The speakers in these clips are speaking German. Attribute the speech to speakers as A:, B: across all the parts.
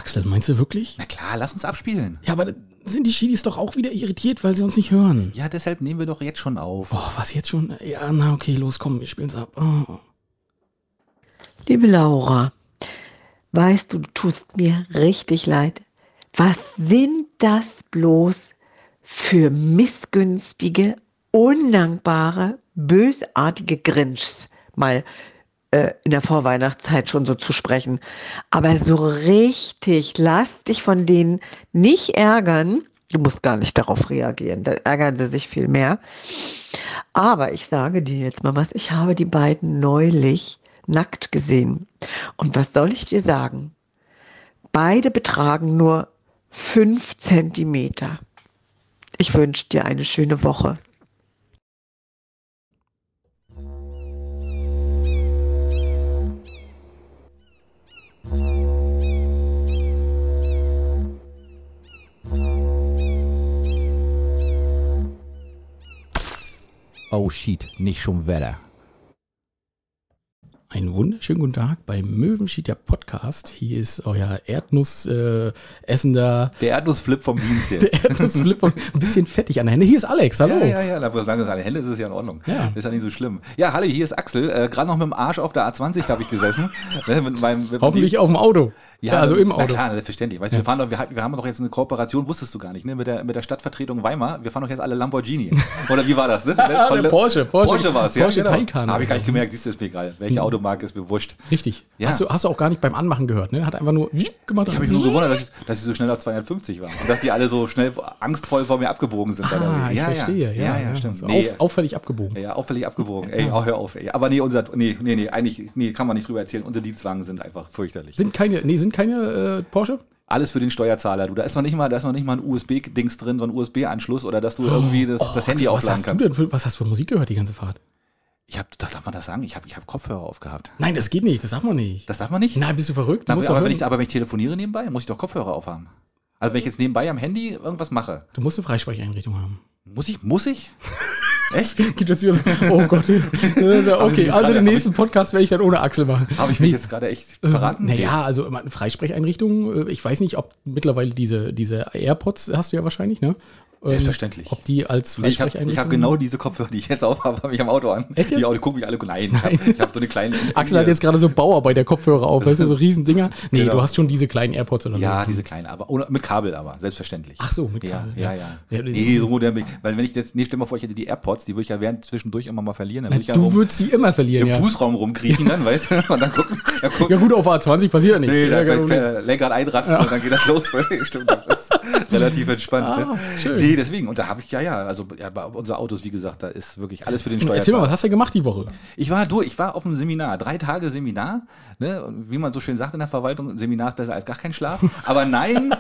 A: Axel, meinst du wirklich?
B: Na klar, lass uns abspielen.
A: Ja, aber sind die Schiedis doch auch wieder irritiert, weil sie uns nicht hören?
B: Ja, deshalb nehmen wir doch jetzt schon auf.
A: Oh, was jetzt schon? Ja, na okay, los, komm, wir spielen's ab. Oh.
C: Liebe Laura, weißt du, du tust mir richtig leid. Was sind das bloß für missgünstige, undankbare, bösartige Grinchs? Mal in der Vorweihnachtszeit schon so zu sprechen. Aber so richtig, lass dich von denen nicht ärgern. Du musst gar nicht darauf reagieren, dann ärgern sie sich viel mehr. Aber ich sage dir jetzt mal was, ich habe die beiden neulich nackt gesehen. Und was soll ich dir sagen? Beide betragen nur 5 Zentimeter. Ich wünsche dir eine schöne Woche.
B: Oh shit, nicht schon Wetter.
A: Einen wunderschönen guten Tag beim Möwenschied, der Podcast. Hier ist euer Erdnuss-essender...
B: Der Erdnussflip vom Dienst.
A: Der Erdnussflip, ein bisschen fettig an der Hände. Hier ist Alex, hallo.
B: Ja, aber solange es an der Hände ist, ist es ja in Ordnung.
A: Ja.
B: Das ist ja nicht so schlimm. Ja, hallo, hier ist Axel. Gerade noch mit dem Arsch auf der A20 habe ich gesessen.
A: Hoffentlich auf dem Auto. Ja, also im Auto.
B: Na klar, selbstverständlich. Weißt, wir haben doch jetzt eine Kooperation, wusstest du gar nicht, ne? Mit der Stadtvertretung Weimar. Wir fahren doch jetzt alle Lamborghini. Oder wie war das? Ne?
A: Der Porsche
B: war es, ja.
A: Porsche
B: Genau.
A: Taycan.
B: Habe ich gar nicht gemerkt, siehst du, ist mir egal. Welche Automarke ist mir wurscht.
A: Richtig.
B: Ja.
A: Hast du auch gar nicht beim Anmachen gehört, ne? Hat einfach nur gemacht.
B: Ich habe mich nur gewundert, dass ich so schnell auf 250 war. Und dass die alle so schnell angstvoll vor mir abgebogen sind.
A: Ich verstehe. Ja,
B: stimmt.
A: So auffällig abgebogen.
B: Ja, auffällig abgebogen. Ey, hör auf, ey. Aber eigentlich kann man nicht drüber erzählen. Unsere Dienstwagen sind einfach fürchterlich.
A: Sind keine Porsche?
B: Alles für den Steuerzahler, du. Da ist noch nicht mal ein USB-Dings drin, so ein USB-Anschluss oder dass du irgendwie das Handy aufladen kannst.
A: Was hast du für Musik gehört die ganze Fahrt?
B: Darf man das sagen? Ich hab Kopfhörer aufgehabt.
A: Nein, das geht nicht, das darf man nicht.
B: Das darf man nicht?
A: Nein, bist du verrückt?
B: Aber wenn ich telefoniere nebenbei, muss ich doch Kopfhörer aufhaben. Also wenn ich jetzt nebenbei am Handy irgendwas mache.
A: Du musst eine Freisprecheinrichtung haben.
B: Muss ich? Echt?
A: Gibt jetzt wieder so, oh Gott. Okay, also den nächsten Podcast werde ich dann ohne Axel machen.
B: Habe ich mich jetzt gerade echt verraten?
A: Naja, also eine Freisprecheinrichtung, ich weiß nicht, ob mittlerweile diese AirPods hast du ja wahrscheinlich, ne?
B: Selbstverständlich.
A: Ob die als Freisprecheinrichtung...
B: Ich habe genau diese Kopfhörer, die ich jetzt aufhabe, habe ich am Auto an.
A: Echt jetzt?
B: Die gucken mich alle... Nein. Ich habe so eine kleine...
A: Axel hat jetzt gerade so Bauarbeiter-Kopfhörer auf, weißt du, so Riesendinger. Nee,
B: genau.
A: Du hast schon diese kleinen AirPods oder so.
B: Ja, diese kleinen, aber mit Kabel aber, selbstverständlich.
A: Ach so, mit Kabel.
B: Ja. Nee, weil wenn ich jetzt... Nee, stell mal vor, ich hätte die AirPods, die würde ich ja während zwischendurch immer mal verlieren. Dann
A: du würdest sie immer verlieren,
B: im Fußraum rumkriechen dann, weißt du? Und dann gucken.
A: Ja gut, auf A20 passiert ja nichts.
B: Nee, da kann Lenkrad einrasten und dann geht das los. Stimmt, das ist relativ entspannt.
A: Schön.
B: Nee, deswegen. Und da habe ich bei unsere Autos, wie gesagt, da ist wirklich alles für den Steuerzahler.
A: Erzähl mal, was hast du gemacht die Woche? Ich
B: war auf einem Seminar, 3 Tage Seminar, ne? Und wie man so schön sagt in der Verwaltung, Seminar ist besser als gar kein Schlaf. Aber nein,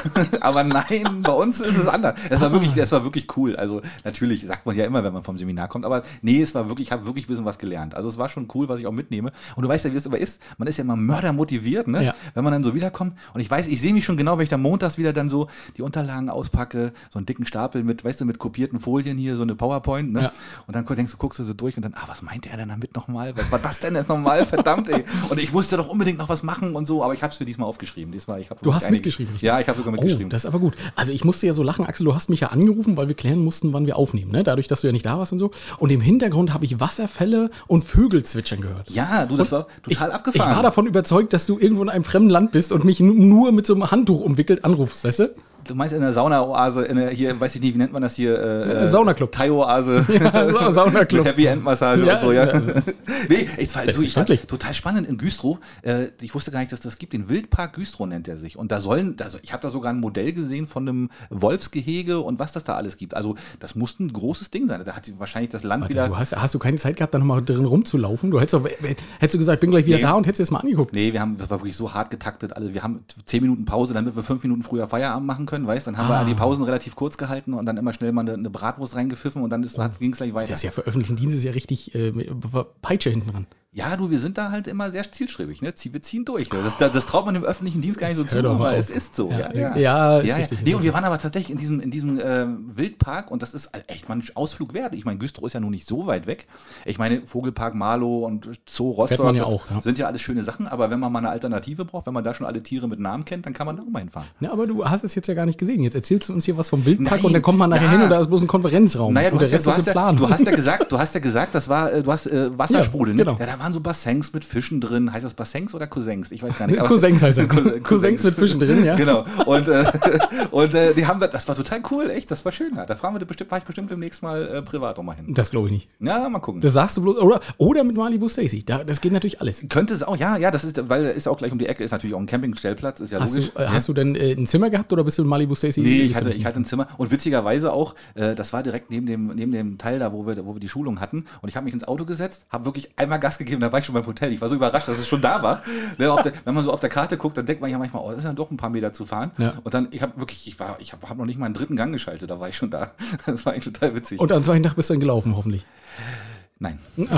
B: bei uns ist es anders. Es war wirklich cool. Also natürlich sagt man ja immer, wenn man vom Seminar kommt, aber nee, ich habe wirklich ein bisschen was gelernt. Also es war schon cool, was ich auch mitnehme. Und du weißt ja, wie das immer ist. Man ist ja immer mördermotiviert, ne? Ja. Wenn man dann so wiederkommt. Und ich sehe mich schon genau, wenn ich dann montags wieder dann so die Unterlagen auspacke, so einen dicken Stapel mit kopierten Folien hier, so eine PowerPoint, ne? Ja. Und dann guckst du so durch und dann, was meinte er denn damit nochmal? Was war das denn jetzt nochmal? Verdammt, ey. Und ich musste doch unbedingt noch was machen und so, aber ich habe es mir diesmal aufgeschrieben.
A: Du hast mitgeschrieben?
B: Richtig? Ja, ich habe sogar mitgeschrieben.
A: Das ist aber gut. Also ich musste ja so lachen, Axel, du hast mich ja angerufen, weil wir klären mussten, wann wir aufnehmen, ne? Dadurch, dass du ja nicht da warst und so. Und im Hintergrund habe ich Wasserfälle und Vögel zwitschern gehört.
B: Ja, das war total abgefahren.
A: Ich war davon überzeugt, dass du irgendwo in einem fremden Land bist und mich nur mit so einem Handtuch umwickelt anrufst, weißt du?
B: Du meinst in der Sauna-Oase, hier, weiß ich nicht, wie nennt man das hier?
A: Saunaclub.
B: Thai-Oase.
A: Ja, Saunaclub.
B: Happy End-Massage und so, ja. Nee, ich war total spannend in Güstrow. Ich wusste gar nicht, dass das gibt. Den Wildpark Güstrow nennt er sich. Und ich habe da sogar ein Modell gesehen von einem Wolfsgehege und was das da alles gibt. Also das muss ein großes Ding sein. Da hat wahrscheinlich das Land wieder...
A: Hast du keine Zeit gehabt, da nochmal drin rumzulaufen? Hättest du gesagt, ich bin gleich wieder da und hättest dir das mal angeguckt?
B: Nee, das war wirklich so hart getaktet. Also wir haben 10 Minuten Pause, damit wir 5 Minuten früher Feierabend machen können, weißt? Dann haben wir die Pausen relativ kurz gehalten und dann immer schnell mal eine Bratwurst reingepfiffen und dann ging es gleich weiter.
A: Das ist ja für öffentlichen Dienst ist ja richtig Peitsche hinten dran.
B: Ja, du, wir sind da halt immer sehr zielstrebig, ne? Wir ziehen durch. Ne? Das traut man dem öffentlichen Dienst gar nicht so zu, aber es ist so.
A: Ja, ist richtig.
B: Nee, und wir waren aber tatsächlich in diesem Wildpark und das ist echt mal ein Ausflug wert. Ich meine, Güstrow ist ja nun nicht so weit weg. Ich meine, Vogelpark Marlow und Zoo Rostock,
A: man ja auch, ja.
B: sind ja alles schöne Sachen, aber wenn man mal eine Alternative braucht, wenn man da schon alle Tiere mit Namen kennt, dann kann man da auch mal hinfahren.
A: Ja, aber du hast es jetzt ja gar nicht gesehen. Jetzt erzählst du uns hier was vom Wildpark
B: Nein,
A: und dann kommt man nachher hin und da ist bloß ein Konferenzraum.
B: Naja,
A: und der Rest ist im Plan.
B: du hast ja gesagt, das war, du hast Wassersprudel,
A: ja, genau.
B: Ja, da waren so Bassins mit Fischen drin. Heißt das Bassins oder Cousins? Ich weiß gar nicht.
A: Cousins heißt das. Cousins mit Fischen drin, ja.
B: Genau. Und die haben das war total cool, echt, das war schön. Da fahren wir fahr ich bestimmt demnächst mal privat auch mal hin.
A: Das glaube ich nicht.
B: Ja, mal gucken.
A: Das sagst du bloß, oder mit Malibu Stacy. Das geht natürlich alles.
B: Könnte es auch, ja, das ist, weil ist auch gleich um die Ecke, ist natürlich auch ein Campingstellplatz, ist ja logisch.
A: Hast du denn ein Zimmer gehabt oder bist du in Malibu Stacy?
B: Nee, ich hatte ein Zimmer und witzigerweise auch, das war direkt neben dem Teil da, wo wir die Schulung hatten und ich habe mich ins Auto gesetzt, habe wirklich einmal Gas gegeben, da war ich schon beim Hotel. Ich war so überrascht, dass es schon da war. Wenn man so auf der Karte guckt, dann denkt man ja manchmal, oh, das ist ja doch ein paar Meter zu fahren. Ja. Und dann, ich habe noch nicht mal einen dritten Gang geschaltet, da war ich schon da. Das war eigentlich total witzig.
A: Und am zweiten Tag bist du dann gelaufen, hoffentlich.
B: Nein.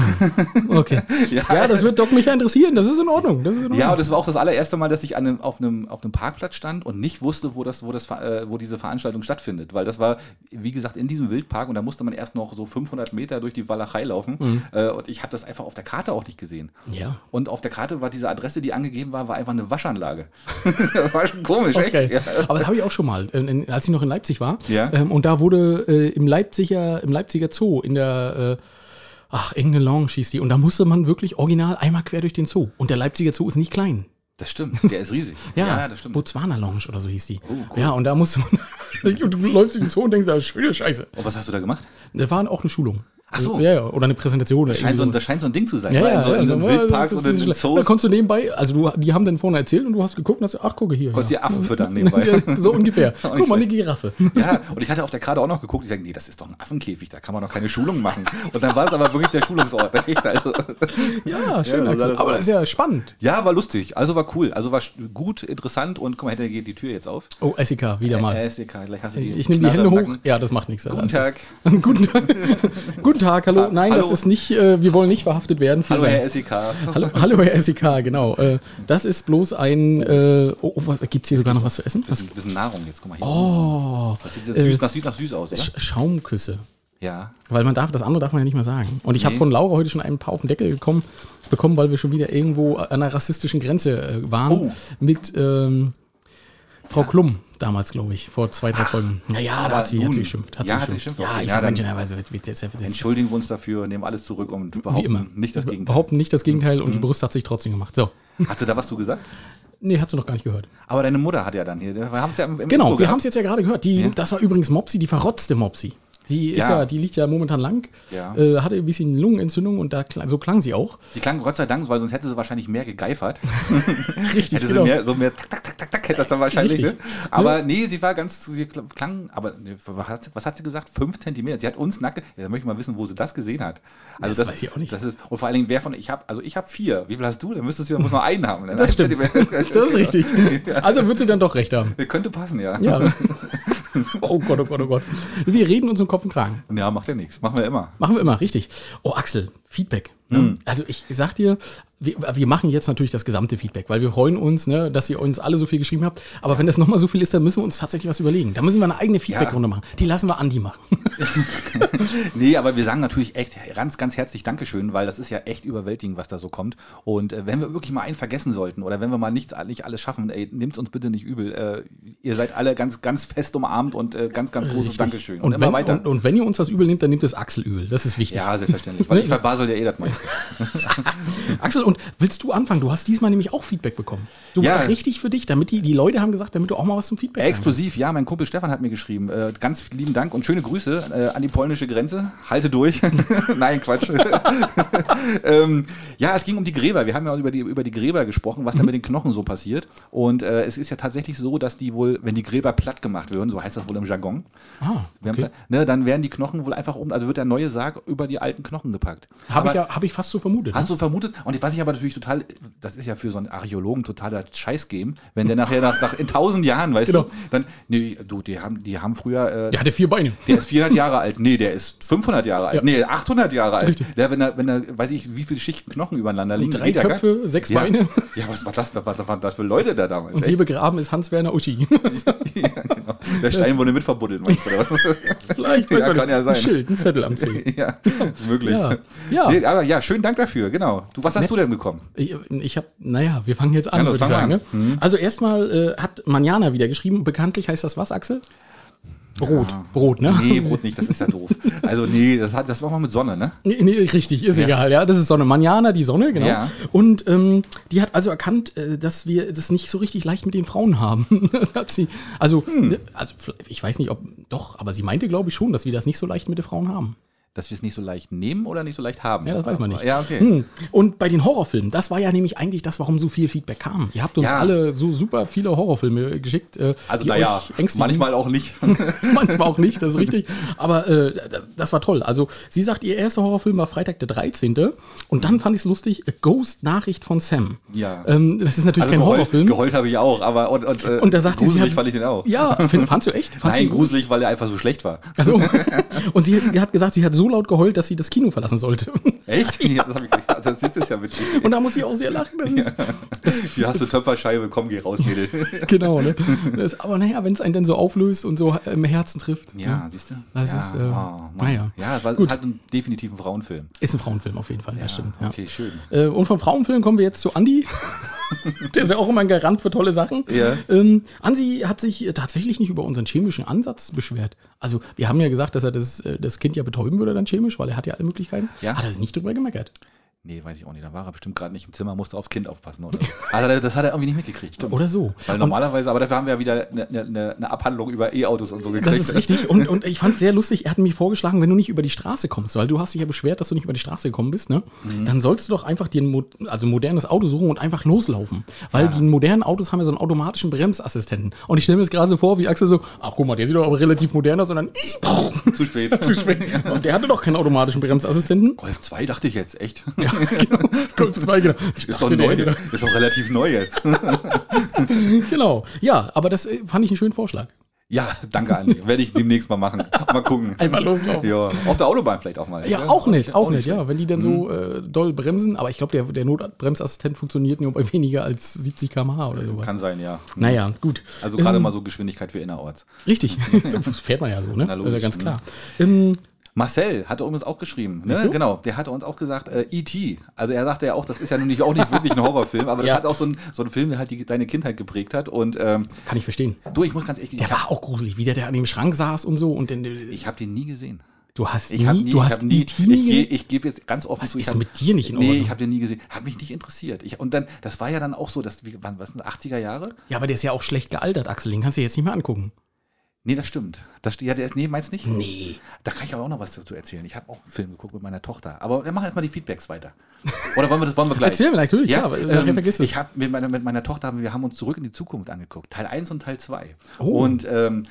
A: Okay. Ja, das wird Doc mich ja interessieren. Das ist in Ordnung.
B: Ja, und das war auch das allererste Mal, dass ich auf einem Parkplatz stand und nicht wusste, wo diese Veranstaltung stattfindet. Weil das war, wie gesagt, in diesem Wildpark und da musste man erst noch so 500 Meter durch die Walachei laufen. Und ich habe das einfach auf der Karte auch nicht gesehen.
A: Ja.
B: Und auf der Karte war diese Adresse, die angegeben war einfach eine Waschanlage. Das war schon komisch,
A: okay.
B: Echt. Ja.
A: Aber das habe ich auch schon mal, als ich noch in Leipzig war.
B: Ja.
A: Und da wurde im Leipziger Zoo in der irgendeine Lounge hieß die. Und da musste man wirklich original einmal quer durch den Zoo. Und der Leipziger Zoo ist nicht klein.
B: Das stimmt, der ist riesig.
A: Ja, das stimmt. Botswana Lounge oder so hieß die. Oh, cool. Ja, und da musste man, und du läufst durch den Zoo und denkst, das ist schöne Scheiße.
B: Und was hast du da gemacht?
A: Das war auch eine Schulung.
B: Ach so.
A: Ja, oder eine Präsentation.
B: Das scheint so ein Ding zu sein.
A: Ja,
B: in einem Wildpark oder in einem Zoo.
A: Da konntest du nebenbei, also die haben dann vorne erzählt und du hast geguckt und hast ach, gucke hier.
B: Konntest die Affen füttern nebenbei.
A: Ja, so ungefähr. Guck mal, eine Giraffe.
B: Ja, und ich hatte auf der Karte auch noch geguckt, ich sage, nee, das ist doch ein Affenkäfig, da kann man doch keine Schulung machen. Und dann war es aber wirklich der Schulungsort. Echt, also.
A: Ja, schön. Aber das ist ja spannend.
B: Ja, war lustig. Also war cool. Also war gut, interessant und guck mal, hinterher geht die Tür jetzt auf.
A: Oh, SEK, wieder mal.
B: SEK, gleich hast du die.
A: Ich nehme die Hände hoch. Ja, das macht nichts.
B: Guten Tag.
A: Guten Tag, hallo. Nein, das ist nicht, wir wollen nicht verhaftet werden.
B: Hallo, Herr SEK.
A: Hallo, Herr SEK, genau. Das ist bloß ein, gibt es hier sogar noch was zu essen?
B: Ein bisschen Nahrung jetzt, guck mal hier.
A: Oh.
B: Das sieht nach süß aus, oder?
A: Schaumküsse.
B: Ja.
A: Weil das andere darf man ja nicht mehr sagen. Und ich habe von Laura heute schon ein paar auf den Deckel bekommen, weil wir schon wieder irgendwo an einer rassistischen Grenze waren. Mit Frau Klum damals, glaube ich, vor 2-3 Folgen.
B: Naja,
A: da hat sie geschimpft.
B: Hat sie geschimpft.
A: Ja, ich sage manchmal,
B: entschuldigen wir uns dafür, nehmen alles zurück und behaupten nicht das Gegenteil.
A: Behaupten nicht das Gegenteil und die Brust hat sich trotzdem gemacht. So.
B: Hat sie da was zu gesagt?
A: Nee, hat sie noch gar nicht gehört.
B: Aber deine Mutter hat ja dann hier, wir haben es ja im
A: Genau, wir haben es jetzt ja gerade gehört. Das war übrigens Mopsi, die verrotzte Mopsi. Die liegt ja momentan lang, hatte ein bisschen Lungenentzündung und so klang sie auch.
B: Die klang Gott sei Dank, weil sonst hätte sie wahrscheinlich mehr gegeifert.
A: Richtig,
B: hätte sie mehr tak, tak, tak, tak, hätte das dann wahrscheinlich. Ne? Aber nee, sie klang, aber was hat sie gesagt? 5 Zentimeter. Sie hat uns nackt, da möchte ich mal wissen, wo sie das gesehen hat. Also das weiß ich auch nicht. Und vor allen Dingen, ich habe 4. Wie viel hast du? Dann muss man einen haben.
A: Das stimmt. Das ist richtig. Also wird sie dann doch recht haben.
B: Könnte passen, ja.
A: Oh Gott, oh Gott, oh Gott. Wir reden uns um Kopf und Kragen.
B: Ja, macht ja nichts. Machen wir immer.
A: Machen wir immer, richtig. Oh, Axel, Feedback. Also ich sag dir, wir machen jetzt natürlich das gesamte Feedback, weil wir freuen uns, ne, dass ihr uns alle so viel geschrieben habt. Aber wenn das nochmal so viel ist, dann müssen wir uns tatsächlich was überlegen. Da müssen wir eine eigene Feedback-Runde machen. Die lassen wir Andi machen.
B: Nee, aber wir sagen natürlich echt ganz, ganz herzlich Dankeschön, weil das ist ja echt überwältigend, was da so kommt. Und wenn wir wirklich mal einen vergessen sollten oder wenn wir mal nicht alles schaffen, nehmt uns bitte nicht übel. Ihr seid alle ganz, ganz fest umarmt und ganz, ganz großes Dankeschön.
A: Und immer weiter. Und wenn ihr uns das übel nehmt, dann nehmt es Axel übel. Das ist wichtig.
B: Ja, selbstverständlich. Weil ich verbasel ja das meiste.
A: Axel, und willst du anfangen? Du hast diesmal nämlich auch Feedback bekommen. Du warst richtig für dich, damit die Leute haben gesagt, damit du auch mal was zum Feedback hast.
B: Exklusiv, ja, mein Kumpel Stefan hat mir geschrieben. Ganz lieben Dank und schöne Grüße an die polnische Grenze. Halte durch. Nein, Quatsch. Ja, es ging um die Gräber. Wir haben ja über die Gräber gesprochen, was da mit den Knochen so passiert. Und es ist ja tatsächlich so, dass die wohl, wenn die Gräber platt gemacht werden, so heißt das wohl im Jargon, dann werden die Knochen wohl einfach also wird der neue Sarg über die alten Knochen gepackt.
A: Habe ich ich fast so vermutet.
B: Hast du vermutet? Und was ich aber natürlich total, das ist ja für so einen Archäologen totaler Scheiß-Game, wenn der nachher nach in 1000 Jahren, weißt du, dann, nee, du, die haben früher...
A: der hatte 4 Beine.
B: Der ist 400 Jahre alt. Nee, der ist 500 Jahre alt. Nee, 800 Jahre alt.
A: Richtig.
B: Der, wenn er, weiß ich, wie viele Schichten Knochen übereinander liegen.
A: 3 Köpfe, 6 Beine.
B: Ja, was waren das für Leute da damals?
A: Und hier begraben ist Hans-Werner Uschi.
B: Ja, genau. Der Stein wurde mit verbuddelt, meinst du, oder was?
A: Vielleicht,
B: Ja, kann ja sein.
A: Ein Schild, ein Zettel am Zeh.
B: Ja, ist möglich.
A: Ja.
B: Nee, aber ja, schönen Dank dafür, genau. Was hast du denn bekommen?
A: Ich habe, wir fangen jetzt an,
B: Ja,
A: würde ich sagen. Ne?
B: Mhm.
A: Also erstmal hat Manjana wieder geschrieben, bekanntlich heißt das was, Axel? Brot.
B: Ja.
A: Brot, ne?
B: Nee, Brot nicht, das ist ja doof. Also nee, das war mal mit Sonne, ne?
A: Nee, richtig, ist egal, ja. Das ist Sonne. Manjana, die Sonne, genau.
B: Ja.
A: Und die hat also erkannt, dass wir das nicht so richtig leicht mit den Frauen haben. Hat sie, also ich weiß nicht, ob, doch, aber sie meinte, glaube ich, schon, dass wir das nicht so leicht mit den Frauen haben.
B: Dass wir es nicht so leicht nehmen oder nicht so leicht haben?
A: Ja, das weiß man nicht.
B: Ja, okay.
A: Und bei den Horrorfilmen, das war ja nämlich eigentlich das, warum so viel Feedback kam. Ihr habt uns alle so super viele Horrorfilme geschickt.
B: Also naja, manchmal auch nicht.
A: Manchmal auch nicht, das ist richtig. Aber das war toll. Also sie sagt, ihr erster Horrorfilm war Freitag der 13. Und dann fand ich es lustig, Ghost-Nachricht von Sam.
B: Ja.
A: Das ist natürlich
B: Also
A: kein Horrorfilm.
B: Geheult habe ich auch, aber
A: Und da sagt sie,
B: gruselig fand ich den auch.
A: Ja, fandst du echt?
B: Nein, gruselig, weil er einfach so schlecht war.
A: Also, und sie hat gesagt, sie hat so laut geheult, dass sie das Kino verlassen sollte.
B: Echt? Ja, das habe ich nicht. Das ist ja witzig.
A: Und da muss ich auch sehr lachen.
B: Hier hast du Töpferscheibe, komm, geh raus, Mädel.
A: Genau, ne? Aber naja, wenn es einen dann so auflöst und so im Herzen trifft.
B: Ja, siehst du?
A: Das ist, naja.
B: Ja, es ist halt definitiv ein Frauenfilm.
A: Ist ein Frauenfilm auf jeden Fall, ja, stimmt. Ja.
B: Okay, schön.
A: Und vom Frauenfilm kommen wir jetzt zu Andi. Der ist ja auch immer ein Garant für tolle Sachen.
B: Ja.
A: Andi hat sich tatsächlich nicht über unseren chemischen Ansatz beschwert. Also wir haben ja gesagt, dass er das Kind ja betäuben würde dann chemisch, weil er hat ja alle Möglichkeiten.
B: Ja.
A: Hat er sich nicht drüber gemeckert.
B: Nee, weiß ich auch nicht. Da war er bestimmt gerade nicht im Zimmer, musste aufs Kind aufpassen. Oder? Also das hat er irgendwie nicht mitgekriegt. Stimmt.
A: Oder so.
B: Weil normalerweise, aber dafür haben wir ja wieder eine Abhandlung über E-Autos und so gekriegt.
A: Das ist richtig. Und ich fand sehr lustig, er hat mir vorgeschlagen, wenn du nicht über die Straße kommst, weil du hast dich ja beschwert, dass du nicht über die Straße gekommen bist, ne? Dann sollst du doch einfach dir ein modernes Auto suchen und einfach loslaufen. Weil die modernen Autos haben ja so einen automatischen Bremsassistenten. Und ich stelle mir das gerade so vor, wie Axel so, ach guck mal, der sieht doch aber relativ modern aus und dann
B: Zu spät.
A: zu spät. Und der hatte doch keinen automatischen Bremsassistenten.
B: Golf 2 dachte ich jetzt, echt.
A: Ja, genau. Golf 2, genau.
B: Ist doch neu. Ist doch relativ neu jetzt.
A: Genau. Ja, aber das fand ich einen schönen Vorschlag.
B: Ja, danke, Andi. Werde ich demnächst mal machen. Mal gucken.
A: Einfach loslaufen.
B: Ja, auf der Autobahn vielleicht auch mal.
A: Ja, auch nicht, ja. Wenn die dann so doll bremsen, aber ich glaube, der Notbremsassistent funktioniert nur bei weniger als 70 km/h oder sowas.
B: Kann sein, ja.
A: Naja, gut.
B: Also gerade mal so Geschwindigkeit für innerorts.
A: Richtig, das fährt man ja so, ne?
B: Na,
A: Also
B: logisch,
A: ganz klar.
B: Marcel hatte uns auch geschrieben, ne?
A: Siehst du?
B: Genau, der hatte uns auch gesagt, E.T. Also er sagte ja auch, das ist ja nun nicht, auch nicht wirklich ein Horrorfilm, aber das
A: Ja.
B: hat auch so ein Film, der halt deine Kindheit geprägt hat. Und
A: Kann ich verstehen.
B: du, ich muss ganz ehrlich,
A: Der war auch gruselig, wie der an dem Schrank saß und so. Und dann,
B: ich habe den nie gesehen.
A: du hast
B: Ich habe nie,
A: E.T. nie gesehen?
B: ich gebe jetzt ganz offen
A: Was
B: zu, ich
A: ist
B: hab,
A: mit dir nicht in Ordnung?
B: Nee, ich habe den nie gesehen. Hat mich nicht interessiert. Und dann, das war ja dann auch so, was sind 80er Jahre?
A: Ja, aber der ist ja auch schlecht gealtert, Axel. Den kannst du dir jetzt nicht mehr angucken.
B: Nee, das stimmt. Meinst du nicht?
A: Nee.
B: Da kann ich aber auch noch was dazu erzählen. Ich habe auch einen Film geguckt mit meiner Tochter. Aber wir machen erstmal die Feedbacks weiter. Oder wollen wir gleich?
A: Erzähl mir natürlich,
B: Ja,
A: klar. Nachher vergiss es.
B: ich habe mit meiner Tochter, wir haben uns Zurück in die Zukunft angeguckt. Teil 1 und Teil 2.
A: Oh.
B: Und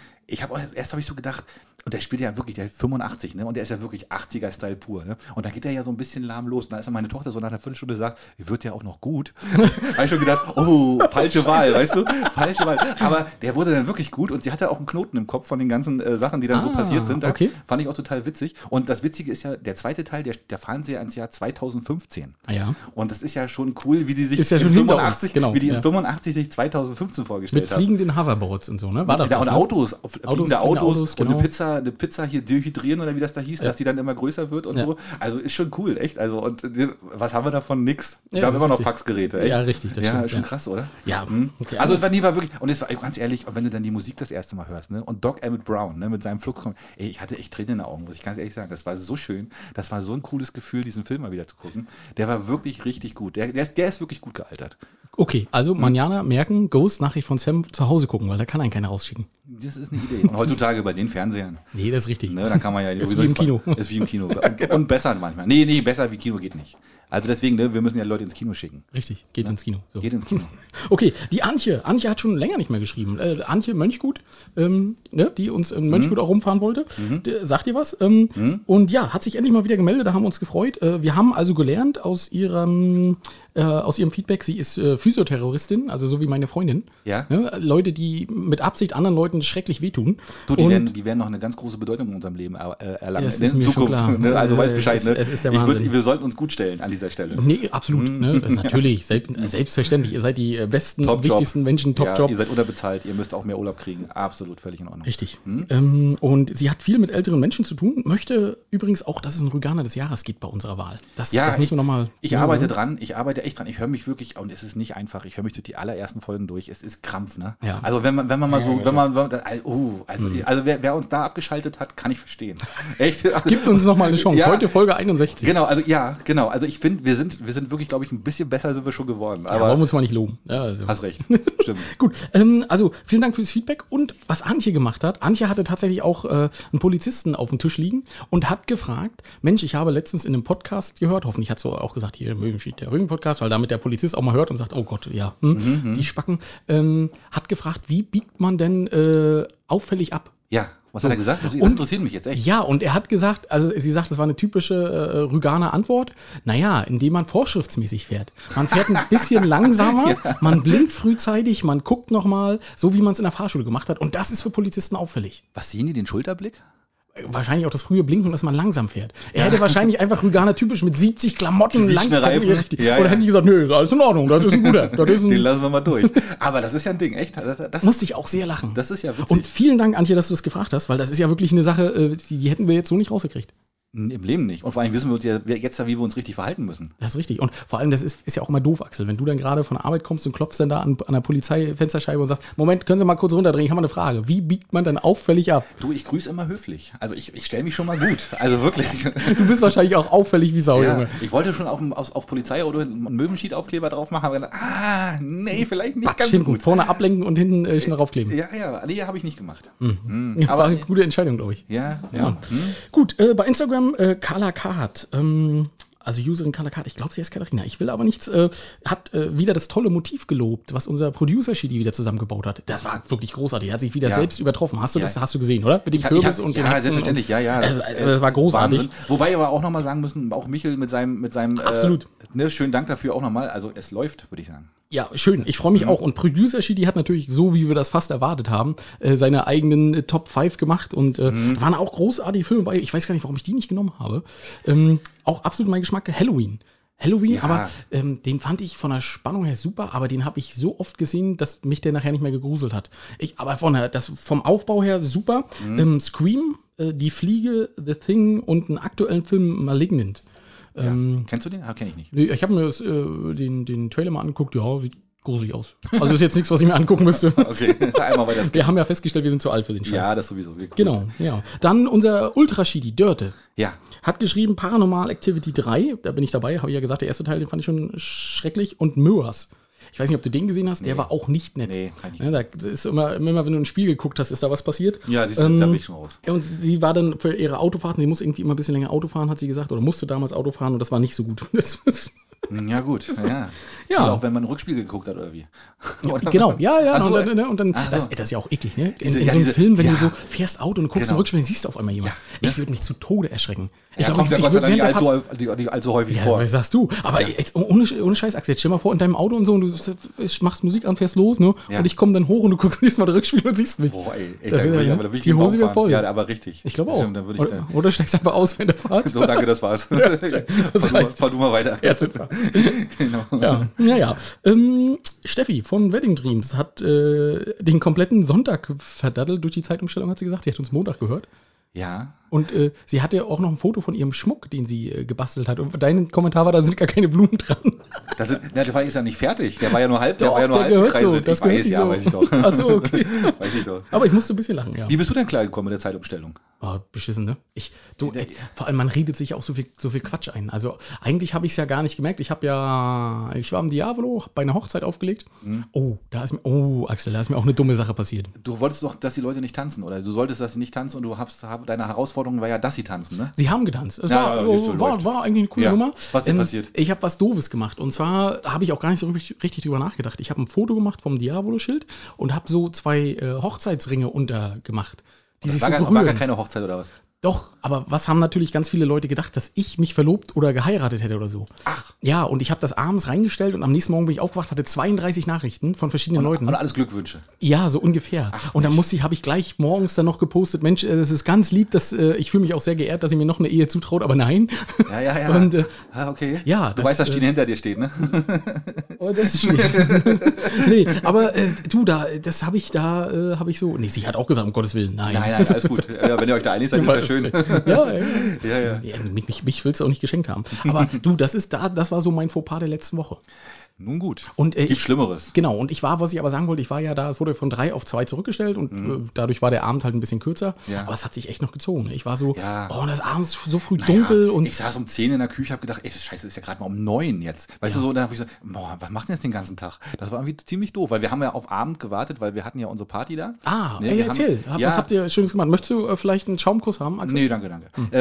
B: erst habe ich so gedacht, und der spielt ja wirklich, der ist 85, ne? Und der ist ja wirklich 80er-Style pur, ne? Und da geht er ja so ein bisschen lahm los. Und da ist dann meine Tochter so nach einer Viertelstunde sagt, wird ja auch noch gut. Habe ich schon gedacht, oh, falsche Wahl, weißt du? Falsche Wahl. Aber der wurde dann wirklich gut und sie hatte auch einen Knoten im Kopf von den ganzen Sachen, die dann so passiert sind. Da
A: okay.
B: fand ich auch total witzig. Und das Witzige ist ja, der zweite Teil, der Fernseher ans Jahr 2015.
A: Ah, ja.
B: Und das ist ja schon cool, wie die sich
A: Ist ja schon hinter uns, genau,
B: wie die
A: ja.
B: in 85 sich 2015 vorgestellt
A: Mit
B: haben.
A: fliegenden Hoverboards und so, ne? War doch
B: Ja,
A: das,
B: und
A: ne?
B: Autos, fliegende Autos
A: genau.
B: und eine Pizza hier dehydrieren oder wie das da hieß, dass die dann immer größer wird und
A: Ja.
B: so. Also ist schon cool, echt. Also und was haben wir davon? Nix. Wir
A: Ja,
B: haben
A: das
B: immer
A: ist
B: noch
A: richtig.
B: Faxgeräte, echt.
A: Ja, richtig, das
B: ja,
A: stimmt,
B: ist schon
A: ja.
B: krass, oder?
A: Ja. Okay,
B: Also nee, war wirklich, und es war ganz ehrlich, und wenn du dann die Musik das erste Mal hörst, ne, und Doc Emmett Brown, ne, mit seinem Flug, ey, ich hatte echt Tränen in den Augen, muss ich ganz ehrlich sagen. Das war so schön. Das war so ein cooles Gefühl, diesen Film mal wieder zu gucken. Der war wirklich richtig gut. Der ist wirklich gut gealtert.
A: Okay, also Manjana merken, Ghost Nachricht von Sam zu Hause gucken, weil da kann einen keiner rausschicken.
B: Das ist eine Idee. Und heutzutage bei den Fernsehern.
A: Nee, das ist richtig.
B: Ne, da kann man ja
A: Ist wie im Kino.
B: Ist wie im Kino. Und besser manchmal. Nee, besser wie Kino geht nicht. Also deswegen, ne, wir müssen ja Leute ins Kino schicken.
A: Richtig, geht ins Kino. So.
B: Geht ins Kino.
A: Okay, die Antje hat schon länger nicht mehr geschrieben. Antje Mönchgut, ne, die uns in Mönchgut auch rumfahren wollte. Sagt ihr was? Und ja, hat sich endlich mal wieder gemeldet, da haben wir uns gefreut. Wir haben also gelernt aus ihrem Feedback, sie ist Physiotherroristin, also so wie meine Freundin.
B: Ja.
A: Ne? Leute, die mit Absicht anderen Leuten schrecklich wehtun.
B: Du, die werden noch eine ganz große Bedeutung in unserem Leben erlangen.
A: Es ist mir schon klar.
B: Ne? Also weißt Bescheid. Ne?
A: Es ist der Wahnsinn.
B: Wir sollten uns gut stellen an dieser Stelle.
A: Nee, absolut. Ne? Das ist natürlich, selbstverständlich. Ihr seid die besten, wichtigsten Menschen, Top-Job.
B: Ja, ihr seid unterbezahlt, ihr müsst auch mehr Urlaub kriegen. Absolut, völlig in Ordnung.
A: Richtig. Und sie hat viel mit älteren Menschen zu tun, möchte übrigens auch, dass es einen Rüganer des Jahres gibt bei unserer Wahl. Das müssen wir nochmal.
B: Ich arbeite dran, ich arbeite echt dran. Ich höre mich wirklich, und es ist nicht einfach, ich höre mich durch die allerersten Folgen durch. Es ist Krampf, ne? Ja. Also wenn man mal so, wer uns da abgeschaltet hat, kann ich verstehen. Echt?
A: Gibt uns nochmal eine Chance. Heute Folge 61.
B: Genau. Also ich finde, wir sind wirklich, glaube ich, ein bisschen besser sind wir schon geworden. Aber
A: wollen wir uns mal nicht loben. Ja, also.
B: Hast recht. Stimmt.
A: Gut, also vielen Dank fürs Feedback. Und was Antje gemacht hat, Antje hatte tatsächlich auch einen Polizisten auf dem Tisch liegen und hat gefragt, Mensch, ich habe letztens in einem Podcast gehört, hoffentlich hat sie auch gesagt, hier Möwenschied, der Rügen-Podcast, weil damit der Polizist auch mal hört und sagt, oh Gott, ja, die Spacken, hat gefragt, wie biegt man denn auffällig ab?
B: Ja, was hat er gesagt? Das interessiert mich jetzt echt.
A: Ja, und er hat gesagt, also sie sagt, das war eine typische Rüganer Antwort. Naja, indem man vorschriftsmäßig fährt. Man fährt ein bisschen langsamer, man blinkt frühzeitig, man guckt nochmal, so wie man es in der Fahrschule gemacht hat. Und das ist für Polizisten auffällig.
B: Was sehen die, den Schulterblick?
A: Wahrscheinlich auch das frühe Blinken, dass man langsam fährt. Er hätte wahrscheinlich einfach Rüganer typisch mit 70 Klamotten langsam. Oder hätte die gesagt, nö, ist alles in Ordnung, das ist ein guter. Den
B: lassen wir mal durch. Aber das ist ja ein Ding, echt. Das
A: musste ich auch sehr lachen.
B: Das ist ja witzig.
A: Und vielen Dank, Antje, dass du das gefragt hast, weil das ist ja wirklich eine Sache, die hätten wir jetzt so nicht rausgekriegt.
B: Im Leben nicht. Und vor allem wissen wir ja jetzt, wie wir uns richtig verhalten müssen.
A: Das ist richtig. Und vor allem, das ist ja auch immer doof, Axel. Wenn du dann gerade von der Arbeit kommst und klopfst dann da an der Polizeifensterscheibe und sagst, Moment, können Sie mal kurz runterdrehen, ich habe mal eine Frage. Wie biegt man dann auffällig ab?
B: Du, ich grüße immer höflich. Also ich stelle mich schon mal gut. Also wirklich.
A: Du bist wahrscheinlich auch auffällig wie Sau, Junge.
B: Ich wollte schon auf Polizeiauto einen Möwenschied-Aufkleber drauf machen, aber gedacht, nee, vielleicht nicht ganz
A: hinten,
B: so gut.
A: Vorne ablenken und hinten schnell raufkleben.
B: Nee, habe ich nicht gemacht.
A: Aber eine gute Entscheidung, glaube ich.
B: Ja.
A: Gut, bei Instagram, Carla Kart, also Userin Carla Kart, ich glaube, sie heißt Katharina, ich will aber nichts, hat wieder das tolle Motiv gelobt, was unser Producer-Shidi wieder zusammengebaut hat. Das war wirklich großartig, er hat sich wieder selbst übertroffen. Hast du das gesehen, oder? Mit dem Kürbis und den Hexen.
B: Selbstverständlich,
A: Das war großartig.
B: Wahnsinn. Wobei wir aber auch nochmal sagen müssen, auch Michel mit seinem
A: Absolut.
B: Schönen Dank dafür auch nochmal, also es läuft, würde ich sagen.
A: Ja, schön. Ich freue mich auch. Und Producer Shidi hat natürlich, so wie wir das fast erwartet haben, seine eigenen Top 5 gemacht. Und da waren auch großartige Filme bei. Ich weiß gar nicht, warum ich die nicht genommen habe. Auch absolut mein Geschmack. Halloween, aber den fand ich von der Spannung her super, aber den habe ich so oft gesehen, dass mich der nachher nicht mehr gegruselt hat. Aber vom Aufbau her super. Scream, Die Fliege, The Thing und einen aktuellen Film Malignant.
B: Kennst du den? Kenn ich nicht.
A: Nee, ich habe mir den Trailer mal angeguckt, ja, sieht gruselig aus. Also ist jetzt nichts, was ich mir angucken müsste.
B: Okay, einmal weiter.
A: Wir haben ja festgestellt, wir sind zu alt für den Scheiß.
B: Ja, das sowieso.
A: Genau, ja. Dann unser Ultra-Shidi, Dörte.
B: Ja.
A: Hat geschrieben Paranormal Activity 3, da bin ich dabei, habe ich ja gesagt, der erste Teil, den fand ich schon schrecklich. Und Mörs. Ich weiß nicht, ob du den gesehen hast, der war auch nicht nett. Nee, kann ich nicht. Ja, da ist immer, wenn du ein Spiel geguckt hast, ist da was passiert.
B: Ja, siehst du, da bin ich schon raus.
A: Und sie war dann für ihre Autofahrten, sie muss irgendwie immer ein bisschen länger Auto fahren, hat sie gesagt, oder musste damals Auto fahren und das war nicht so gut.
B: Ja, gut. Ja. Auch wenn man ein Rückspiel geguckt hat, oder wie?
A: Genau, ja.
B: Also,
A: und dann das ist ja auch eklig, ne? In so einem Film, wenn du so fährst Auto und du guckst im Rückspiel, dann siehst du auf einmal jemanden. Ja. Ich würde mich zu Tode erschrecken.
B: Ich glaube, ich würde nicht allzu häufig vor.
A: Was sagst du? Aber jetzt, ohne Scheiß, Axel, jetzt stell mal vor, in deinem Auto und so, und du machst Musik an, fährst los, ne? Ja. Und ich komme dann hoch und du guckst nächstes Mal das Rückspiel und siehst mich.
B: Boah, ey, da will ich
A: die Hose wäre voll.
B: Ja, aber richtig.
A: Ich glaube auch. Oder steigst einfach aus, wenn der fahrt.
B: So, danke, das war's. Fahr du mal weiter.
A: Genau. Ja. Steffi von Wedding Dreams hat den kompletten Sonntag verdaddelt durch die Zeitumstellung, hat sie gesagt. Sie hat uns Montag gehört.
B: Ja.
A: Und sie hatte auch noch ein Foto von ihrem Schmuck, den sie gebastelt hat. Und dein Kommentar war, da sind gar keine Blumen dran.
B: Der war ja nicht fertig. Der war ja nur halb,
A: gekreiselt.
B: Weiß ich doch.
A: Achso, okay.
B: Weiß ich doch.
A: Aber ich musste ein bisschen lachen, ja.
B: Wie bist du denn klargekommen mit der Zeitumstellung?
A: Oh, beschissen, ne? Vor allem, man redet sich auch so viel Quatsch ein. Also eigentlich habe ich es ja gar nicht gemerkt. Ich war am Diavolo, hab bei einer Hochzeit aufgelegt. Oh, Axel, da ist mir auch eine dumme Sache passiert.
B: Du wolltest doch, dass die Leute nicht tanzen, oder? Du solltest, dass sie nicht tanzen und deine Herausforderung war ja, dass sie tanzen, ne?
A: Sie haben getanzt. Es
B: Ja,
A: war eigentlich eine coole Nummer.
B: Was ist passiert?
A: Ich habe was Doofes gemacht. Und zwar habe ich auch gar nicht so richtig drüber nachgedacht. Ich habe ein Foto gemacht vom Diavolo-Schild und habe so 2 Hochzeitsringe untergemacht. Die sich so berühren.
B: War gar keine Hochzeit oder was?
A: Doch, aber was haben natürlich ganz viele Leute gedacht, dass ich mich verlobt oder geheiratet hätte oder so.
B: Ach.
A: Ja, und ich habe das abends reingestellt und am nächsten Morgen bin ich aufgewacht, hatte 32 Nachrichten von verschiedenen Leuten.
B: Und alles Glückwünsche.
A: Ja, so ungefähr.
B: Ach,
A: und dann habe ich gleich morgens dann noch gepostet, Mensch, es ist ganz lieb, dass ich fühle mich auch sehr geehrt, dass ihr mir noch eine Ehe zutraut, aber nein.
B: Ja.
A: Und,
B: okay.
A: Ja,
B: du weißt, dass Stine hinter dir steht, ne?
A: Oh, das ist schwierig. Nee, aber das habe ich so. Nee, sie hat auch gesagt, um Gottes Willen, nein.
B: Nein, alles gut. Ja, wenn ihr euch da einig seid, ist ja schön.
A: Ja.
B: Ja.
A: Mich willst du auch nicht geschenkt haben. Aber du, das war so mein Fauxpas der letzten Woche.
B: Nun gut.
A: Und,
B: gibt Schlimmeres.
A: Genau, und was ich aber sagen wollte, ich war ja da, es wurde von 3 auf 2 zurückgestellt und dadurch war der Abend halt ein bisschen kürzer. Ja. Aber es hat sich echt noch gezogen. Ich war so, und das abends so früh dunkel. Und
B: ich saß um 10 in der Küche, habe gedacht, Scheiße, ist ja gerade mal um 9 jetzt. Weißt du, so, dann habe ich so, was machst du denn jetzt den ganzen Tag? Das war irgendwie ziemlich doof, weil wir haben ja auf Abend gewartet, weil wir hatten ja unsere Party da.
A: Erzähl, was habt ihr Schönes gemacht? Möchtest du vielleicht einen Schaumkuss haben, Axel?
B: Nee, danke.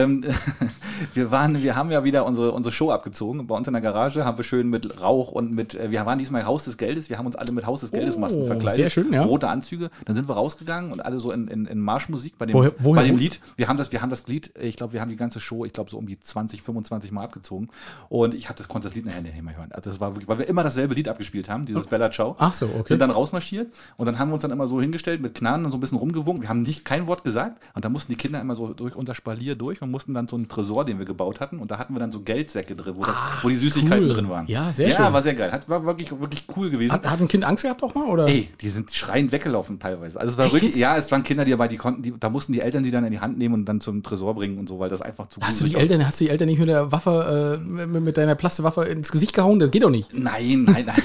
B: Wir haben ja wieder unsere Show abgezogen. Bei uns in der Garage haben wir schön mit Rauch und wir waren diesmal Haus des Geldes. Wir haben uns alle mit Haus des Geldes Masken verkleidet.
A: Sehr schön, ja.
B: Rote Anzüge. Dann sind wir rausgegangen und alle so in Marschmusik bei dem Lied. Wir haben das Lied, ich glaube, wir haben die ganze Show, so um die 20, 25 Mal abgezogen. Und ich konnte das Lied nachher nicht mehr hören. Also das war wirklich, weil wir immer dasselbe Lied abgespielt haben, dieses Bella Ciao.
A: Ach so, okay.
B: Sind dann rausmarschiert und dann haben wir uns dann immer so hingestellt mit Knarren und so ein bisschen rumgewunken. Wir haben kein Wort gesagt und dann mussten die Kinder immer so durch unser Spalier durch und mussten dann so einen Tresor, den wir gebaut hatten, und da hatten wir dann so Geldsäcke drin, wo die Süßigkeiten drin waren.
A: Ja, sehr schön.
B: Ja, war sehr geil. War wirklich cool gewesen.
A: Hat ein Kind Angst gehabt auch mal? Oder?
B: Ey, die sind schreiend weggelaufen teilweise. Also es war wirklich, es waren Kinder, da mussten die Eltern die dann in die Hand nehmen und dann zum Tresor bringen und so, weil das einfach zu gut
A: Hast du die Eltern nicht mit der Waffe, mit deiner Plastewaffe ins Gesicht gehauen? Das geht doch nicht.
B: Nein,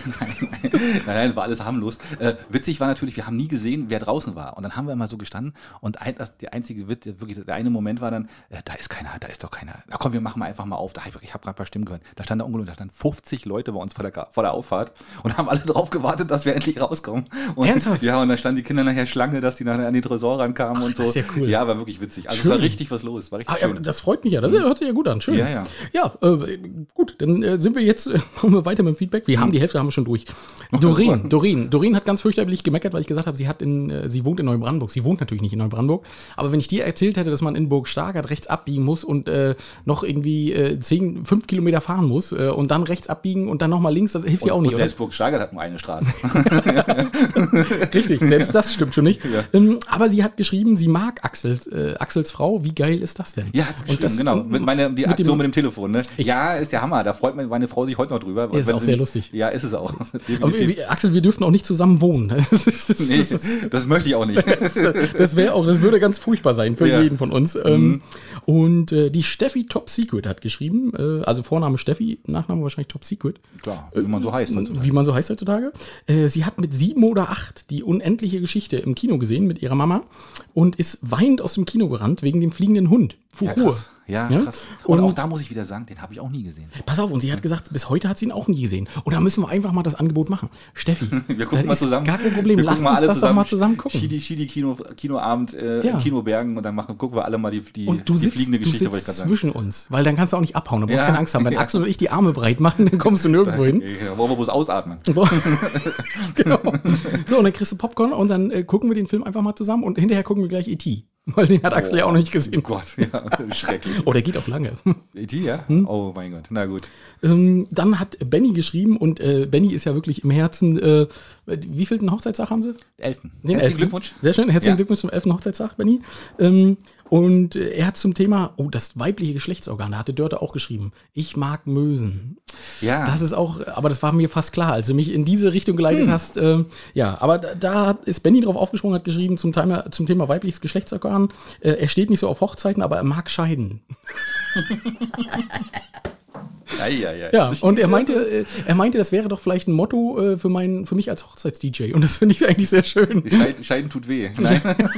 B: war alles harmlos. Witzig war natürlich, wir haben nie gesehen, wer draußen war. Und dann haben wir immer so gestanden und der eine Moment war dann, da ist doch keiner. Na komm, wir machen mal einfach mal auf. Ich habe gerade ein paar Stimmen gehört. Da stand der Onkel und da standen 50 Leute bei uns vor der Auffahrt und haben alle drauf gewartet, dass wir endlich rauskommen. Und
A: ernsthaft?
B: Ja, und dann standen die Kinder nachher Schlange, dass die nachher an die Tresor rankamen und so.
A: Das ist ja cool.
B: Ja, war wirklich witzig. Also
A: schön.
B: es war richtig was los. War richtig schön.
A: Das freut mich ja. Das hört sich ja gut an. Schön.
B: Ja.
A: Ja, gut. Dann sind wir jetzt, machen wir weiter mit dem Feedback. Die Hälfte haben wir schon durch. Doreen hat ganz fürchterlich gemeckert, weil ich gesagt habe, sie wohnt in Neubrandenburg. Sie wohnt natürlich nicht in Neubrandenburg. Aber wenn ich dir erzählt hätte, dass man in Burg Stargard rechts abbiegen muss und noch irgendwie 5 Kilometer fahren muss und dann rechts abbiegen und dann nochmal links, das hilft dir auch nicht.
B: Und selbst Burg Stargard hat nur eine Straße.
A: Richtig, selbst das stimmt schon nicht. Ja. Aber sie hat geschrieben, sie mag Axels Frau. Wie geil ist das denn?
B: Ja, hat sie geschrieben, genau. Die Aktion mit dem Telefon. Ne? Ja, ist der Hammer. Da freut meine Frau sich heute noch drüber.
A: Ist auch sehr lustig.
B: Ja, ist es auch.
A: Aber Axel, wir dürften auch nicht zusammen wohnen.
B: Das möchte ich auch nicht.
A: Das würde ganz furchtbar sein für jeden von uns. Und die Steffi Top Secret hat geschrieben, also Vorname Steffi, Nachname wahrscheinlich Top Secret.
B: Klar, wie man so heißt heutzutage.
A: Wie man so heißt heutzutage. Sie hat mit 7 oder 8 die unendliche Geschichte im Kino gesehen mit ihrer Mama und ist weinend aus dem Kino gerannt wegen dem fliegenden Hund.
B: Ja, krass. Und auch da muss ich wieder sagen, den habe ich auch nie gesehen.
A: Pass auf, und sie hat gesagt, bis heute hat sie ihn auch nie gesehen. Und da müssen wir einfach mal das Angebot machen. Steffi,
B: wir gucken mal zusammen.
A: Gar kein Problem, lass uns das doch mal zusammen gucken.
B: Kinoabend im Kino Bergen und dann gucken wir alle mal die fliegende Geschichte.
A: Du sitzt zwischen uns, weil dann kannst du auch nicht abhauen, du brauchst keine Angst haben. Wenn Axel und ich die Arme breit machen, dann kommst du nirgendwo hin.
B: Wollen wir bloß ausatmen.
A: Genau. So, und dann kriegst du Popcorn und dann gucken wir den Film einfach mal zusammen und hinterher gucken wir gleich E.T. Weil den hat Axel ja auch noch nicht gesehen.
B: Oh Gott, ja, schrecklich.
A: Oh, der geht auch lange.
B: E.T., ja? Oh mein Gott, na gut.
A: Dann hat Benny geschrieben und Benny ist ja wirklich im Herzen, wie viel Hochzeitstag haben sie?
B: 11.
A: Herzlichen
B: Glückwunsch.
A: Sehr schön, herzlichen Glückwunsch zum 11. Hochzeitstag, Benny. Und er hat zum Thema, das weibliche Geschlechtsorgan, da hatte Dörte auch geschrieben, ich mag Mösen.
B: Ja.
A: Das ist auch, aber das war mir fast klar, als du mich in diese Richtung geleitet hast. Aber da ist Benny drauf aufgesprungen, hat geschrieben zum Thema weibliches Geschlechtsorgan. Er steht nicht so auf Hochzeiten, aber er mag scheiden. Ja, und er meinte, das wäre doch vielleicht ein Motto für mich als Hochzeits-DJ. Und das finde ich eigentlich sehr schön.
B: Scheiden tut weh. Nein.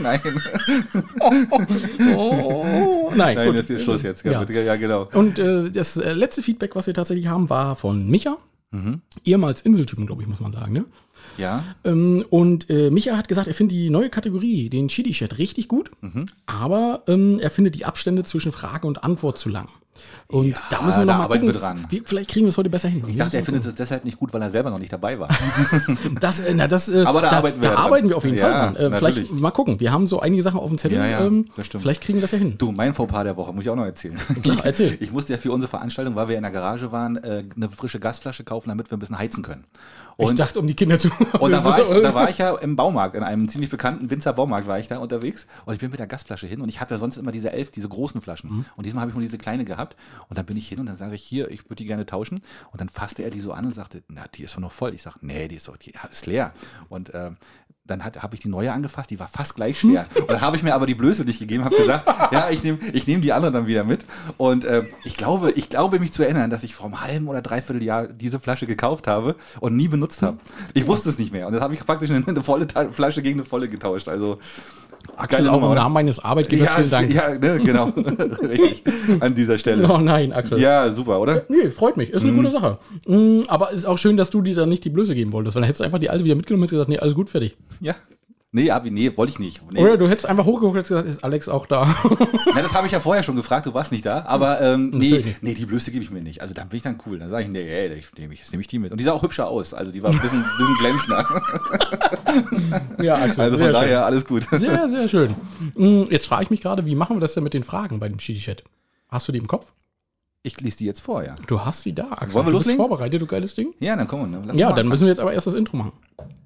A: Nein, gut.
B: Das ist Schluss jetzt. Ja, genau.
A: Und das letzte Feedback, was wir tatsächlich haben, war von Micha. Ehemals Inseltypen, glaube ich, muss man sagen, ne?
B: Ja.
A: Und Micha hat gesagt, er findet die neue Kategorie, den Chidi-Chat, richtig gut, aber er findet die Abstände zwischen Frage und Antwort zu lang. Und da müssen wir noch mal gucken. Vielleicht kriegen wir es heute besser hin.
B: Ich dachte, er findet es deshalb nicht gut, weil er selber noch nicht dabei war.
A: Aber da arbeiten wir auf jeden Fall dran. Vielleicht mal gucken. Wir haben so einige Sachen auf dem Zettel.
B: Das stimmt.
A: Vielleicht kriegen wir das ja hin.
B: Du, mein Fauxpas der Woche muss ich auch noch erzählen.
A: Klar, erzähl.
B: Ich musste ja für unsere Veranstaltung, weil wir in der Garage waren, eine frische Gasflasche kaufen, damit wir ein bisschen heizen können.
A: Ich dachte, um die Kinder zu...
B: Und da war ich ja im Baumarkt, in einem ziemlich bekannten Winzer-Baumarkt war ich da unterwegs. Und ich bin mit der Gasflasche hin und ich habe ja sonst immer diese großen Flaschen. Und diesmal habe ich nur diese kleine gehabt. Und dann bin ich hin und dann sage ich, hier, ich würde die gerne tauschen. Und dann fasste er die so an und sagte, na, die ist doch noch voll. Ich sage, nee, die ist leer. Und dann habe ich die neue angefasst, die war fast gleich schwer. Und dann habe ich mir aber die Blöße nicht gegeben, habe gesagt, ja, ich nehm die andere dann wieder mit. Und ich glaube mich zu erinnern, dass ich vor einem halben oder dreiviertel Jahr diese Flasche gekauft habe und nie benutzt habe. Ich wusste es nicht mehr. Und dann habe ich praktisch eine volle Flasche gegen eine volle getauscht. Also
A: Axel, auch im Namen meines Arbeitgebers, vielen Dank.
B: Ja, ne, genau. Richtig. An dieser Stelle.
A: Oh nein, Axel.
B: Ja, super, oder?
A: Nee, freut mich. Ist eine gute Sache. Aber ist auch schön, dass du dir dann nicht die Blöße geben wolltest. Weil dann hättest du einfach die alte wieder mitgenommen und gesagt, nee, alles gut, fertig.
B: Ja. Nee, wollte ich nicht. Nee.
A: Oder du hättest einfach hochgeguckt und gesagt, ist Alex auch da?
B: Na, das habe ich ja vorher schon gefragt, du warst nicht da. Aber nee, die Blöße gebe ich mir nicht. Also dann bin ich dann cool. Dann sage ich, nee, jetzt nehme ich die mit. Und die sah auch hübscher aus. Also die war ein bisschen glänzender.
A: Ja, Axel,
B: also von daher schön. Alles gut.
A: Sehr, sehr schön. Jetzt frage ich mich gerade, wie machen wir das denn mit den Fragen bei dem Chidi-Chat? Hast du die im Kopf?
B: Ich lese die jetzt vor, ja.
A: Du hast die da, Axel.
B: Wollen wir loslegen?
A: Du bist vorbereitet, du geiles Ding?
B: Ja, dann kommen wir.
A: Ja, dann müssen wir jetzt aber erst das Intro machen.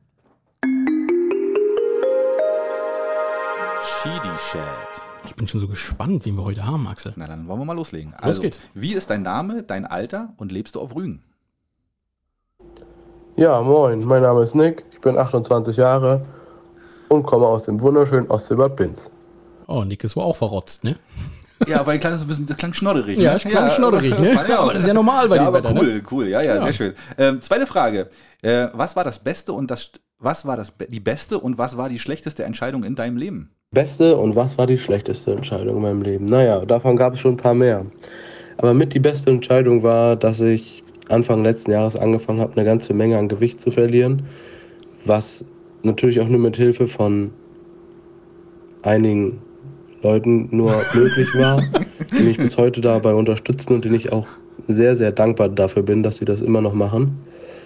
B: Chidi-Chat.
A: Ich bin schon so gespannt, wen wir heute haben, Axel.
B: Na, dann wollen wir mal loslegen.
A: Los geht's.
B: Wie ist dein Name, dein Alter und lebst du auf Rügen?
D: Ja, moin, mein Name ist Nick, ich bin 28 Jahre und komme aus dem wunderschönen Ostseebad Binz.
A: Oh, Nick ist wohl auch verrotzt, ne?
B: Ja, weil das klang schnodderig.
A: Ja, das klang schnodderig, ne? Aber das ist ja normal bei dem Wetter,
B: cool,
A: ne?
B: Cool, ja, sehr schön. Zweite Frage. Was war die beste und was war die schlechteste Entscheidung in deinem Leben?
D: Beste und was war die schlechteste Entscheidung in meinem Leben? Naja, davon gab es schon ein paar mehr. Aber mit die beste Entscheidung war, dass ich Anfang letzten Jahres angefangen habe, eine ganze Menge an Gewicht zu verlieren, was natürlich auch nur mit Hilfe von einigen Leuten nur möglich war, die mich bis heute dabei unterstützen und denen ich auch sehr, sehr dankbar dafür bin, dass sie das immer noch machen.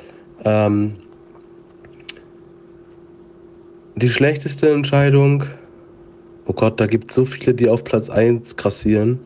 D: Die schlechteste Entscheidung, oh Gott, da gibt es so viele, die auf Platz 1 grassieren.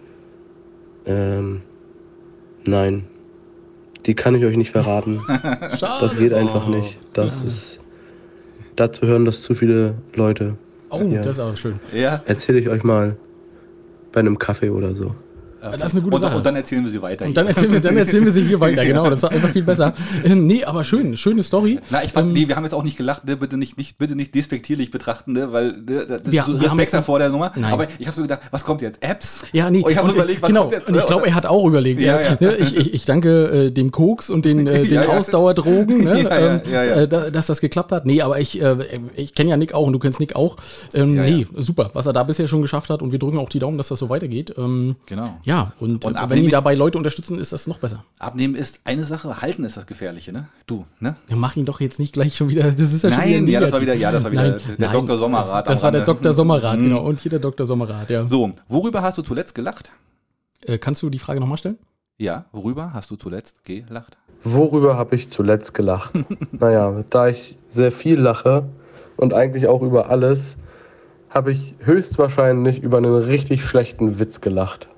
D: Nein, die kann ich euch nicht verraten.
A: Schade.
D: Das geht einfach nicht. Dazu hören das zu viele Leute.
A: Oh, ja. Das ist auch schön.
B: Ja.
D: Erzähle ich euch mal bei einem Kaffee oder so.
B: Okay.
A: Das ist eine gute Sache.
B: Und dann erzählen wir sie weiter.
A: Und dann erzählen wir sie hier weiter, genau. Das ist einfach viel besser. Nee, aber schöne Story.
B: Na, ich fand, wir haben jetzt auch nicht gelacht, ne? Bitte nicht despektierlich betrachten, ne? Weil
A: wir
B: Respekt davor der Nummer.
A: Nein.
B: Aber ich habe so gedacht, was kommt jetzt? Apps?
A: Ja, nee.
B: Und ich habe so überlegt, was kommt jetzt?
A: Und ich glaube, er hat auch überlegt.
B: Ja.
A: Ich danke dem Koks und den Ausdauerdrogen, ne? Dass das geklappt hat. Nee, aber ich kenne ja Nick auch und du kennst Nick auch. Nee, super, was er da bisher schon geschafft hat und wir drücken auch die Daumen, dass das so weitergeht.
B: Genau.
A: Ja, und wenn die dabei Leute unterstützen, ist das noch besser.
B: Abnehmen ist eine Sache, halten ist das Gefährliche, ne? Du, ne?
A: Ja, mach ihn doch jetzt nicht gleich schon wieder. Das ist ja schon
B: wieder das war wieder der Dr. Sommerrat.
A: Das war der Dr. Sommerrat, genau. Und hier der Dr. Sommerrat, ja.
B: So, worüber hast du zuletzt gelacht?
A: Kannst du die Frage nochmal stellen?
B: Ja, worüber hast du zuletzt gelacht?
D: Worüber habe ich zuletzt gelacht? Naja, da ich sehr viel lache und eigentlich auch über alles, habe ich höchstwahrscheinlich über einen richtig schlechten Witz gelacht.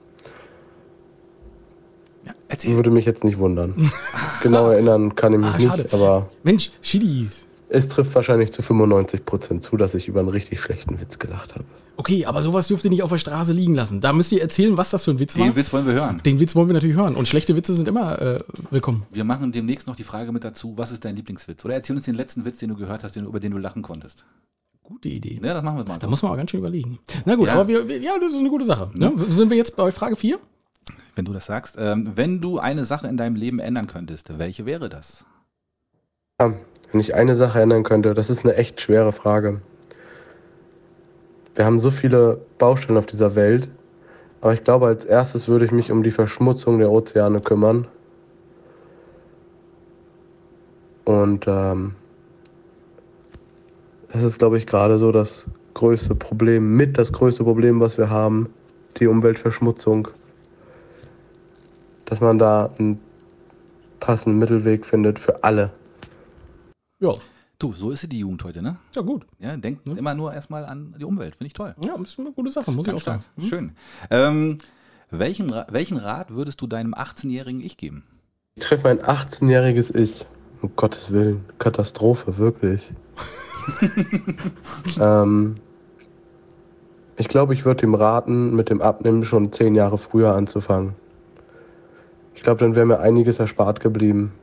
B: Erzähl.
D: Würde mich jetzt nicht wundern. Genau erinnern kann ich mich nicht, aber
A: Mensch, Chidis.
D: Es trifft wahrscheinlich zu 95% zu, dass ich über einen richtig schlechten Witz gelacht habe.
A: Okay, aber sowas dürft ihr nicht auf der Straße liegen lassen. Da müsst ihr erzählen, was das für ein Witz war.
B: Den Witz wollen wir hören.
A: Den Witz wollen wir natürlich hören. Und schlechte Witze sind immer willkommen.
B: Wir machen demnächst noch die Frage mit dazu, was ist dein Lieblingswitz? Oder erzähl uns den letzten Witz, den du gehört hast, über den du lachen konntest.
A: Gute Idee.
B: Ja, das machen wir mal.
A: Da muss man auch ganz schön überlegen. Na gut, aber das ist eine gute Sache. Ne? Sind wir jetzt bei Frage 4?
B: wenn du das sagst. Wenn du eine Sache in deinem Leben ändern könntest, welche wäre das?
D: Ja, wenn ich eine Sache ändern könnte, das ist eine echt schwere Frage. Wir haben so viele Baustellen auf dieser Welt, aber ich glaube, als erstes würde ich mich um die Verschmutzung der Ozeane kümmern. Und das ist, glaube ich, gerade so das größte Problem, das größte Problem, was wir haben, die Umweltverschmutzung. Dass man da einen passenden Mittelweg findet für alle.
A: Ja,
B: Du, so ist sie die Jugend heute, ne?
A: ja gut.
B: Ja, denkt immer nur erstmal an die Umwelt. Finde ich toll.
A: Ja, das ist eine gute Sache, muss ich auch
B: Ganz stark.
A: sagen.
B: Schön. Welchen Rat würdest du deinem 18-jährigen Ich geben?
D: Ich treffe mein 18-jähriges Ich. Um Gottes Willen, Katastrophe, wirklich. Ich glaube, ich würde ihm raten, mit dem Abnehmen schon 10 Jahre früher anzufangen. Ich glaube, dann wäre mir einiges erspart geblieben.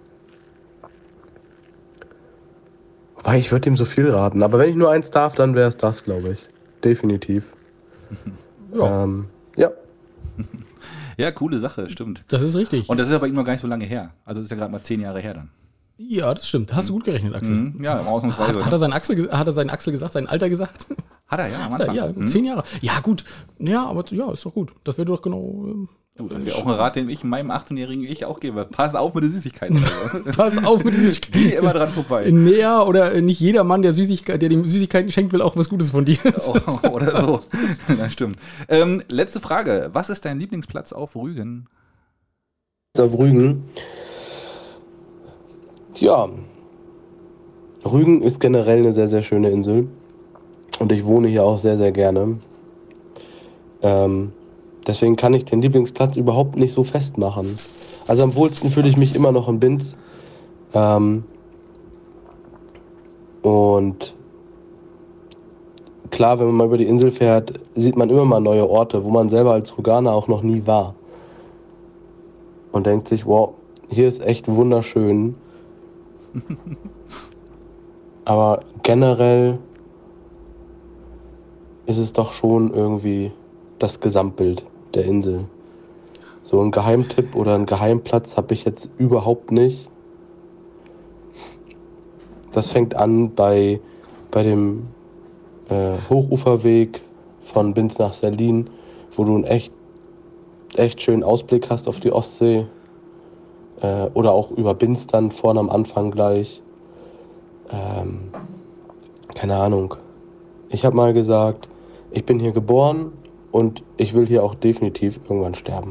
D: Wobei, ich würde ihm so viel raten. Aber wenn ich nur eins darf, dann wäre es das, glaube ich. Definitiv.
A: Ja,
D: Ja.
B: Ja, coole Sache, stimmt.
A: das ist richtig.
B: Und das ist aber ihm noch gar nicht so lange her. Also das ist ja gerade mal 10 Jahre her dann.
A: Ja, das stimmt. Hast du gut gerechnet, Axel.
B: Ja, ausnahmsweise.
A: Hat er seinen Axel gesagt, sein Alter gesagt?
B: Hat er, ja, am Anfang.
A: Ja, 10 Jahre. Ja, gut. Ja, aber ja, ist doch gut. Das wäre doch genau.
B: Du, das wäre auch ein Rat, den ich meinem 18-jährigen Ich auch gebe. Pass auf mit den Süßigkeiten. Also.
A: Pass auf mit diesen
B: Geh immer dran vorbei.
A: Näher oder nicht jeder Mann, der dem Süßigkeiten schenkt, will auch was Gutes von dir.
B: Oder so. Das stimmt. Letzte Frage. Was ist dein Lieblingsplatz auf Rügen?
D: Auf Rügen. Ja. Rügen ist generell eine sehr, sehr schöne Insel. Und ich wohne hier auch sehr, sehr gerne. Deswegen kann ich den Lieblingsplatz überhaupt nicht so festmachen. Also am wohlsten fühle ich mich immer noch in Binz. Und klar, wenn man mal über die Insel fährt, sieht man immer mal neue Orte, wo man selber als Rüganer auch noch nie war. Und denkt sich, wow, hier ist echt wunderschön. Aber generell ist es doch schon irgendwie das Gesamtbild der Insel. So ein Geheimtipp oder einen Geheimplatz habe ich jetzt überhaupt nicht. Das fängt an bei dem Hochuferweg von Binz nach Serlin, wo du einen echt schönen Ausblick hast auf die Ostsee. Oder auch über Binz dann vorne am Anfang gleich. Keine Ahnung. Ich habe mal gesagt, ich bin hier geboren und ich will hier auch definitiv irgendwann sterben.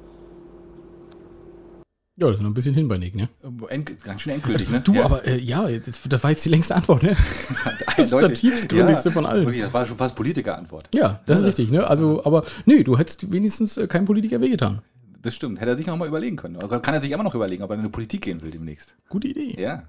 A: Ja, das ist noch ein bisschen hin bei Nick, ne?
B: Ganz schön endgültig, ne?
A: Du,
B: Ja.
A: aber das war jetzt die längste Antwort, ne? Das ist der tiefstgründigste von allen.
B: Wirklich, das war schon fast Politikerantwort.
A: Ja, das ist richtig, ne? Also, aber nee, du hättest wenigstens keinem Politiker wehgetan.
B: Das stimmt. Hätte er sich noch mal überlegen können. Oder kann er sich immer noch überlegen, ob er in die Politik gehen will demnächst.
A: Gute Idee.
B: Ja.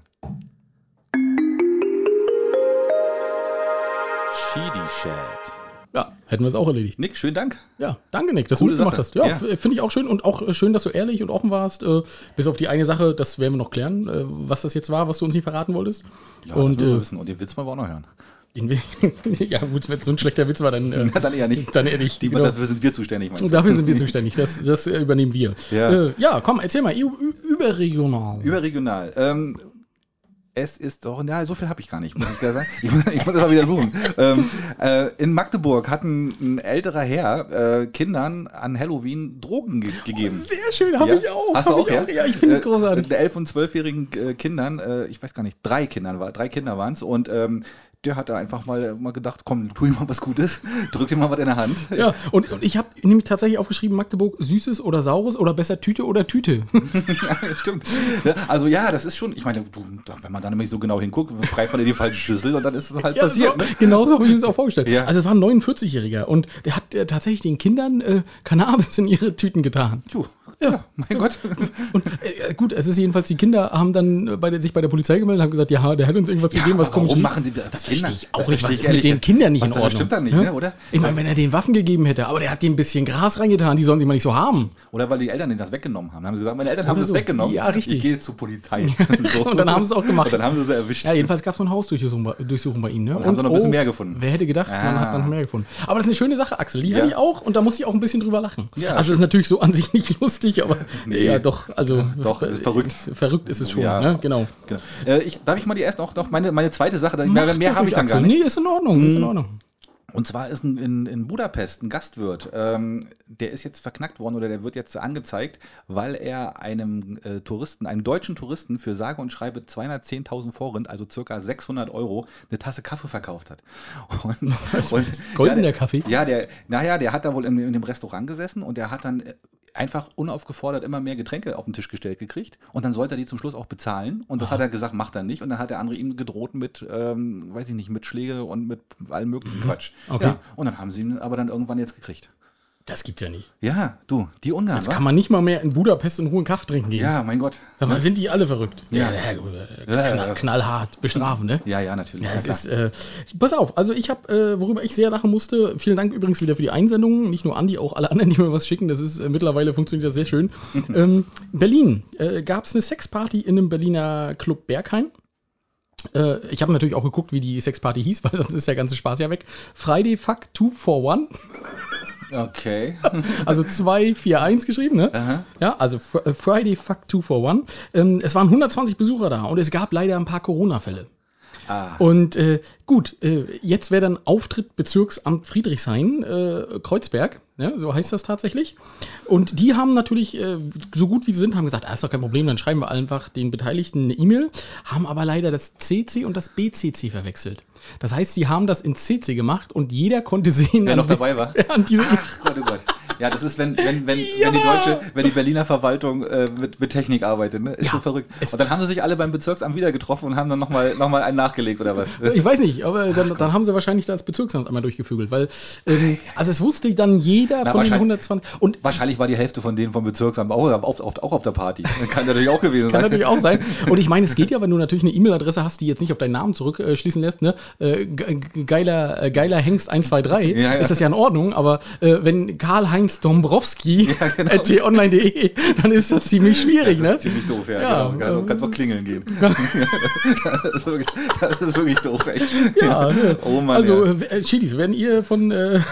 B: Shidi-Chat.
A: Ja, hätten wir es auch erledigt.
B: Nick, schönen Dank.
A: Ja, danke, Nick, dass
B: Coole
A: du mitgemacht
B: Sache.
A: hast. Ja,
B: Ja.
A: finde ich auch schön und auch schön, dass du ehrlich und offen warst. Bis auf die eine Sache, das werden wir noch klären, was das jetzt war, was du uns nicht verraten wolltest.
B: Ja,
A: und
B: das wollen wir wissen. Und den Witz wollen wir auch noch hören.
A: ja, gut, wenn es so ein schlechter Witz war, dann,
B: Dann eher nicht.
A: dann eher nicht. Genau.
B: Dafür sind wir zuständig, meinst du?
A: Dafür sind wir zuständig. Das übernehmen wir.
B: Ja.
A: Ja, komm, erzähl mal. Überregional.
B: Überregional. Es ist doch, ja, so viel habe ich gar nicht, muss ich da sagen. Ich muss das mal wieder suchen. In Magdeburg hat ein älterer Herr Kindern an Halloween Drogen gegeben.
A: Sehr schön, habe
B: Ja?
A: ich auch.
B: Hast du
A: hab
B: auch,
A: ich
B: ja?
A: Ja, ich finde es großartig.
B: 11- und 12-jährigen Kindern, ich weiß gar nicht, 3 Kinder waren es und der hat da einfach mal gedacht, komm, tu ihm mal was Gutes, drück dir mal was in der Hand.
A: Ja, und ich habe nämlich tatsächlich aufgeschrieben, Magdeburg, Süßes oder Saures oder besser Tüte oder Tüte.
B: Ja, stimmt. Ja, also ja, das ist schon, ich meine, wenn man da nämlich so genau hinguckt, greift man in die falsche Schüssel und dann ist es halt passiert.
A: So,
B: Ne?
A: genauso habe ich mir das auch vorgestellt.
B: Ja.
A: Also es war ein 49-Jähriger und der hat tatsächlich den Kindern Cannabis in ihre Tüten getan.
B: Puh, Ja, mein Gott.
A: Und gut, es ist jedenfalls, die Kinder haben dann sich bei der Polizei gemeldet und haben gesagt, ja, der hat uns irgendwas gegeben, was komisch
B: warum
A: lief.
B: machen die das?
A: Das verstehe ich auch nicht, was ist mit den Kindern nicht in Ordnung?
B: Das stimmt dann nicht, ne? Oder?
A: Ich meine, wenn er denen Waffen gegeben hätte, aber der hat denen ein bisschen Gras reingetan, die sollen sie mal nicht so haben.
B: Oder weil die Eltern denen das weggenommen haben. Dann haben sie gesagt, meine Eltern haben das weggenommen.
A: Ja, richtig.
B: Ich gehe zur Polizei. So.
A: Und dann haben sie es auch gemacht.
B: Und dann haben sie erwischt.
A: Ja, jedenfalls gab es so eine Hausdurchsuchung bei ihm. Ne?
B: Und haben sie noch ein bisschen mehr gefunden.
A: Wer hätte gedacht, man hat noch mehr gefunden. Aber das ist eine schöne Sache, Axel. Die hatte ich auch und da muss ich auch ein bisschen drüber lachen.
B: Ja,
A: also ist natürlich so an sich nicht lustig, aber ja doch, also
B: doch, ist verrückt.
A: Verrückt ist es schon,
B: Ja.
A: ne? Genau.
B: Darf ich mal die erst noch meine zweite Sache, mehr habe ich dann gar
A: nicht.
B: nicht.
A: Nee, ist in Ordnung, ist in Ordnung.
B: Und zwar ist in Budapest ein Gastwirt, der ist jetzt verknackt worden oder der wird jetzt angezeigt, weil er einem deutschen Touristen für sage und schreibe 210.000 Forint, also circa 600 €, eine Tasse Kaffee verkauft hat.
A: Goldener Kaffee?
B: Ja, der hat da wohl in dem Restaurant gesessen und der hat dann einfach unaufgefordert immer mehr Getränke auf den Tisch gestellt gekriegt und dann sollte er die zum Schluss auch bezahlen und das hat er gesagt, macht er nicht und dann hat der andere ihm gedroht mit, weiß ich nicht, mit Schläge und mit allem möglichen Quatsch.
A: Okay.
B: Ja, und dann haben sie ihn aber dann irgendwann jetzt gekriegt.
A: Das gibt's ja nicht.
B: Ja, du, die Ungarn,
A: Jetzt kann man nicht mal mehr in Budapest in Ruhe einen Kaffee trinken gehen.
B: Ja, mein Gott.
A: Sag mal, sind die alle verrückt?
B: Ja.
A: Knallhart bestrafen, ne?
B: Ja, natürlich.
A: Ja, es ist, pass auf, also ich habe, worüber ich sehr lachen musste, vielen Dank übrigens wieder für die Einsendungen, nicht nur Andi, auch alle anderen, die mir was schicken, das ist mittlerweile funktioniert das sehr schön. Berlin, gab es eine Sexparty in einem Berliner Club Berghain. Ich habe natürlich auch geguckt, wie die Sexparty hieß, weil sonst ist der ganze Spaß ja weg. Friday Fuck 2 for 1.
B: Okay.
A: Also 241 geschrieben, ne?
B: Aha.
A: Ja, also Friday Fuck 2 for 1. Es waren 120 Besucher da und es gab leider ein paar Corona-Fälle. Und gut, jetzt wäre dann Auftritt Bezirksamt Friedrichshain, Kreuzberg, ja, so heißt das tatsächlich. Und die haben natürlich, so gut wie sie sind, haben gesagt, ist doch kein Problem, dann schreiben wir einfach den Beteiligten eine E-Mail, haben aber leider das CC und das BCC verwechselt. Das heißt, sie haben das in CC gemacht und jeder konnte sehen,
B: wer noch dabei war.
A: An diese
B: Ach Gott, oh Gott. Ja, das ist, wenn die Berliner Verwaltung mit Technik arbeitet, ne? Ist schon verrückt. Und dann haben sie sich alle beim Bezirksamt wieder getroffen und haben dann noch mal einen nachgelegt, oder was?
A: Ich weiß nicht, aber dann haben sie wahrscheinlich das Bezirksamt einmal durchgevögelt, weil, also es wusste dann jeder von den 120. Und
B: wahrscheinlich war die Hälfte von denen vom Bezirksamt auch auf der Party. Kann natürlich auch gewesen sein.
A: Kann natürlich auch sein. Und ich meine, es geht ja, wenn du natürlich eine E-Mail-Adresse hast, die jetzt nicht auf deinen Namen zurückschließen lässt, ne? Geiler Hengst 123,
B: ja.
A: Ist das ja in Ordnung, aber wenn Karl-Heinz Dombrowski @t-online.de, dann ist das ziemlich schwierig,
B: das ist
A: ne?
B: ziemlich doof, ja. Genau. Du kannst auch klingeln gehen. Das ist wirklich doof, echt.
A: Ja, ne?
B: Oh Mann,
A: also, Schiedis, wenn ihr von der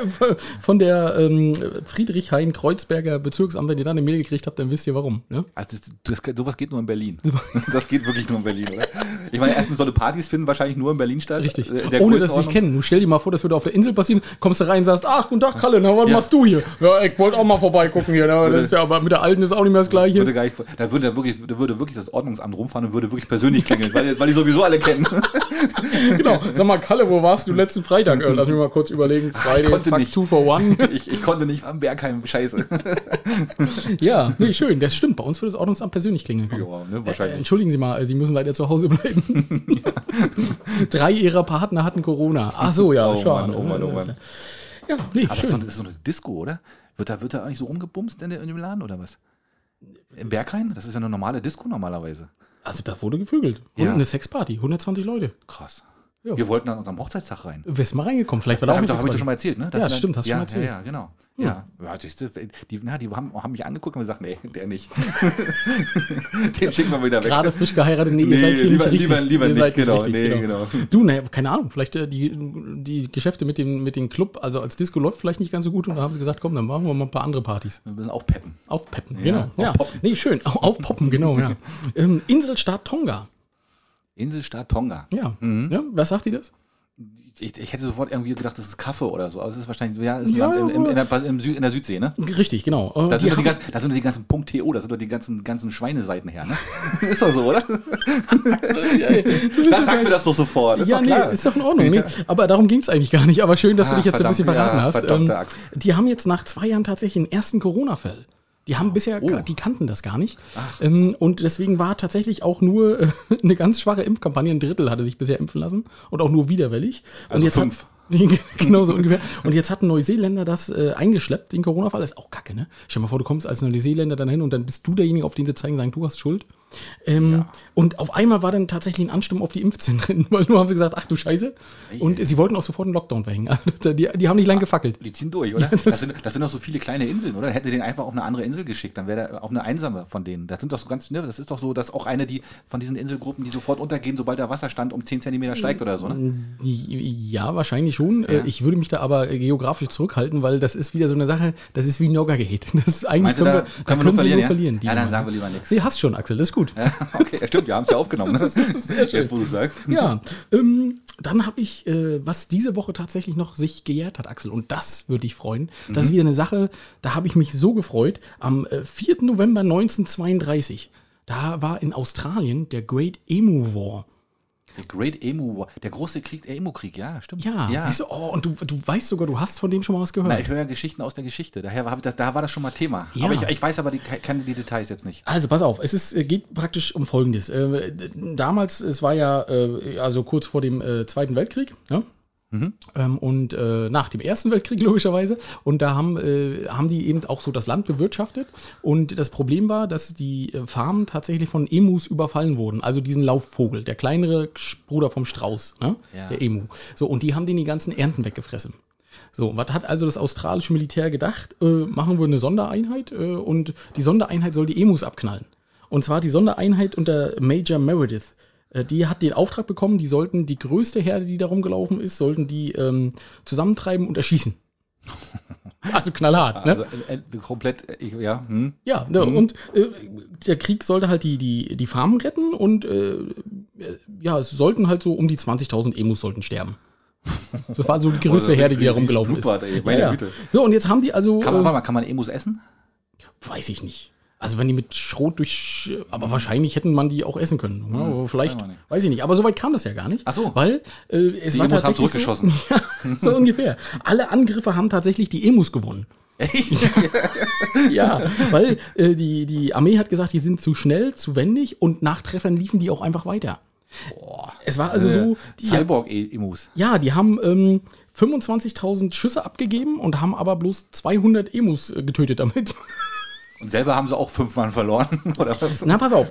A: Friedrichshain-Kreuzberger Bezirksamt, wenn ihr da eine Mail gekriegt habt, dann wisst ihr warum. Ne?
B: Also sowas geht nur in Berlin. Das geht wirklich nur in Berlin, oder? Ich meine, erstens so eine Partys finden wahrscheinlich nur in Berlin statt.
A: Richtig. Ohne, dass sie sich kennen. Nun stell dir mal vor, das würde auf der Insel passieren, kommst du rein und sagst, ach, guten Tag, Kalle, na, was machst du hier? Ja, ich wollte auch mal vorbeigucken hier. Na, das ist ja, aber mit der Alten ist auch nicht mehr das Gleiche.
B: Da würde wirklich das Ordnungsamt rumfahren und würde wirklich persönlich klingeln, weil die sowieso alle kennen.
A: Genau. Sag mal, Kalle, wo warst du letzten Freitag? Lass mich mal kurz überlegen.
B: Friday,
A: Fuck 2 for 1.
B: Ich konnte nicht am Bergheim, scheiße.
A: Ja, nee, schön. Das stimmt. Bei uns würde das Ordnungsamt persönlich klingeln.
B: Ja, ne, wahrscheinlich.
A: Entschuldigen Sie mal, Sie müssen leider zu Hause bleiben. 3 Ihrer Partner hatten Corona. Ach so, ja,
B: oh
A: schade.
B: Mann.
A: Ja, nee,
B: aber
A: schön.
B: das ist so eine Disco, oder? Wird da eigentlich so rumgebumst in dem Laden, oder was? Im Berghain? Das ist ja eine normale Disco normalerweise.
A: Also da wurde gevögelt. Und eine Sexparty, 120 Leute.
B: Krass.
A: Ja.
B: Wir wollten an unserem Hochzeitstag rein.
A: Wärst mal reingekommen, vielleicht war da auch
B: Habe
A: eine
B: ich doch schon mal erzählt, ne?
A: Ja, stimmt, hast du schon mal erzählt.
B: Ja, genau. Ja, siehst du, die haben mich angeguckt und gesagt, nee, der nicht. Den schicken wir wieder weg.
A: Gerade frisch geheiratet, nee, ihr seid hier nicht richtig.
B: Lieber nicht, genau.
A: Richtig, genau. Du, naja, keine Ahnung, vielleicht die Geschäfte mit dem Club, also als Disco läuft vielleicht nicht ganz so gut und da haben sie gesagt, komm, dann machen wir mal ein paar andere Partys.
B: Wir müssen aufpeppen.
A: Aufpeppen, genau. Ja, nee, schön, aufpoppen, genau, ja. Inselstaat Tonga.
B: Inselstaat Tonga.
A: Ja. Ja, was sagt die das?
B: Ich hätte sofort irgendwie gedacht, das ist Kaffee oder so. Aber es ist wahrscheinlich, ist ein Land in der Südsee, ne?
A: Richtig, genau.
B: Da sind doch die ganzen .to, da sind doch die ganzen Schweineseiten her, ne? Ist doch so, oder? Das sagt mir das doch sofort. Ist doch klar.
A: Nee, ist doch in Ordnung. Nee. Aber darum ging es eigentlich gar nicht. Aber schön, dass du dich jetzt ein bisschen verraten hast. Die haben jetzt nach 2 Jahren tatsächlich den ersten Corona-Fall. Die haben bisher, die kannten das gar nicht. Und deswegen war tatsächlich auch nur eine ganz schwache Impfkampagne. 1/3 hatte sich bisher impfen lassen und auch nur widerwillig. Und
B: also
A: jetzt
B: 5.
A: Genau so ungefähr. Und jetzt hat ein Neuseeländer das eingeschleppt, den Corona-Fall. Das ist auch kacke, ne? Stell dir mal vor, du kommst als Neuseeländer dann hin und dann bist du derjenige, auf den sie zeigen und sagen, du hast Schuld. Und auf einmal war dann tatsächlich ein Ansturm auf die Impfzentren, weil nur haben sie gesagt, ach du Scheiße. Und sie wollten auch sofort einen Lockdown verhängen. Also die haben nicht lang gefackelt.
B: Die ziehen durch, oder?
A: Ja,
B: das sind doch so viele kleine Inseln, oder? Hätte den einfach auf eine andere Insel geschickt, dann wäre er auf eine einsame von denen. Das sind doch so ganz, ne? Das ist doch so, dass auch eine die von diesen Inselgruppen, die sofort untergehen, sobald der Wasserstand um 10 Zentimeter steigt oder so, ne?
A: Ja, wahrscheinlich schon. Ja. Ich würde mich da aber geografisch zurückhalten, weil das ist wieder so eine Sache, das ist wie Noggergate. Das ist eigentlich
B: können wir nur verlieren.
A: Ja,
B: dann sagen wir lieber nichts.
A: Nee, hast schon, Axel, das ist gut.
B: Ja, okay, stimmt, wir haben es ja aufgenommen. Ne?
A: Das ist sehr schön.
B: Jetzt, wo du sagst.
A: Ja, dann habe ich, was diese Woche tatsächlich noch sich gejährt hat, Axel, und das würde dich freuen. Das ist wieder eine Sache, da habe ich mich so gefreut. Am 4. November 1932, da war in Australien der Great Emu War.
B: Der Great Emu War, der große Krieg, der Emu-Krieg, ja, stimmt.
A: Ja. Siehst du, und du weißt sogar, du hast von dem schon mal was gehört.
B: Na, ich höre ja Geschichten aus der Geschichte, daher da war das schon mal Thema.
A: Ja.
B: Aber ich weiß aber keine die Details jetzt nicht.
A: Also pass auf, geht praktisch um Folgendes. Damals, es war ja also kurz vor dem Zweiten Weltkrieg, ja? Und nach dem Ersten Weltkrieg logischerweise. Und da haben die eben auch so das Land bewirtschaftet. Und das Problem war, dass die Farmen tatsächlich von Emus überfallen wurden. Also diesen Laufvogel, der kleinere Bruder vom Strauß, ne?
B: Ja.
A: Der Emu. So, und die haben denen die ganzen Ernten weggefressen. So, was hat also das australische Militär gedacht? Machen wir eine Sondereinheit und die Sondereinheit soll die Emus abknallen. Und zwar die Sondereinheit unter Major Meredith. Die hat den Auftrag bekommen, die sollten die größte Herde, die da rumgelaufen ist, sollten die zusammentreiben und erschießen. Also knallhart, ne?
B: Also komplett, ja.
A: Ja, ne, und der Krieg sollte halt die Farmen retten und es sollten halt so um die 20.000 Emus sollten sterben. Das war so die größte Herde, die da rumgelaufen ist.
B: Meine Güte.
A: So, und jetzt haben die also...
B: Kann man Emus essen?
A: Weiß ich nicht. Also wenn die mit Schrot aber wahrscheinlich hätten man die auch essen können. Ja, aber vielleicht, weiß ich nicht. Aber so weit kam das ja gar nicht.
B: Ach so.
A: Weil es
B: die
A: war
B: Emus haben
A: tatsächlich
B: zurückgeschossen.
A: So ungefähr. Alle Angriffe haben tatsächlich die Emus gewonnen.
B: Echt?
A: Ja, weil die Armee hat gesagt, die sind zu schnell, zu wendig und nach Treffern liefen die auch einfach weiter.
B: Boah.
A: Es war also so...
B: Cyborg-Emus.
A: Ja, die haben 25.000 Schüsse abgegeben und haben aber bloß 200 Emus getötet damit.
B: Und selber haben sie auch 5 Mann verloren, oder was?
A: Na, pass auf.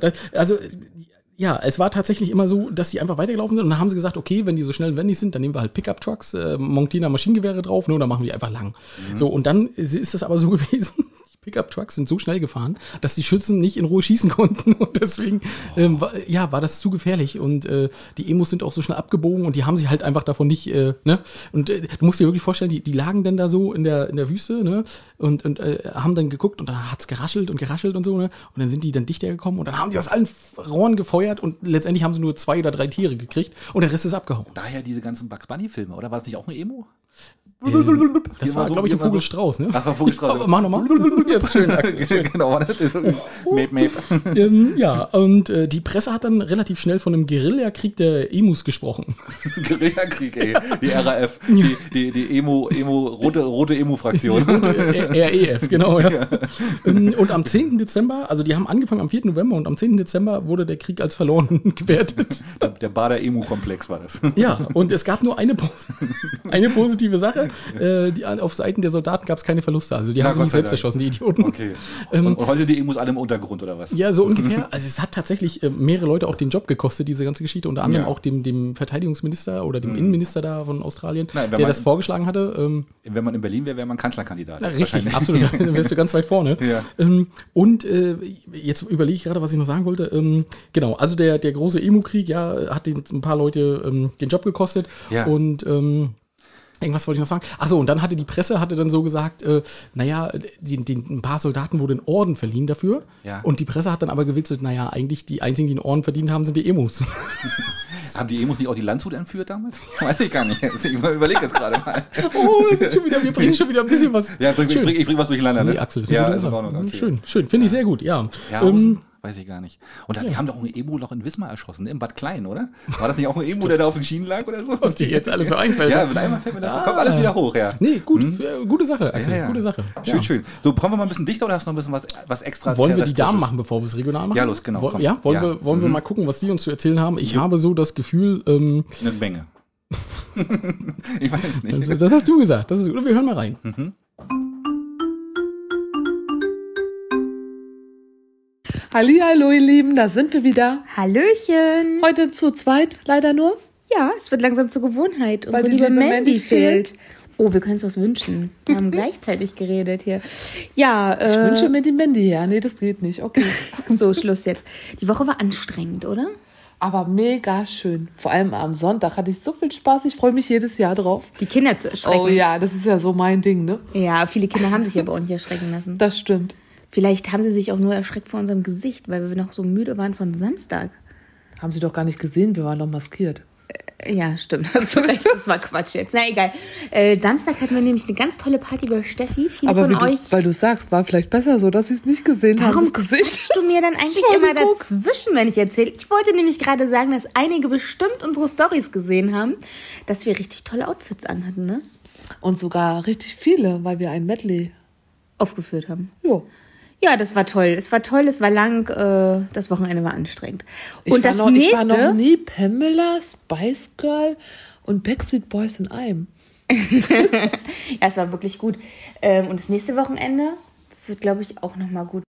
A: Es war tatsächlich immer so, dass die einfach weitergelaufen sind und dann haben sie gesagt, okay, wenn die so schnell und wendig sind, dann nehmen wir halt Pickup-Trucks, montieren da Maschinengewehre drauf, und dann machen wir die einfach lang. So, und dann ist das aber so gewesen, die Pickup-Trucks sind so schnell gefahren, dass die Schützen nicht in Ruhe schießen konnten und deswegen war das zu gefährlich und die Emus sind auch so schnell abgebogen und die haben sich halt einfach davon nicht, ne? Und du musst dir wirklich vorstellen, die lagen dann da so in der Wüste, ne? Und haben dann geguckt und dann hat's geraschelt und so, ne? Und dann sind die dann dichter gekommen und dann haben die aus allen Rohren gefeuert und letztendlich haben sie nur 2 oder 3 Tiere gekriegt und der Rest ist abgehauen.
B: Daher diese ganzen Bugs Bunny-Filme, oder war es nicht auch ein Emu?
A: Das war, glaube ich, ein Vogelstrauß, ne?
B: Das war Vogelstrauß.
A: Mach nochmal. Jetzt schön, Axel. Schön.
B: Genau. Mape.
A: Ja, und die Presse hat dann relativ schnell von einem Guerillakrieg der Emus gesprochen.
B: Guerillakrieg, ey. Die RAF. Die rote Emu-Fraktion.
A: REF, genau, ja. Und am 10. Dezember, also die haben angefangen am 4. November und am 10. Dezember wurde der Krieg als verloren gewertet.
B: Der Bader-Emu-Komplex war das.
A: Ja, und es gab nur eine positive Sache. Auf Seiten der Soldaten gab es keine Verluste. Also die haben sich nicht selbst erschossen, die Idioten.
B: Okay. Und heute sind die Emus alle im Untergrund, oder was?
A: Ja, so ungefähr. Also es hat tatsächlich mehrere Leute auch den Job gekostet, diese ganze Geschichte. Unter anderem auch dem Verteidigungsminister oder dem Innenminister da von Australien, der das vorgeschlagen hatte.
B: Wenn man in Berlin wäre, wäre man Kanzlerkandidat.
A: Na, richtig, absolut. Dann wärst du ganz weit vorne.
B: Ja.
A: Und jetzt überlege ich gerade, was ich noch sagen wollte. Genau, also der große Emu-Krieg, hat ein paar Leute den Job gekostet.
B: Ja.
A: Und irgendwas wollte ich noch sagen. Achso, und dann hatte die Presse dann so gesagt, ein paar Soldaten wurde ein Orden verliehen dafür.
B: Ja.
A: Und die Presse hat dann aber gewitzelt, eigentlich die einzigen, die einen Orden verdient haben, sind die Emus.
B: Haben die Emus nicht auch die Landshut entführt damals? Weiß ich gar nicht. Ich überlege jetzt gerade mal.
A: Oh, wir bringen schon wieder ein bisschen was.
B: Ja, ich bring was durcheinander. Ne?
A: Nee, Axel, das ist eine gute Sache. Okay. Schön. Finde ich sehr gut, ja.
B: Weiß ich gar nicht. Und die haben doch auch ein Emu noch in Wismar erschossen, im Bad Klein, oder? War das nicht auch ein Emu, der da auf den Schienen lag oder so?
A: Was dir jetzt alles so einfällt.
B: Ja, mit einmal fällt mir das, kommt alles wieder hoch, ja.
A: Nee, gute Sache, Axel, gute Sache.
B: Schön. So, brauchen wir mal ein bisschen dichter oder hast du noch ein bisschen was extra?
A: Wollen wir die Damen machen, bevor wir es regional machen?
B: Ja, los, genau.
A: Wollen wir mal gucken, was die uns zu erzählen haben? Ich habe so das Gefühl...
B: eine Menge. Ich weiß nicht.
A: Das hast du gesagt. Das ist gut. Wir hören mal rein.
E: Hallihallo, ihr Lieben, da sind wir wieder.
F: Hallöchen.
E: Heute zu zweit, leider nur.
F: Ja, es wird langsam zur Gewohnheit.
E: Weil
F: Unsere
E: die
F: liebe
E: liebe
F: Mandy
E: Mandy
F: fehlt. Oh, wir können uns was wünschen. Wir haben gleichzeitig geredet hier. Ja,
E: Ich wünsche mir die Mandy her. Nee, das geht nicht. Okay.
F: so, Schluss jetzt. Die Woche war anstrengend, oder?
E: Aber mega schön. Vor allem am Sonntag hatte ich so viel Spaß. Ich freue mich jedes Jahr drauf.
F: Die Kinder zu erschrecken.
E: Oh ja, das ist ja so mein Ding, ne?
F: Ja, viele Kinder haben sich aber auch nicht erschrecken lassen.
E: Das stimmt.
F: Vielleicht haben sie sich auch nur erschreckt vor unserem Gesicht, weil wir noch so müde waren von Samstag.
E: Haben sie doch gar nicht gesehen, wir waren noch maskiert.
F: Ja, stimmt, hast du recht, das war Quatsch jetzt. Na egal. Samstag hatten wir nämlich eine ganz tolle Party bei Steffi. Viele
E: Aber
F: von euch.
E: weil du sagst, war vielleicht besser so, dass sie es nicht gesehen haben.
F: Warum
E: Das Gesicht.
F: quatschst du mir dann eigentlich immer dazwischen, wenn ich erzähle? Ich wollte nämlich gerade sagen, dass einige bestimmt unsere Storys gesehen haben, dass wir richtig tolle Outfits anhatten, ne?
E: Und sogar richtig viele, weil wir ein Medley.
F: Aufgeführt haben.
E: Jo.
F: Ja, das war toll. Es war toll, es war lang, das Wochenende war anstrengend. Und
E: Ich war noch nie Pamela, Spice Girl und Backstreet Boys in einem.
F: Ja, es war wirklich gut. Und das nächste Wochenende wird, glaube ich, auch nochmal gut.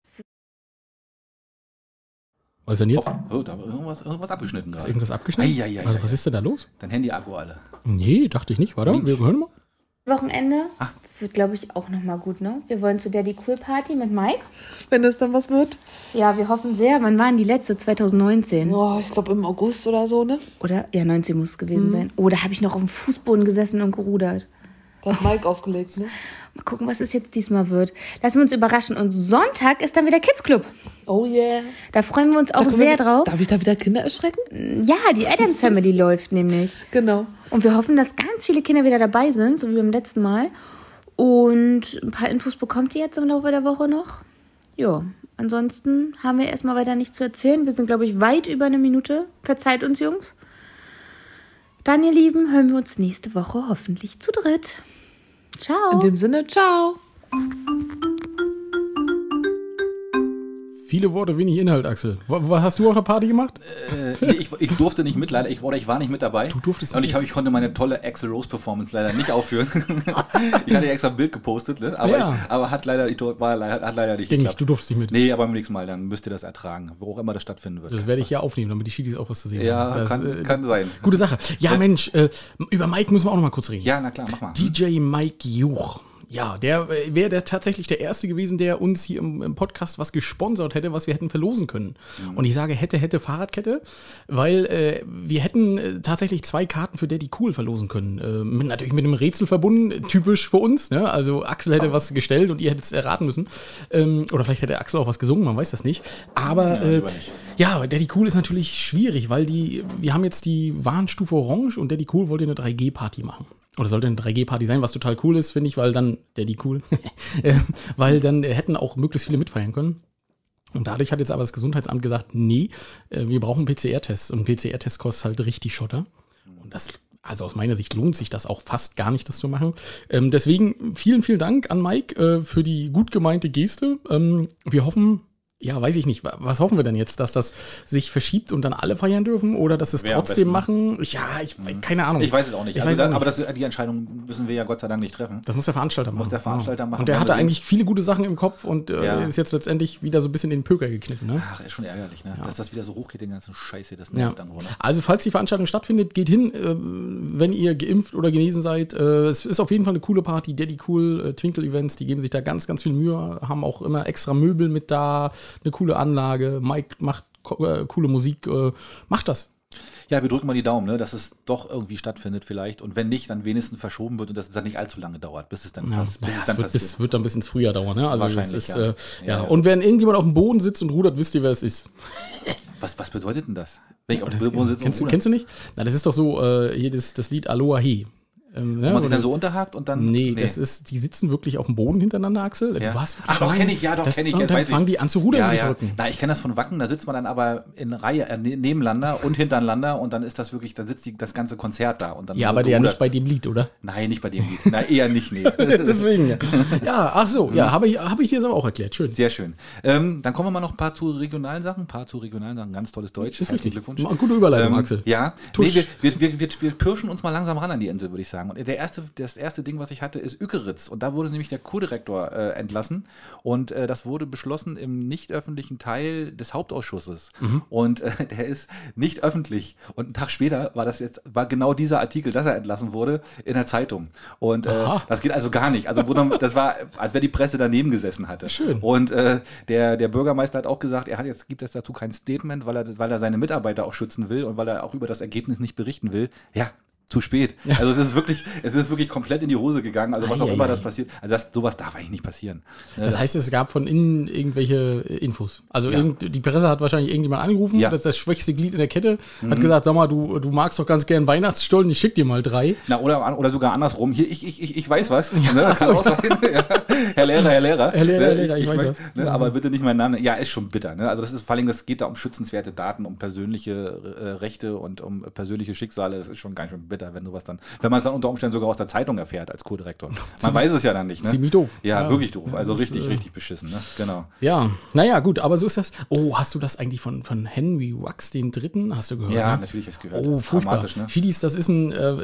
A: Was ist denn jetzt?
B: Oh, da war irgendwas abgeschnitten
A: Ist
B: gerade.
A: irgendwas abgeschnitten?
B: Ei.
A: Also, was ist denn da los?
B: Dein Handy-Akku alle.
A: Nee, dachte ich nicht. Warte,
B: Mensch.
A: wir hören mal.
F: Wochenende wird, glaube ich, auch nochmal gut, ne? Wir wollen zu Daddy Cool Party mit Mike.
E: Wenn das dann was wird.
F: Ja, wir hoffen sehr. Wann war denn die letzte? 2019.
E: Oh, ich glaube im August oder so, ne?
F: Oder? Ja, 19 muss es gewesen sein. Oh, da habe ich noch auf dem Fußboden gesessen und gerudert.
E: Da hat Mike aufgelegt, ne?
F: Mal gucken, was es jetzt diesmal wird. Lassen wir uns überraschen. Und Sonntag ist dann wieder Kids Club.
E: Oh yeah.
F: Da freuen wir uns auch
E: Da können
F: sehr
E: wir,
F: drauf.
E: Darf ich da wieder Kinder erschrecken?
F: Ja, die Addams Family läuft nämlich.
E: Genau.
F: Und wir hoffen, dass ganz viele Kinder wieder dabei sind, so wie beim letzten Mal. Und ein paar Infos bekommt ihr jetzt im Laufe der Woche noch. Ja, ansonsten haben wir erstmal weiter nichts zu erzählen. Wir sind, glaube ich, weit über eine Minute. Verzeiht uns, Jungs. Dann, ihr Lieben, hören wir uns nächste Woche hoffentlich zu dritt. Ciao.
E: In dem Sinne, ciao.
A: Viele Worte, wenig Inhalt, Axel. Was hast du auf der Party gemacht?
B: Nee, ich durfte nicht mit, leider. Ich war nicht mit dabei.
A: Du durftest
B: Und
A: nicht.
B: ich konnte meine tolle Axl Rose Performance leider nicht aufführen. Ich hatte ja extra ein Bild gepostet, ne? Aber hat leider nicht
A: Ging
B: geklappt.
A: nicht, du durftest nicht mit.
B: Nee, aber beim nächsten Mal, dann müsst ihr das ertragen, wo auch immer das stattfinden wird.
A: Das werde ich ja aufnehmen, damit die Schiedis auch was zu sehen
B: Ja,
A: haben. Das,
B: kann sein.
A: Gute Sache. Ja, Mensch, über Mike müssen wir auch noch mal kurz reden.
B: Ja, na klar, mach mal.
A: DJ Mike Juch. Ja, der wäre tatsächlich der Erste gewesen, der uns hier im Podcast was gesponsert hätte, was wir hätten verlosen können. Und ich sage hätte Fahrradkette, weil wir hätten tatsächlich 2 Karten für Daddy Cool verlosen können. Natürlich mit einem Rätsel verbunden, typisch für uns. Ne? Also Axel hätte was gestellt und ihr hättet es erraten müssen. Oder vielleicht hätte Axel auch was gesungen, man weiß das nicht. Aber ja, Daddy Cool ist natürlich schwierig, weil wir haben jetzt die Warnstufe Orange und Daddy Cool wollte eine 3G-Party machen. Oder sollte eine 3G-Party sein, was total cool ist, finde ich, weil dann, Daddy Cool, weil dann hätten auch möglichst viele mitfeiern können. Und dadurch hat jetzt aber das Gesundheitsamt gesagt, nee, wir brauchen PCR-Tests. Und ein PCR-Test kostet halt richtig Schotter. Und das, also aus meiner Sicht lohnt sich das auch fast gar nicht, das zu machen. Deswegen vielen, vielen Dank an Mike für die gut gemeinte Geste. Wir hoffen... Ja, weiß ich nicht. Was hoffen wir denn jetzt? Dass das sich verschiebt und dann alle feiern dürfen? Oder dass es
B: Wäre am
A: trotzdem
B: besten.
A: machen? Ja, keine Ahnung.
B: Ich weiß es auch nicht.
A: Ich weiß auch nicht.
B: Aber die Entscheidung müssen wir ja Gott sei Dank nicht treffen.
A: Das muss der Veranstalter machen.
B: Machen.
A: Und der hatte eigentlich viele gute Sachen im Kopf und
B: Ja.
A: ist jetzt letztendlich wieder so ein bisschen in den Pöker gekniffen. Ne?
B: Ach, ist schon ärgerlich, ne? Dass das wieder so hoch geht, den ganzen Scheiße, das
A: Ja.
B: nervt irgendwo, ne?
A: Also falls die Veranstaltung stattfindet, geht hin, wenn ihr geimpft oder genesen seid. Es ist auf jeden Fall eine coole Party, Daddy Cool, Twinkle Events, die geben sich da ganz, ganz viel Mühe, haben auch immer extra Möbel mit da, eine coole Anlage, Mike macht coole Musik, macht das.
B: Ja, wir drücken mal die Daumen, ne, dass es doch irgendwie stattfindet vielleicht und wenn nicht, dann wenigstens verschoben wird und dass es dann nicht allzu lange dauert, bis es dann passiert.
A: Es wird dann bis ins Frühjahr dauern. Ne? Also
B: Wahrscheinlich,
A: es ist,
B: ja.
A: ja.
B: Ja.
A: Und wenn irgendjemand auf dem Boden sitzt und rudert, wisst ihr, wer es ist.
B: Was bedeutet denn das? Wenn ich auf dem Boden sitze und
A: Kennst du nicht? Na, das ist doch so, hier das Lied Aloha He.
B: Wo man sich dann so unterhakt und dann...
A: Nee, das ist, die sitzen wirklich auf dem Boden hintereinander, Axel.
B: Ja.
A: Du warst
B: Ach, doch, kenne ich, kenn ich.
A: Und dann fangen die an zu rudern, die Verrückten.
B: Na, ich kenne das von Wacken, da sitzt man dann aber in Reihe, nebeneinander und hintereinander und dann ist das wirklich, dann sitzt das ganze Konzert da. Und dann
A: ja, aber ja nicht bei dem Lied, oder?
B: Nein, nicht bei dem Lied. Na, eher nicht, nee.
A: Deswegen, ja. Ja, ach so, ja, habe ich dir jetzt aber auch erklärt. Schön.
B: Sehr schön. Dann kommen wir mal noch ein paar zu regionalen Sachen. Ganz tolles Deutsch.
A: Ist richtig.
B: Glückwunsch.
A: Gute Überleitung, Axel.
B: Ja, nee, wir pirschen uns mal langsam ran an die Insel, würde ich sagen. Und das erste Ding, was ich hatte, ist Ückeritz. Und da wurde nämlich der Co-Direktor entlassen. Und das wurde beschlossen im nicht öffentlichen Teil des Hauptausschusses. Und der ist nicht öffentlich. Und einen Tag später war genau dieser Artikel, dass er entlassen wurde, in der Zeitung. Und das geht also gar nicht. Also das war, als wäre die Presse daneben gesessen hatte.
A: Schön.
B: Und der Bürgermeister hat auch gesagt, gibt es dazu kein Statement, weil er seine Mitarbeiter auch schützen will und weil er auch über das Ergebnis nicht berichten will. Ja, zu spät. Also es ist wirklich komplett in die Hose gegangen. Also was auch immer das passiert. Also sowas darf eigentlich nicht passieren.
A: Das heißt, es gab von innen irgendwelche Infos. Also die Presse hat wahrscheinlich irgendjemand angerufen, das ist das schwächste Glied in der Kette, hat gesagt, sag mal, du magst doch ganz gern Weihnachtsstollen, ich schick dir mal 3.
B: Na, oder sogar andersrum. Hier, ich weiß was. Ne, das kann auch sein. Ja. Herr Lehrer, ich weiß was. Ne, aber bitte nicht meinen Namen. Ja, ist schon bitter. Ne? Also das ist vor allem, das geht da um schützenswerte Daten, um persönliche Rechte und um persönliche Schicksale. Das ist schon ganz schön bitter, wenn man es dann unter Umständen sogar aus der Zeitung erfährt als Co-Direktor. Man weiß es ja dann nicht. Ne?
A: Ziemlich doof.
B: Ja, wirklich doof. Also richtig beschissen. Ne? Genau.
A: Ja, naja, gut, aber so ist das. Oh, hast du das eigentlich von Henry Wax, den Dritten, hast du gehört?
B: Ja,
A: ne?
B: natürlich habe ich es gehört.
A: Oh, furchtbar.
B: Ne?
A: Schiedis, das ist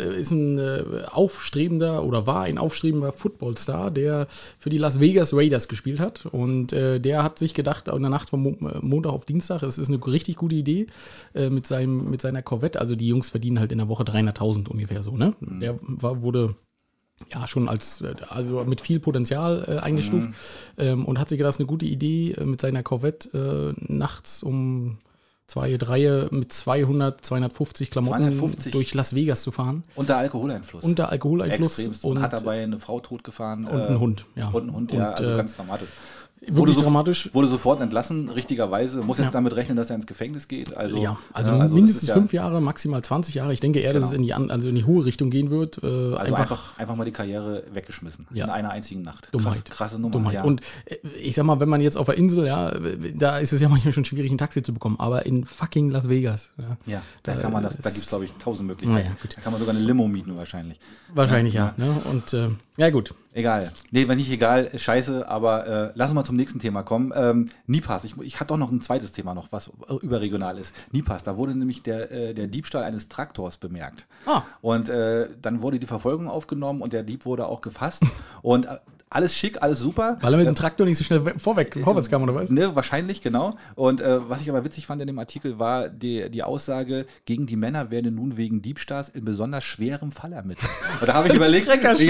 A: ein aufstrebender oder war ein aufstrebender Footballstar, der für die Las Vegas Raiders gespielt hat. Und der hat sich gedacht, in der Nacht von Montag auf Dienstag, es ist eine richtig gute Idee, mit seiner Corvette, also die Jungs verdienen halt in der Woche 300.000 ungefähr so, ne? Der wurde ja schon also mit viel Potenzial eingestuft und hat sich gedacht, das ist eine gute Idee, mit seiner Corvette nachts um 2, 3 mit 250 Klamotten durch Las Vegas zu fahren.
B: Unter Alkoholeinfluss.
A: Extremst.
B: Und hat dabei eine Frau totgefahren.
A: Und einen Hund, ja.
B: Und einen Hund, ja, also ganz dramatisch.
A: Wirklich dramatisch.
B: Wurde sofort entlassen, richtigerweise. Muss jetzt damit rechnen, dass er ins Gefängnis geht. Also
A: mindestens 5 Jahre, maximal 20 Jahre. Ich denke eher, dass es in die hohe Richtung gehen wird.
B: Einfach mal die Karriere weggeschmissen.
A: Ja.
B: In einer einzigen Nacht.
A: Krasse Nummer. Ja. Und ich sag mal, wenn man jetzt auf der Insel, da ist es ja manchmal schon schwierig, ein Taxi zu bekommen. Aber in fucking Las Vegas.
B: Ja, da kann man da gibt es, glaube ich, 1000 Möglichkeiten.
A: Ja,
B: da kann man sogar eine Limo mieten wahrscheinlich.
A: Wahrscheinlich, ja. Ne? Und ja, gut.
B: Egal. Nee, wenn nicht egal, scheiße, aber lass uns mal zum nächsten Thema kommen. Nipas, ich hatte doch noch ein zweites Thema noch, was überregional ist. Nipas, da wurde nämlich der Diebstahl eines Traktors bemerkt. Und dann wurde die Verfolgung aufgenommen und der Dieb wurde auch gefasst. Und alles schick, alles super.
A: Weil er mit dem Traktor nicht so schnell vorwärts kam, oder was?
B: Ne, wahrscheinlich, genau. Und was ich aber witzig fand in dem Artikel war die Aussage, gegen die Männer werde nun wegen Diebstahls in besonders schwerem Fall ermittelt. Und da habe ich überlegt,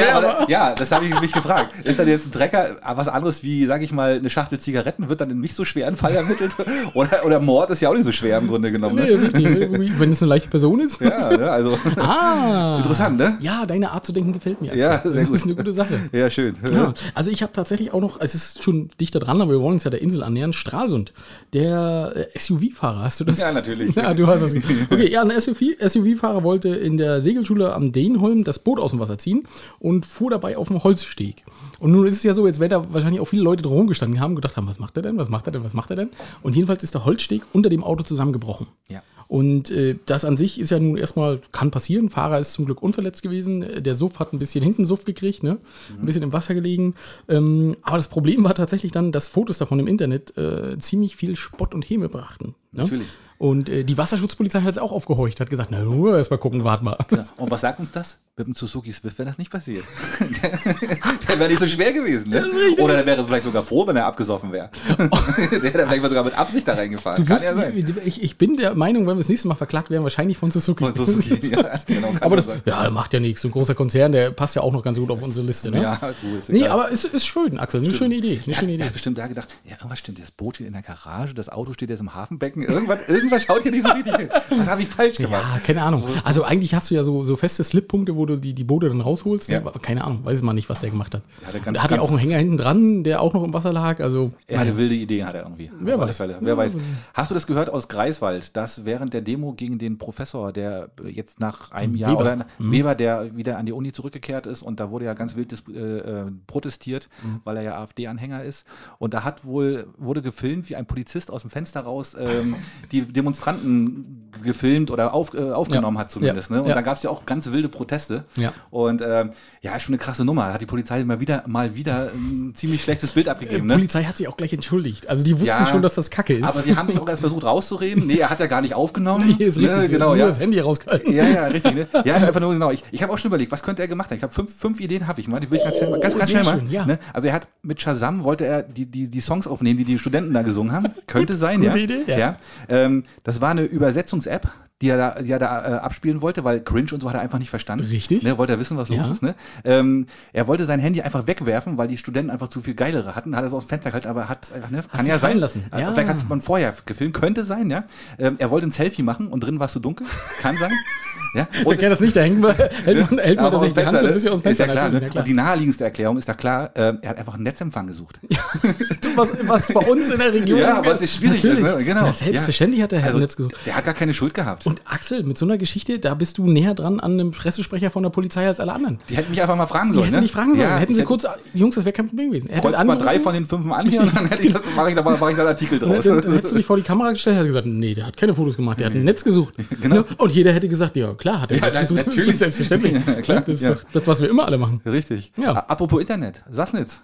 B: das habe ich mich gefragt. Ist dann jetzt ein Trecker was anderes wie, sag ich mal, eine Schachtel Zigaretten, wird dann in nicht so schweren Fall ermittelt? Oder Mord ist ja auch nicht so schwer im Grunde genommen. Ne?
A: Nee, ist richtig. Wenn es eine leichte Person ist.
B: Ja, ne, also interessant, ne?
A: Ja, deine Art zu denken gefällt mir.
B: Ja,
A: das ist eine gute Sache.
B: Ja, schön.
A: Ja. Also ich habe tatsächlich auch noch, es ist schon dichter dran, aber wir wollen uns ja der Insel annähern, Stralsund, der SUV-Fahrer, hast du das?
B: Ja, natürlich.
A: Ja, du hast das. Okay, ja, ein SUV-Fahrer wollte in der Segelschule am Dänholm das Boot aus dem Wasser ziehen und fuhr dabei auf dem Holzsteg. Und nun ist es ja so, jetzt werden da wahrscheinlich auch viele Leute drum gestanden haben und gedacht haben, was macht er denn? Und jedenfalls ist der Holzsteg unter dem Auto zusammengebrochen. Ja. Und das an sich ist ja nun erstmal, kann passieren. Fahrer ist zum Glück unverletzt gewesen. Der Suff hat ein bisschen hinten Suff gekriegt, ne? Ein bisschen im Wasser gelegen. Aber das Problem war tatsächlich dann, dass Fotos davon im Internet ziemlich viel Spott und Häme brachten. Ne?
B: Natürlich.
A: Und die Wasserschutzpolizei hat es auch aufgehorcht, hat gesagt, na, nur erst mal gucken, warte mal.
B: Ja. Und was sagt uns das? Mit dem Suzuki Swift wäre das nicht passiert. Der wäre nicht so schwer gewesen, ne? Oder der wäre vielleicht sogar froh, wenn er abgesoffen wäre. Der hätte vielleicht sogar mit Absicht da reingefahren. Kann ja sein.
A: Ich bin der Meinung, wenn wir das nächste Mal verklagt werden, wahrscheinlich von Suzuki.
B: Ja, genau,
A: aber das macht ja nichts. So ein großer Konzern, der passt ja auch noch ganz gut auf unsere Liste, ne?
B: Ja, gut.
A: Nee, aber es ist schön, Axel. Eine schöne Idee.
B: Er hat bestimmt da gedacht, ja, irgendwas stimmt. Das Boot steht in der Garage, das Auto steht jetzt im Hafenbecken. Irgendwas irgendwas schaut hier nicht so richtig hin. Was habe ich falsch gemacht?
A: Ja, keine Ahnung. Also eigentlich hast du ja so feste Slip-Punkte, wo du die Boote dann rausholst.
B: Ja.
A: Aber keine Ahnung, weiß man nicht, was der gemacht hat.
B: Ja, der
A: Da hat er auch einen Hänger hinten dran, der auch noch im Wasser lag. Also,
B: Er hatte wilde Ideen, hat er irgendwie.
A: Wer
B: Auf alle
A: weiß.
B: Fälle. Wer weiß. Hast du das gehört aus Greifswald, dass während der Demo gegen den Professor, der jetzt nach einem Jahr
A: Weber.
B: oder Weber, der wieder an die Uni zurückgekehrt ist und da wurde ja ganz wild protestiert, weil er ja AfD-Anhänger ist. Und da wurde gefilmt, wie ein Polizist aus dem Fenster raus die Demonstranten gefilmt oder aufgenommen hat zumindest.
A: Ja.
B: Ne? Und
A: Ja.
B: da gab es ja auch ganz wilde Proteste.
A: Ja.
B: Und ja, ist schon eine krasse Nummer. Da hat die Polizei mal wieder ein ziemlich schlechtes Bild abgegeben.
A: Die
B: Ne?
A: Polizei hat sich auch gleich entschuldigt. Also die wussten
B: Ja,
A: schon, dass das Kacke ist.
B: Aber sie haben sich auch erst versucht rauszureden. Nee, er hat ja gar nicht aufgenommen.
A: Nee, ist richtig.
B: Ne, genau,
A: Nur
B: ja.
A: das Handy rausgehalten.
B: Ja, richtig. Ne? Ja, einfach nur genau. Ich habe auch schon überlegt, was könnte er gemacht haben. Ich habe fünf Ideen, habe ich mal. Die will ich ganz schnell mal. Ganz
A: sehr
B: schnell mal.
A: schön, ja.
B: Ne? Also er hat mit Shazam wollte er die Songs aufnehmen, die Studenten da gesungen haben. Könnte sein,
A: gute
B: ja.
A: Idee, ja.
B: Das war eine Übersetzungs-App, die er da abspielen wollte, weil Cringe und so hat er einfach nicht verstanden.
A: Richtig.
B: Ne, wollte er wissen, was
A: Ja.
B: los ist. Ne? Er wollte sein Handy einfach wegwerfen, weil die Studenten einfach zu viel geilere hatten. Hat er es aus dem Fenster gehalten, aber kann ja
A: sich fallen
B: sein.
A: lassen. Ja.
B: Vielleicht hat es man vorher gefilmt, könnte sein, ja. Er wollte ein Selfie machen und drin war es zu dunkel. Kann sein. Ja.
A: Wer kennt das nicht? Da hält man
B: Aber
A: sich
B: aus
A: die Hand so ein bisschen aus dem
B: ist ja
A: Fenster.
B: klar,
A: natürlich,
B: ne? Und die naheliegendste Erklärung ist da klar, er hat einfach einen Netzempfang gesucht.
A: was bei uns in der Region
B: Ja, was nicht schwierig ist, ne? Genau.
A: Ja, selbstverständlich hat der Herr
B: Also,
A: Netz gesucht.
B: der hat gar keine Schuld gehabt.
A: Und Axel, mit so einer Geschichte, da bist du näher dran an einem Pressesprecher von der Polizei als alle anderen.
B: Die hätten mich einfach mal fragen
A: Die
B: sollen.
A: hätten
B: ne?
A: dich fragen sollen.
B: Ja,
A: Hätten sie
B: ich
A: kurz, Jungs, das wäre kein Problem gewesen. Er hätte
B: kreuz mal
A: angerufen,
B: 3 von den 5 an hier und dann hätte ich das, mache ich da einen Artikel draus.
A: Dann hättest du dich vor die Kamera gestellt und gesagt, nee, der hat keine Fotos gemacht, der hat ein Netz gesucht.
B: Genau.
A: Ne? Und jeder hätte gesagt, ja klar, hat er ein Netz gesucht.
B: natürlich.
A: Das ist selbstverständlich.
B: Ja, klar.
A: Das ist
B: Ja.
A: doch das, was wir immer alle machen.
B: Richtig.
A: Ja.
B: Apropos Internet, Sassnitz.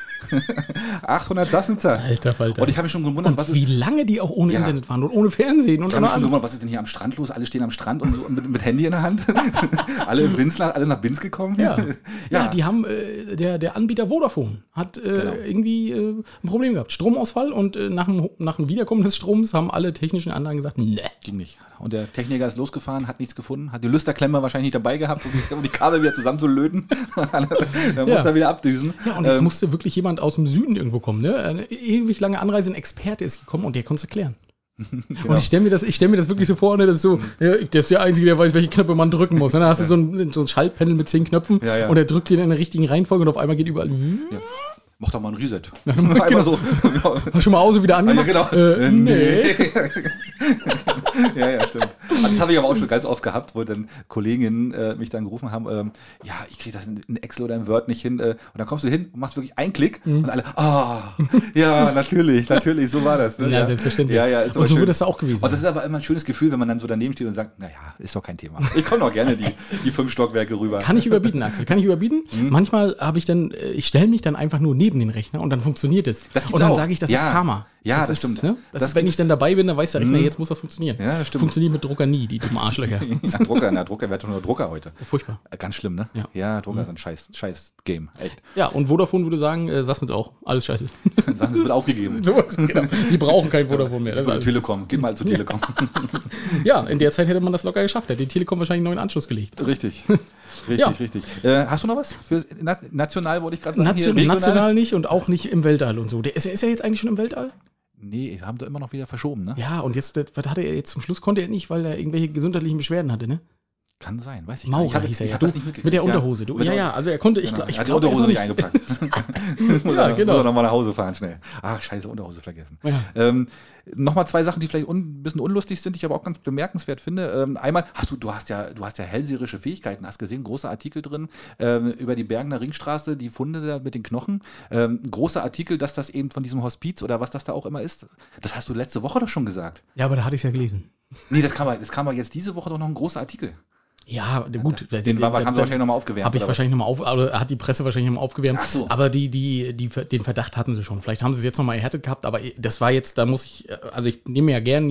B: 800 Sassnitzer.
A: Alter Falter.
B: Und ich habe mich schon gewundert,
A: Und wie lange die auch ohne Internet waren und ohne Fernsehen und
B: Ich habe mich schon
A: alles.
B: gewundert, was ist denn hier am Strand los? Alle stehen am Strand und mit Handy in der Hand. Alle im Binzler, alle nach Binz gekommen.
A: Ja, die haben, der Anbieter Vodafone hat irgendwie ein Problem gehabt. Stromausfall und nach dem Wiederkommen des Stroms haben alle technischen Anlagen gesagt, ne.
B: Ging nicht. Und der Techniker ist losgefahren, hat nichts gefunden, hat die Lüsterklemme wahrscheinlich nicht dabei gehabt, um die Kabel wieder zusammenzulöten. Dann musste er wieder abdüsen.
A: Ja, und jetzt musste wirklich jemand aus dem Süden irgendwo kommen, ne? Eine ewig lange Anreise, ein Experte ist gekommen und der konnte es erklären.
B: Genau.
A: Und ich stelle mir das wirklich so vor, ne, das ist so, ja, der ist der Einzige, der weiß, welche Knöpfe man drücken muss. Und dann hast du so ein Schaltpanel mit 10 Knöpfen
B: Ja, ja.
A: und er drückt dir in der richtigen Reihenfolge und auf einmal geht überall.
B: Ja. Mach doch mal ein Reset.
A: Genau.
B: Einmal so.
A: Hast du schon mal Auto wieder angemacht?
B: Ja, genau.
A: Nee.
B: Ja, stimmt. Das habe ich aber auch schon ganz oft gehabt, wo dann Kolleginnen mich dann gerufen haben, ja, ich kriege das in Excel oder in Word nicht hin. Und dann kommst du hin und machst wirklich einen Klick und alle, ja, natürlich, so war das. Ne?
A: Na, selbstverständlich.
B: Ja, ist aber
A: und so
B: schön.
A: wird das auch gewesen.
B: Und das ist aber immer ein schönes Gefühl, wenn man dann so daneben steht und sagt, naja, ist doch kein Thema. Ich komme doch gerne die 5 Stockwerke rüber.
A: Kann ich überbieten, Axel, kann ich überbieten. Manchmal habe ich stelle mich dann einfach nur neben den Rechner und dann funktioniert es.
B: Das gibt's
A: Und dann
B: auch.
A: sage ich, das
B: Ja.
A: ist Karma.
B: Ja, das
A: ist,
B: stimmt.
A: Ne? Das
B: Das
A: ist, wenn ich
B: gibt's.
A: dann dabei bin, dann weiß der Rechner, jetzt muss das funktionieren.
B: Ja, das stimmt.
A: Funktioniert mit Drucker nie, die dummen Arschlöcher.
B: Na, Drucker, wer hat doch nur Drucker heute?
A: Furchtbar.
B: Ganz schlimm, ne?
A: Ja.
B: Drucker sind scheiß Game, echt.
A: Ja, und Vodafone würde sagen, Sassnitz auch. Alles scheiße.
B: Sagen sie, es wird aufgegeben.
A: So, genau. Die brauchen kein Vodafone mehr. Das ist
B: Oder
A: alles.
B: Telekom, geh mal zu Telekom.
A: Ja, in der Zeit hätte man das locker geschafft. Hätte die Telekom wahrscheinlich einen neuen Anschluss gelegt.
B: Richtig.
A: Ja.
B: Richtig. Hast du noch was? Für national wollte ich gerade sagen. Hier, regional?
A: National nicht und auch nicht im Weltall und so. Ist er jetzt eigentlich schon im Weltall?
B: Nee, haben sie immer noch wieder verschoben, ne?
A: Ja, und jetzt, was hatte er jetzt zum Schluss? Konnte er nicht, weil er irgendwelche gesundheitlichen Beschwerden hatte, ne?
B: Kann sein, weiß ich
A: Maurer
B: nicht.
A: hieß er
B: Ich
A: ja.
B: hab das nicht mitgekriegt.
A: Mit der Unterhose. Du, ja, also er konnte, ich
B: Genau.
A: glaube,
B: Er hat die Unterhose nicht eingepackt.
A: Ja, genau.
B: Muss er nochmal nach Hause fahren, schnell. Ach, scheiße, Unterhose vergessen.
A: Ja.
B: Nochmal 2 Sachen, die vielleicht ein bisschen unlustig sind, die ich aber auch ganz bemerkenswert finde. Einmal, du hast ja hellseherische Fähigkeiten, hast gesehen, großer Artikel drin über die Bergener Ringstraße, die Funde da mit den Knochen. Großer Artikel, dass das eben von diesem Hospiz oder was das da auch immer ist. Das hast du letzte Woche doch schon gesagt.
A: Ja, aber da hatte ich es ja gelesen.
B: Nee, das kam aber jetzt diese Woche doch noch ein großer Artikel.
A: Ja, gut.
B: Den haben sie wahrscheinlich nochmal aufgewärmt.
A: Habe ich
B: oder
A: wahrscheinlich nochmal oder hat die Presse wahrscheinlich nochmal aufgewärmt.
B: Ach so.
A: Aber den Verdacht hatten sie schon. Vielleicht haben sie es jetzt nochmal erhärtet gehabt, aber das war jetzt, da muss ich, also ich nehme ja gern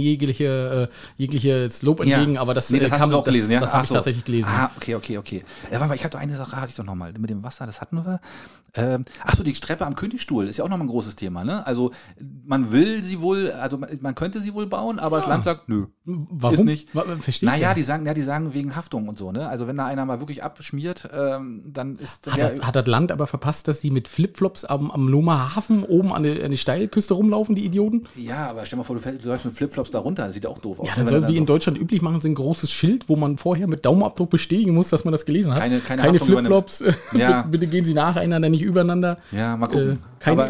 A: jegliches Lob entgegen, aber das,
B: nee, das hast du auch gelesen, ja?
A: Das habe ich tatsächlich gelesen.
B: Ah, okay. Warte mal, ich hatte eine Sache, hatte ich doch nochmal, mit dem Wasser, das hatten wir. Die Streppe am Königstuhl ist ja auch nochmal ein großes Thema, ne? Also man will sie wohl, also man könnte sie wohl bauen, aber das Land sagt, nö.
A: Warum?
B: Ist nicht.
A: Verstehe
B: Naja, die sagen wegen Haftung Absperrungen und so, ne? Also wenn da einer mal wirklich abschmiert, dann ist
A: Hat das Land aber verpasst, dass die mit Flipflops am Lohmer Hafen oben an die Steilküste rumlaufen, die Idioten?
B: Ja, aber stell mal vor, du läufst mit Flipflops da runter, das sieht ja auch doof aus.
A: Ja,
B: ne?
A: dann soll wie in Deutschland üblich machen, sie ein großes Schild, wo man vorher mit Daumenabdruck bestätigen muss, dass man das gelesen hat.
B: Keine
A: Keine
B: Haftung
A: Flipflops,
B: Ja.
A: bitte gehen Sie nacheinander, nicht übereinander.
B: Ja, mal gucken.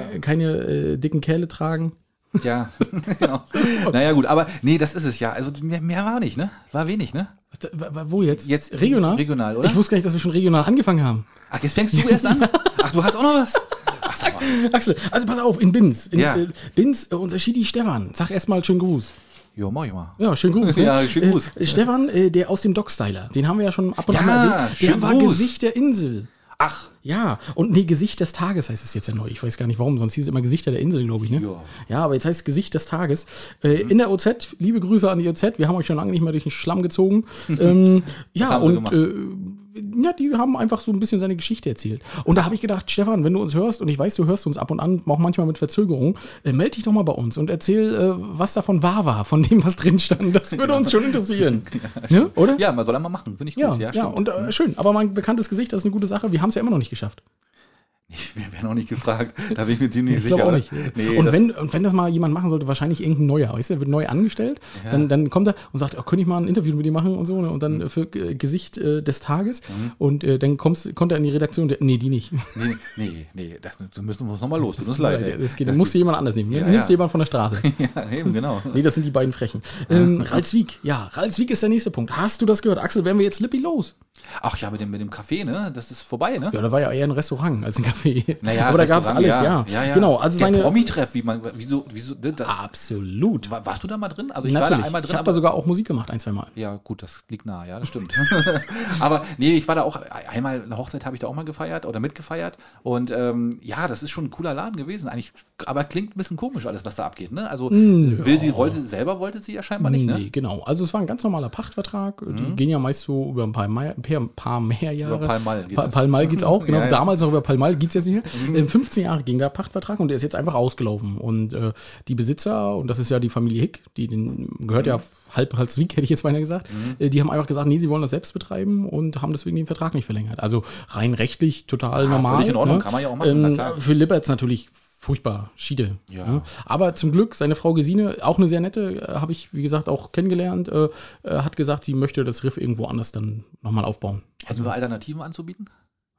A: Keine dicken Kerle tragen.
B: Ja, genau. Naja, gut, aber nee, das ist es ja. Also mehr war nicht, ne? War wenig, ne?
A: Wo jetzt?
B: Jetzt
A: regional?
B: Regional, oder?
A: Ich wusste gar nicht, dass wir schon regional angefangen haben.
B: Ach, jetzt fängst du erst an? Ach, du hast auch noch was? Ach, sag mal.
A: Axel, also pass auf, in Binz.
B: Ja.
A: Binz, unser Schidi Stefan. Sag erstmal schönen Gruß.
B: Jo, mach ich mal.
A: Ja, schönen Gruß. Ne?
B: Ja, schönen Gruß.
A: Stefan, der aus dem Dogstyler, den haben wir ja schon ab und
B: Ja,
A: an mal erwähnt. Der
B: schönen
A: war
B: Gruß.
A: Gesicht der Insel.
B: Ach,
A: Ja, und nee, Gesicht des Tages heißt es jetzt ja neu. Ich weiß gar nicht warum, sonst hieß es immer Gesichter der Insel, glaube ich. Ne? Ja, aber jetzt heißt es Gesicht des Tages. In der OZ, liebe Grüße an die OZ, wir haben euch schon lange nicht mehr durch den Schlamm gezogen. Ja,
B: haben sie
A: und ja, die haben einfach so ein bisschen seine Geschichte erzählt. Und da habe ich gedacht, Stefan, wenn du uns hörst, und ich weiß, du hörst uns ab und an, auch manchmal mit Verzögerung, melde dich doch mal bei uns und erzähl, was davon wahr war, von dem, was drin stand. Das würde uns schon interessieren. Ja, oder?
B: ja, man soll einmal machen, finde ich gut.
A: Ja,
B: stimmt.
A: und schön. Aber mein bekanntes Gesicht, das ist eine gute Sache. Wir haben es ja immer noch nicht geschafft.
B: Wir werden auch nicht gefragt, da bin ich mir ziemlich
A: Ich
B: sicher.
A: glaube auch nicht.
B: Nee,
A: und wenn das mal jemand machen sollte, wahrscheinlich irgendein neuer, weißt du, der wird neu angestellt, dann kommt er und sagt, könnte ich mal ein Interview mit ihm machen und so, ne? Und dann für Gesicht des Tages und dann kommt er in die Redaktion, nee, die nicht.
B: Nee, das müssen wir uns nochmal los, tut uns leid. Ey.
A: Das geht, dann musst du jemand anders nehmen. Nimmst jemand von der Straße.
B: Ja, eben, genau.
A: Nee, das sind die beiden Frechen. Ralswiek, Ralswiek ist der nächste Punkt. Hast du das gehört? Axel, werden wir jetzt Lippi los?
B: Ach ja, mit dem Café, ne? Das ist vorbei, ne?
A: Ja, da war ja eher ein Restaurant als ein Café.
B: Naja,
A: aber da gab es alles, ja. Genau, also
B: der
A: seine
B: Promi-Treff, wieso
A: absolut.
B: warst du da mal drin? Also ich
A: Natürlich.
B: war da einmal drin.
A: Ich habe da sogar auch Musik gemacht, 1-2 Mal.
B: Ja, gut, das liegt nahe, ja, das stimmt. Aber nee, ich war da auch, einmal eine Hochzeit habe ich da auch mal gefeiert oder mitgefeiert. Und ja, das ist schon ein cooler Laden gewesen. Eigentlich, aber klingt ein bisschen komisch alles, was da abgeht, ne? Also wollte sie ja scheinbar nicht, ne?
A: Nee, genau. Also es war ein ganz normaler Pachtvertrag. Die gehen ja meist so über ein paar mehr Jahre.
B: Über Palmal geht das.
A: Palmal geht's auch, genau.
B: Ja, ja.
A: Damals auch über Palmal geht's jetzt nicht mehr. 15 Jahre ging der Pachtvertrag und der ist jetzt einfach ausgelaufen. Und die Besitzer, und das ist ja die Familie Hick, gehört ja halb Ralswiek, hätte ich jetzt beinahe gesagt, die haben einfach gesagt, nee, sie wollen das selbst betreiben und haben deswegen den Vertrag nicht verlängert. Also rein rechtlich total normal.
B: Völlig in Ordnung,
A: ne?
B: kann man ja auch machen, na klar.
A: Für Liberts natürlich furchtbar, Schiede.
B: Ja.
A: Ne? Aber zum Glück, seine Frau Gesine, auch eine sehr nette, habe ich, wie gesagt, auch kennengelernt, hat gesagt, sie möchte das Riff irgendwo anders dann nochmal aufbauen.
B: Hätten wir Alternativen anzubieten?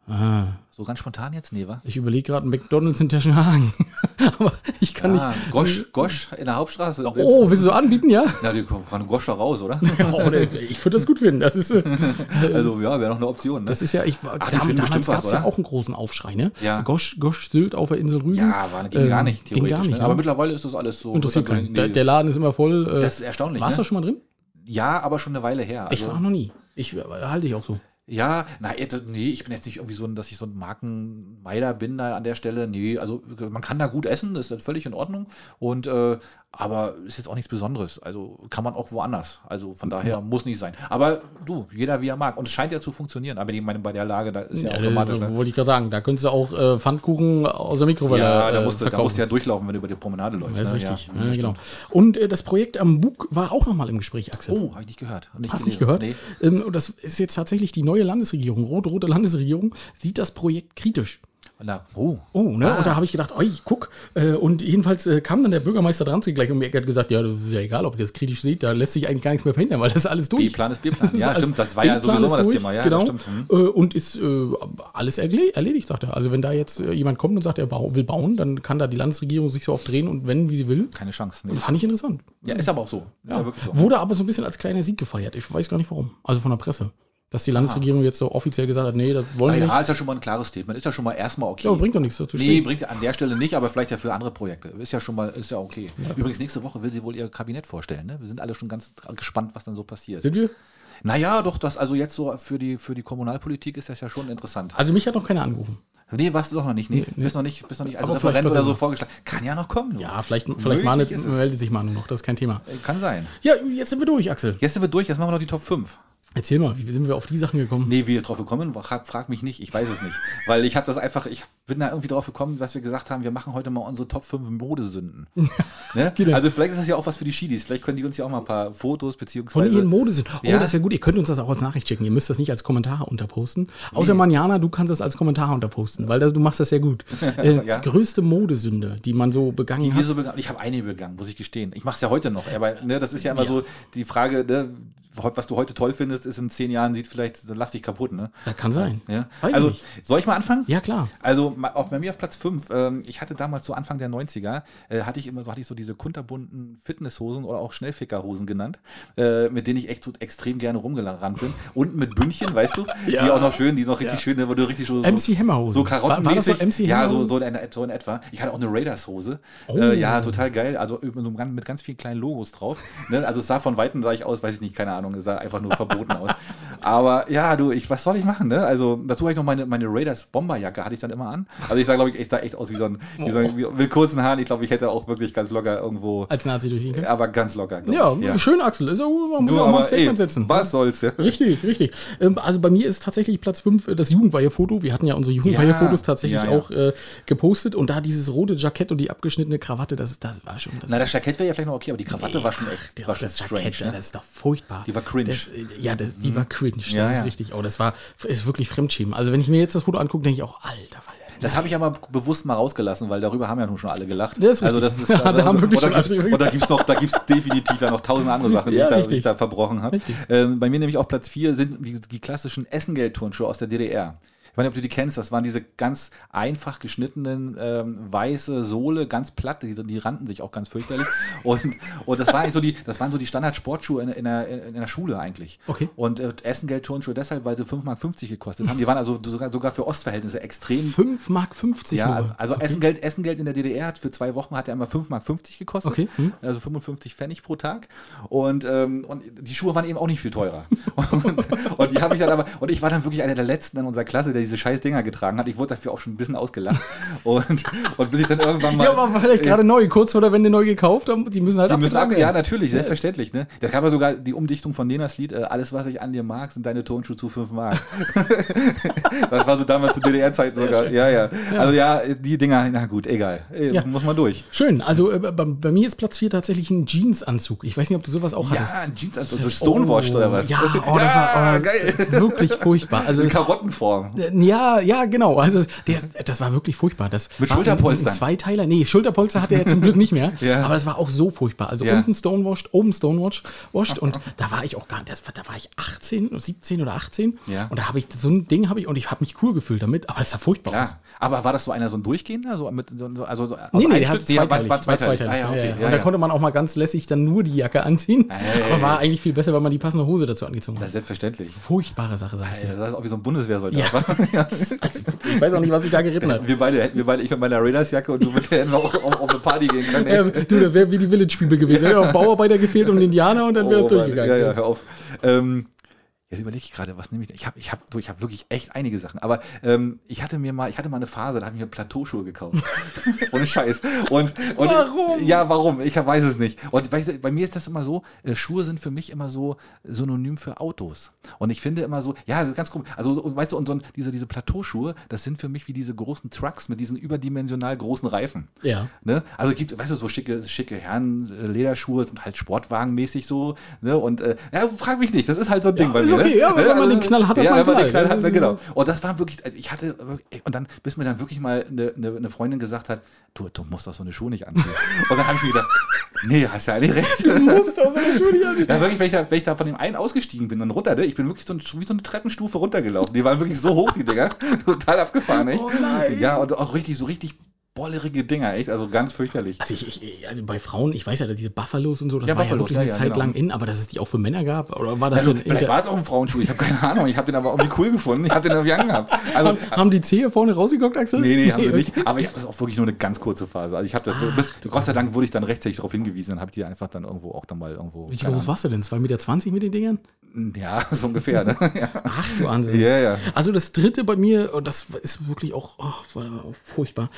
B: So ganz spontan jetzt? Nee, wa?
A: Ich überlege gerade McDonalds in Teschenhagen. Aber ich kann nicht.
B: Gosch in der Hauptstraße.
A: Oh, willst du so anbieten, ja?
B: Na, die kann Gosch da raus, oder?
A: Ich würde das gut finden. Das ist,
B: also, ja, wäre noch eine Option, ne?
A: das ist ja, damals gab es ja auch einen großen Aufschrei, ne?
B: Ja.
A: Gosch Sylt auf der Insel Rügen.
B: Ja, ging gar nicht, theoretisch.
A: Ging gar nicht,
B: ne? Aber mittlerweile ist das alles so.
A: Interessiert keinen. Der Laden ist immer voll.
B: Das ist erstaunlich.
A: Warst
B: ne?
A: du schon mal drin?
B: Ja, aber schon eine Weile her.
A: Ich war auch noch nie. Halte ich auch so.
B: Ja, nee, ich bin jetzt nicht irgendwie so, dass ich so ein Markenmeider bin da an der Stelle. Nee, also man kann da gut essen, ist das völlig in Ordnung. Und aber ist jetzt auch nichts Besonderes. Also kann man auch woanders. Also von daher muss nicht sein. Aber du, jeder wie er mag. Und es scheint ja zu funktionieren. Aber ich meine, bei der Lage, da ist ja automatisch.
A: Da wollte ich gerade sagen, da könntest du auch Pfannkuchen aus der Mikrowelle
B: da musst du
A: verkaufen.
B: ja durchlaufen, wenn du über die Promenade läufst.
A: Das ist
B: ne?
A: richtig. Ja, genau. Und das Projekt am Bug war auch nochmal im Gespräch, Axel.
B: Oh, habe ich nicht gehört.
A: Hast du nicht gehört?
B: Nee.
A: Und das ist jetzt tatsächlich die neue Landesregierung, rot-rote Landesregierung, sieht das Projekt kritisch.
B: Ne?
A: Und da habe ich gedacht, guck. Und jedenfalls kam dann der Bürgermeister Dranski gleich um die Ecke und hat gesagt, ja, das ist ja egal, ob ihr das kritisch seht, da lässt sich eigentlich gar nichts mehr verhindern, weil das ist alles durch.
B: B-Plan ist B-Plan. Ja, stimmt, das war ja sowieso mal das Thema. Ja,
A: genau.
B: Das stimmt.
A: Und ist alles erledigt, sagt er. Also wenn da jetzt jemand kommt und sagt, er will bauen, dann kann da die Landesregierung sich so oft drehen und wenden, wie sie will.
B: Keine Chance.
A: Nee. Fand ich interessant.
B: Ja, ist aber auch so. Ist ja wirklich so.
A: Wurde aber so ein bisschen als kleiner Sieg gefeiert. Ich weiß gar nicht warum. Also von der Presse. Dass die Landesregierung jetzt so offiziell gesagt hat, nee, das wollen wir nicht.
B: Ja, ist ja schon mal ein klares Statement. Ist ja schon mal erstmal okay.
A: Ja, aber bringt doch nichts dazu.
B: Nee, bringt an der Stelle nicht, aber vielleicht ja für andere Projekte. Ist ja okay. Ja. Übrigens, nächste Woche will sie wohl ihr Kabinett vorstellen. Ne? Wir sind alle schon ganz gespannt, was dann so passiert.
A: Sind wir?
B: Naja, doch, also jetzt so für die Kommunalpolitik ist das ja schon interessant.
A: Also mich hat noch keiner angerufen.
B: Nee, warst du doch noch nicht. Nee. Bist noch nicht als
A: aber
B: Referent oder so vorgeschlagen. Kann ja noch kommen. Du.
A: Ja, vielleicht meldet sich Manu noch. Das ist kein Thema.
B: Kann sein.
A: Ja, jetzt sind wir durch, Axel.
B: Jetzt machen wir noch die Top 5.
A: Erzähl mal, wie sind wir auf die Sachen gekommen?
B: Nee, wie wir drauf gekommen, frag mich nicht, ich weiß es nicht. Weil ich bin da irgendwie drauf gekommen, dass wir gesagt haben, wir machen heute mal unsere Top 5 Modesünden. Ne? Also vielleicht ist das ja auch was für die Schiedis, vielleicht können die uns ja auch mal ein paar Fotos beziehungsweise...
A: Von ihren Modesünden. Oh,
B: Ja.
A: das wäre gut, ihr könnt uns das auch als Nachricht schicken, ihr müsst das nicht als Kommentar unterposten. Außer Manjana, du kannst das als Kommentar unterposten, weil du machst das sehr gut.
B: Ja.
A: Die größte Modesünde, die man so begangen hat.
B: Ich habe eine begangen, muss ich gestehen. Ich mache es ja heute noch, aber ne, das ist ja immer so die Frage, ne, was du heute toll findest, ist in 10 Jahren lass dich kaputt, ne?
A: Das kann sein.
B: Ja.
A: Weiß
B: Also,
A: ich nicht.
B: soll ich mal anfangen?
A: Ja, klar.
B: Also auch bei mir auf Platz 5, ich hatte damals so Anfang der 90er, hatte ich so diese kunterbunten Fitnesshosen oder auch Schnellfickerhosen genannt, mit denen ich echt so extrem gerne rumgerannt bin. Unten mit Bündchen, weißt du,
A: Ja.
B: die auch noch schön, die noch richtig schön, wo du richtig so
A: MC Hammerhosen.
B: so karottenmäßig.
A: War das so MC
B: ja,
A: Hammerhosen?
B: so in etwa. Ich hatte auch eine Raiders-Hose.
A: Oh.
B: Ja, total geil. Also mit ganz vielen kleinen Logos drauf. Ne? Also es sah von Weitem sah ich aus, weiß ich nicht, keine Ahnung, es sah einfach nur verboten aus. Aber ja, was soll ich machen, ne? Also dazu habe ich noch meine Raiders Bomberjacke, hatte ich dann immer an. Also ich sah, glaube ich, echt aus wie mit kurzen Haaren. Ich glaube, ich hätte auch wirklich ganz locker irgendwo,
A: Als Nazi durch ihn können.
B: aber ganz locker,
A: Ja,
B: glaub ich.
A: schön, Axel. Ist ja, man muss
B: Du,
A: auch mal ein
B: aber,
A: Statement setzen.
B: Was soll's, ja?
A: Richtig. Also bei mir ist tatsächlich Platz 5 das Jugendweihe-Foto. Wir hatten ja unsere Jugendweihe-Fotos tatsächlich
B: ja.
A: auch gepostet. Und da dieses rote Jackett und die abgeschnittene Krawatte, das war schon...
B: Na, das Jackett wäre ja vielleicht noch okay, aber die Krawatte war schon echt, war schon
A: das
B: strange.
A: Jackett,
B: Ne?
A: das ist doch furchtbar.
B: Die war cringe.
A: Die war cringe,
B: Ja,
A: das ist
B: ja.
A: richtig. Oh, ist wirklich Fremdschämen. Also wenn ich mir jetzt das Foto angucke, denke ich auch, alter Falter.
B: Das habe ich aber bewusst mal rausgelassen, weil darüber haben ja nun schon alle gelacht.
A: Das ist
B: also
A: richtig.
B: das ist,
A: Da haben wirklich schon alle
B: oder da gibt's definitiv ja noch 1000 andere Sachen,
A: Ja,
B: die
A: richtig.
B: ich da verbrochen habe.
A: Richtig.
B: Bei mir nämlich auf Platz 4 sind die klassischen Essengeld-Turnschuhe aus der DDR. Ich weiß nicht, ob du die kennst, das waren diese ganz einfach geschnittenen weiße Sohle, ganz platt, die rannten sich auch ganz fürchterlich. Und das waren so die Standard-Sportschuhe in der Schule eigentlich.
A: Okay.
B: Und Essengeld-Turnschuhe deshalb, weil sie 5,50 Mark gekostet haben. Die waren also sogar für Ostverhältnisse extrem
A: 5,50 Mark
B: ja,
A: nur.
B: also
A: Okay.
B: Essengeld in der DDR hat für 2 Wochen hat er immer 5,50 Mark gekostet.
A: Okay.
B: Also 55 Pfennig pro Tag. Und die Schuhe waren eben auch nicht viel teurer. und die habe ich dann aber, und ich war dann wirklich einer der Letzten in unserer Klasse, der diese scheiß Dinger getragen hat. Ich wurde dafür auch schon ein bisschen ausgelacht. und bis ich dann irgendwann mal.
A: Ja, aber vielleicht gerade neu, kurz vor der Wende neu gekauft, die müssen halt abgetragen werden.
B: Ja, natürlich, selbstverständlich. Ne? Das gab ja sogar die Umdichtung von Nenas Lied, alles, was ich an dir mag, sind deine Turnschuhe zu 5 Mark. Das war so damals zu DDR-Zeiten sogar. Ja. Also ja, die Dinger, na gut, egal.
A: Ja.
B: Muss man durch.
A: Schön, also bei mir ist Platz 4 tatsächlich ein Jeansanzug. Ich weiß nicht, ob du sowas auch hattest.
B: Ja, ein Jeansanzug, so stonewashed oder was?
A: Ja, das war
B: geil.
A: wirklich furchtbar. Also,
B: In Karottenform.
A: ja, genau. Also das war wirklich furchtbar. Das
B: Mit
A: war
B: Schulterpolstern.
A: Ein Zweiteiler. Nee, Schulterpolster hatte er zum Glück nicht mehr.
B: Ja.
A: Aber das war auch so furchtbar. Also
B: Ja.
A: unten stonewashed, oben stonewashed. Und da war ich auch gar nicht, da war ich 17 oder 18.
B: Ja.
A: Und da habe ich so ein Ding und ich habe mich cool gefühlt damit. Aber es sah furchtbar aus.
B: Ja. Aber war das so ein durchgehender? So aus
A: Nee,
B: einem
A: der hat
B: Stück?
A: zweiteilig.
B: War zweiteilig.
A: Ah,
B: Ah, ja, okay.
A: Und da konnte man auch mal ganz lässig dann nur die Jacke anziehen. Aber war eigentlich viel besser, weil man die passende Hose dazu angezogen
B: Das
A: hat.
B: ist selbstverständlich.
A: Furchtbare Sache, sag ich dir.
B: Das ist auch wie so ein Bundeswehrsoldat.
A: Ja.
B: wa?
A: Also, ich weiß auch nicht, was mich da geritten hat.
B: Wir beide, ich mit meiner Raiders-Jacke und du mit der noch auf eine Party gehen können. ey.
A: Du, da wäre wie die Village People gewesen. Da wäre auch Bauarbeiter gefehlt und Indianer und dann wäre es
B: Oh, Mann.
A: durchgegangen.
B: Ja, hör auf. Jetzt überlege ich gerade, was nehme ich denn? Ich hab wirklich echt einige Sachen. Aber ich hatte mal eine Phase, da habe ich mir Plateauschuhe gekauft. Ohne Scheiß. Und
A: Warum?
B: Ja, warum? Ich weiß es nicht. Und weißt du, bei mir ist das immer so, Schuhe sind für mich immer so synonym für Autos. Und ich finde immer so, ja, das ist ganz komisch. Also, und weißt du, und diese Plateauschuhe, das sind für mich wie diese großen Trucks mit diesen überdimensional großen Reifen.
A: Ja.
B: Ne? Also es gibt, weißt du, so schicke Herren-Lederschuhe sind halt sportwagenmäßig so. Ne? Und ja, frag mich nicht, das ist halt so ein Ding bei
A: ist
B: mir.
A: okay,
B: ne?
A: ja, wenn man den Knall hat, hat
B: ja,
A: man
B: wenn man
A: einen
B: den
A: Knall.
B: Knall hat,
A: Das ist
B: genau. Und das war wirklich, und dann, bis mir dann wirklich mal eine Freundin gesagt hat, du musst doch so eine Schuhe nicht anziehen. Und dann habe ich mir gedacht, nee, hast ja eigentlich recht.
A: Du musst doch so eine Schuhe nicht anziehen.
B: Ja, wirklich, wenn ich da von dem einen ausgestiegen bin und runter, ne? Ich bin wirklich wie so eine Treppenstufe runtergelaufen. Die waren wirklich so hoch, die Dinger. Total abgefahren, echt.
A: Oh nein.
B: Ja, und auch so richtig bollerige Dinger, echt. Also ganz fürchterlich.
A: Also, also bei Frauen, ich weiß ja, diese Buffalos und so, das
B: Ja,
A: war ja
B: Buffalos,
A: wirklich eine
B: ja,
A: Zeit
B: genau.
A: lang in, aber dass es die auch für Männer gab? Oder war das
B: Also,
A: denn
B: vielleicht war es auch ein Frauenschuh, ich habe keine Ahnung. Ich habe den aber irgendwie cool gefunden. Ich habe den irgendwie angehabt. Also,
A: haben die Zehe vorne rausgeguckt, Axel?
B: nee, haben sie nicht. Aber ich habe das auch wirklich nur eine ganz kurze Phase. Also ich habe das, Gott sei Dank wurde ich dann rechtzeitig darauf hingewiesen. Dann habe ich die einfach dann irgendwo auch dann mal irgendwo.
A: Wie
B: keine
A: groß warst du denn? 2,20 Meter mit den Dingern?
B: Ahnung. Ja, so ungefähr. Ne? Ja.
A: Ach du Wahnsinn.
B: Ja, ja.
A: Also das dritte bei mir, und das ist wirklich auch war furchtbar,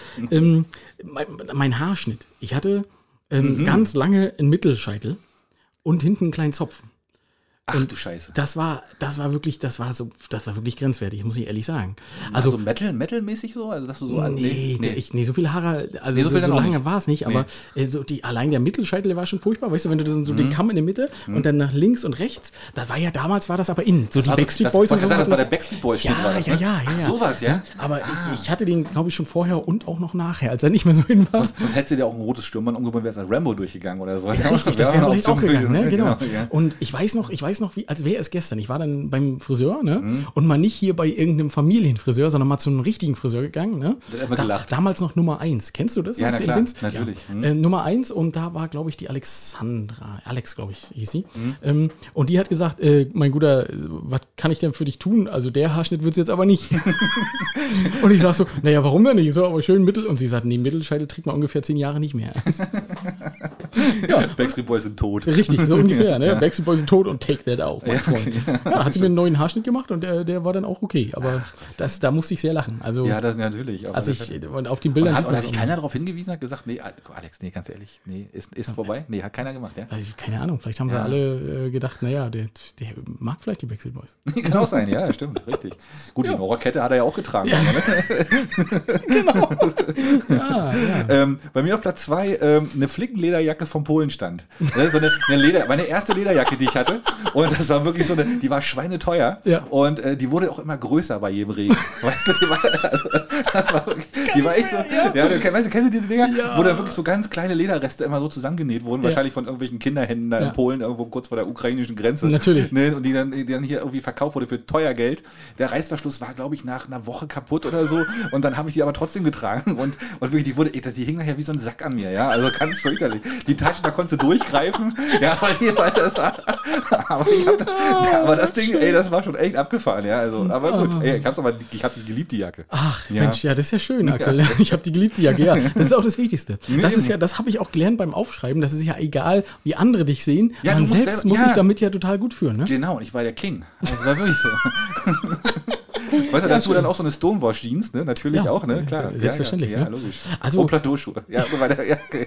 A: mein Haarschnitt. Ich hatte ganz lange einen Mittelscheitel und hinten einen kleinen Zopf.
B: Ach du Scheiße.
A: Das war wirklich grenzwertig, muss ich ehrlich sagen.
B: Also Metal-mäßig so? Also, dass du so
A: nee, so viele Haare, also
B: Nee, so viel dann
A: so
B: auch
A: lange
B: nicht.
A: war es nicht, aber allein der Mittelscheitel, der war schon furchtbar, weißt du, wenn du so den Kamm in der Mitte und dann nach links und rechts, damals war das aber in, so die Backstreet Boys und so.
B: Das war der Backstreet Boys Schnitt, war das, ne?
A: Ja.
B: Ach, sowas, ja?
A: Aber ich hatte den, glaube ich, schon vorher und auch noch nachher, als er nicht mehr so hin war.
B: Sonst hättest du dir auch ein rotes Stirnband umgebunden, wärst als Rambo durchgegangen oder so.
A: Ja, richtig, das wäre vielleicht auch gegangen, ne? Genau.
B: Ja.
A: Und ich weiß noch, wie, als wäre es gestern. Ich war dann beim Friseur, ne? Und mal nicht hier bei irgendeinem Familienfriseur, sondern mal zu einem richtigen Friseur gegangen, ne?
B: Der hat immer gelacht.
A: Damals noch Nummer 1. Kennst du das?
B: Ja,
A: noch,
B: na
A: den
B: klar,
A: Vince?
B: natürlich.
A: Ja. Nummer 1 und da war, glaube ich, die Alex, glaube ich, hieß sie. Und die hat gesagt, mein Guter, was kann ich denn für dich tun? Also der Haarschnitt wird es jetzt aber nicht. Und ich sag so, naja, warum denn nicht? So, aber schön Mittel. Und sie sagt, nee, Mittelscheitel trägt man ungefähr 10 Jahre nicht mehr.
B: Ja. Backstreet Boys sind tot.
A: Richtig, so ungefähr. Ne? Ja. Backstreet Boys sind tot und Take That auch. Ja, hat sie mir einen neuen Haarschnitt gemacht und der war dann auch okay. Aber da musste ich sehr lachen. Also,
B: ja, das natürlich.
A: Also auf den Bildern.
B: Und hat sich keiner darauf hingewiesen, hat gesagt, nee, Alex, nee, ganz ehrlich, nee, ist vorbei. Nee, hat keiner gemacht, ja.
A: Also, keine Ahnung, vielleicht haben sie alle gedacht, naja, der mag vielleicht die Backstreet Boys.
B: Kann auch sein, ja, stimmt, richtig. Gut, die Mauerkette hat er ja auch getragen.
A: Ja. Genau.
B: Bei mir auf Platz 2 eine Flickenlederjacke vom Polenstand. So meine erste Lederjacke, die ich hatte. Und das war wirklich die war schweineteuer. Ja. Und die wurde auch immer größer bei jedem Regen. Weißt du, die war echt so. Ja, kennst du diese Dinger? Ja. Wo da wirklich so ganz kleine Lederreste immer so zusammengenäht wurden. Wahrscheinlich von irgendwelchen Kinderhänden da in Polen, irgendwo kurz vor der ukrainischen Grenze. Natürlich. Ne? Und die dann hier irgendwie verkauft wurde für teuer Geld. Der Reißverschluss war, glaube ich, nach einer Woche kaputt oder so. Und dann habe ich die aber trotzdem getragen. Und wirklich, die hing nachher wie so ein Sack an mir. Ja, also ganz fürchterlich. Die Taschen, da konntest du durchgreifen. Ja, weil das war. Aber das Ding, ey, das war schon echt abgefahren. Ja, also, aber gut. Ey, ich habe die geliebt, die Jacke.
A: Ach, ja. Mensch, ja, das ist ja schön, Axel. Ich habe die geliebt, die Jacke. Ja, das ist auch das Wichtigste. Das habe ich auch gelernt beim Aufschreiben. Das ist ja egal, wie andere dich sehen. Ja, man selbst muss sich damit ja total gut fühlen. Ne?
B: Genau, und ich war der King. Das war wirklich so. Weißt du, dazu dann auch so eine Stonewash-Jeans, ne? Natürlich auch, ne? Klar.
A: Selbstverständlich.
B: Ja, logisch. Also Plateauschuhe. Ja, so weiter. Ja, okay.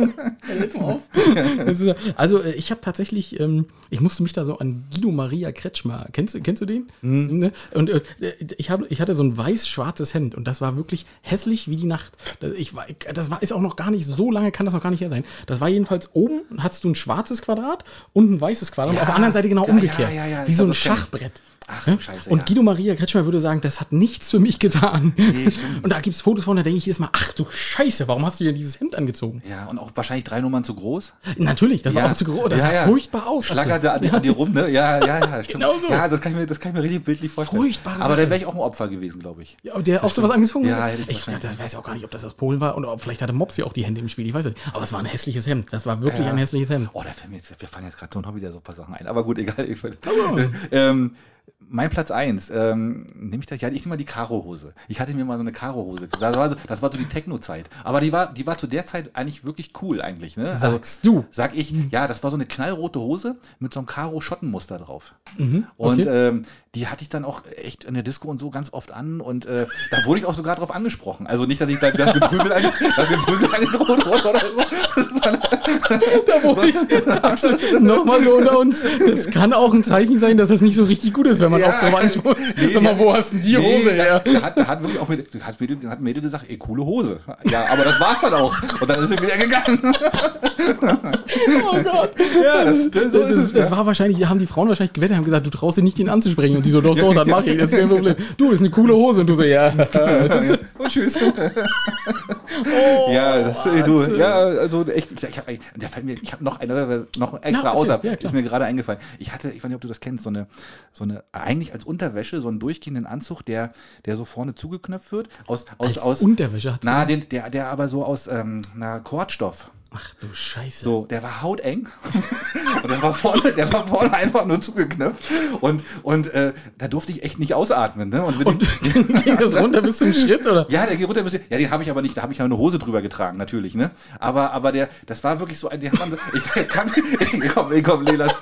A: Also ich habe tatsächlich, ich musste mich da so an Guido Maria Kretschmer, kennst du den? Und ich hatte so ein weiß-schwarzes Hemd und das war wirklich hässlich wie die Nacht. Ist auch noch gar nicht so lange, kann das noch gar nicht her sein. Das war jedenfalls oben, hattest du ein schwarzes Quadrat und ein weißes Quadrat und auf der anderen Seite genau umgekehrt. Wie so ein Schachbrett.
B: Ach du Scheiße.
A: Und Guido Maria Kretschmer würde sagen, das hat nichts für mich getan. Nee, stimmt. Und da gibt es Fotos von, da denke ich jedes Mal, ach du Scheiße, warum hast du dir dieses Hemd angezogen?
B: Ja, und auch wahrscheinlich 3 Nummern zu groß.
A: Natürlich, das war auch zu groß. Das sah furchtbar aus.
B: Schlagerte an dir rum, ne? Ja, stimmt.
A: Genau so.
B: Ja, das kann ich mir richtig bildlich vorstellen.
A: Furchtbar.
B: Aber dann wäre ich auch ein Opfer gewesen, glaube ich.
A: Ja, der auch sowas angezogen
B: hat? Ja,
A: ich weiß auch gar nicht, ob das aus Polen war oder ob vielleicht hatte Mops ja auch die Hände im Spiel, ich weiß nicht. Aber es war ein hässliches Hemd. Das war wirklich ein hässliches Hemd.
B: Oh, wir fallen jetzt gerade so noch wieder so ein paar Sachen ein. Aber gut, egal. Mein Platz 1, ich nehme mal die Karo-Hose. Ich hatte mir mal so eine Karo-Hose. Das war so die Techno-Zeit. Aber die war zu der Zeit eigentlich wirklich cool eigentlich. Ne?
A: Sagst du?
B: Sag ich, ja, das war so eine knallrote Hose mit so einem Karo-Schottenmuster drauf.
A: Okay.
B: Und die hatte ich dann auch echt in der Disco und so ganz oft an. Und da wurde ich auch sogar drauf angesprochen. Also nicht, dass ich da mit Prügel angedroht wurde oder so.
A: Da wurde ich, Axel, nochmal so unter uns. Das kann auch ein Zeichen sein, dass das nicht so richtig gut ist, wenn man oft drauf anspricht. Sag mal, wo hast denn die Hose her?
B: Hat wirklich auch hat Mädel gesagt, ey, coole Hose. Ja, aber das war's dann auch. Und dann ist sie wieder gegangen.
A: Oh Gott. Ja, das war wahrscheinlich, haben die Frauen wahrscheinlich gewettet, haben gesagt, du traust dich nicht, ihn anzusprechen. Und die so, doch, das mache ich. Das ist kein Problem. Du, ist eine coole Hose. Und du so, ja.
B: Und tschüss. Ja, also echt, ich habe noch extra außer, ist mir gerade eingefallen. Ich weiß nicht, ob du das kennst, so eine eigentlich als Unterwäsche, so einen durchgehenden Anzug, der so vorne zugeknöpft wird. Aus
A: Unterwäsche hat
B: der aber so aus Kordstoff.
A: Ach du Scheiße.
B: So, der war hauteng und der war vorne einfach nur zugeknöpft und da durfte ich echt nicht ausatmen. Ne? Und
A: ging das runter bis zum Schritt, oder?
B: Ja, der geht runter bis zum Schritt. Ja, den habe ich aber nicht, da habe ich ja eine Hose drüber getragen, natürlich. Ne? Aber das war wirklich so, komm, nee, lass.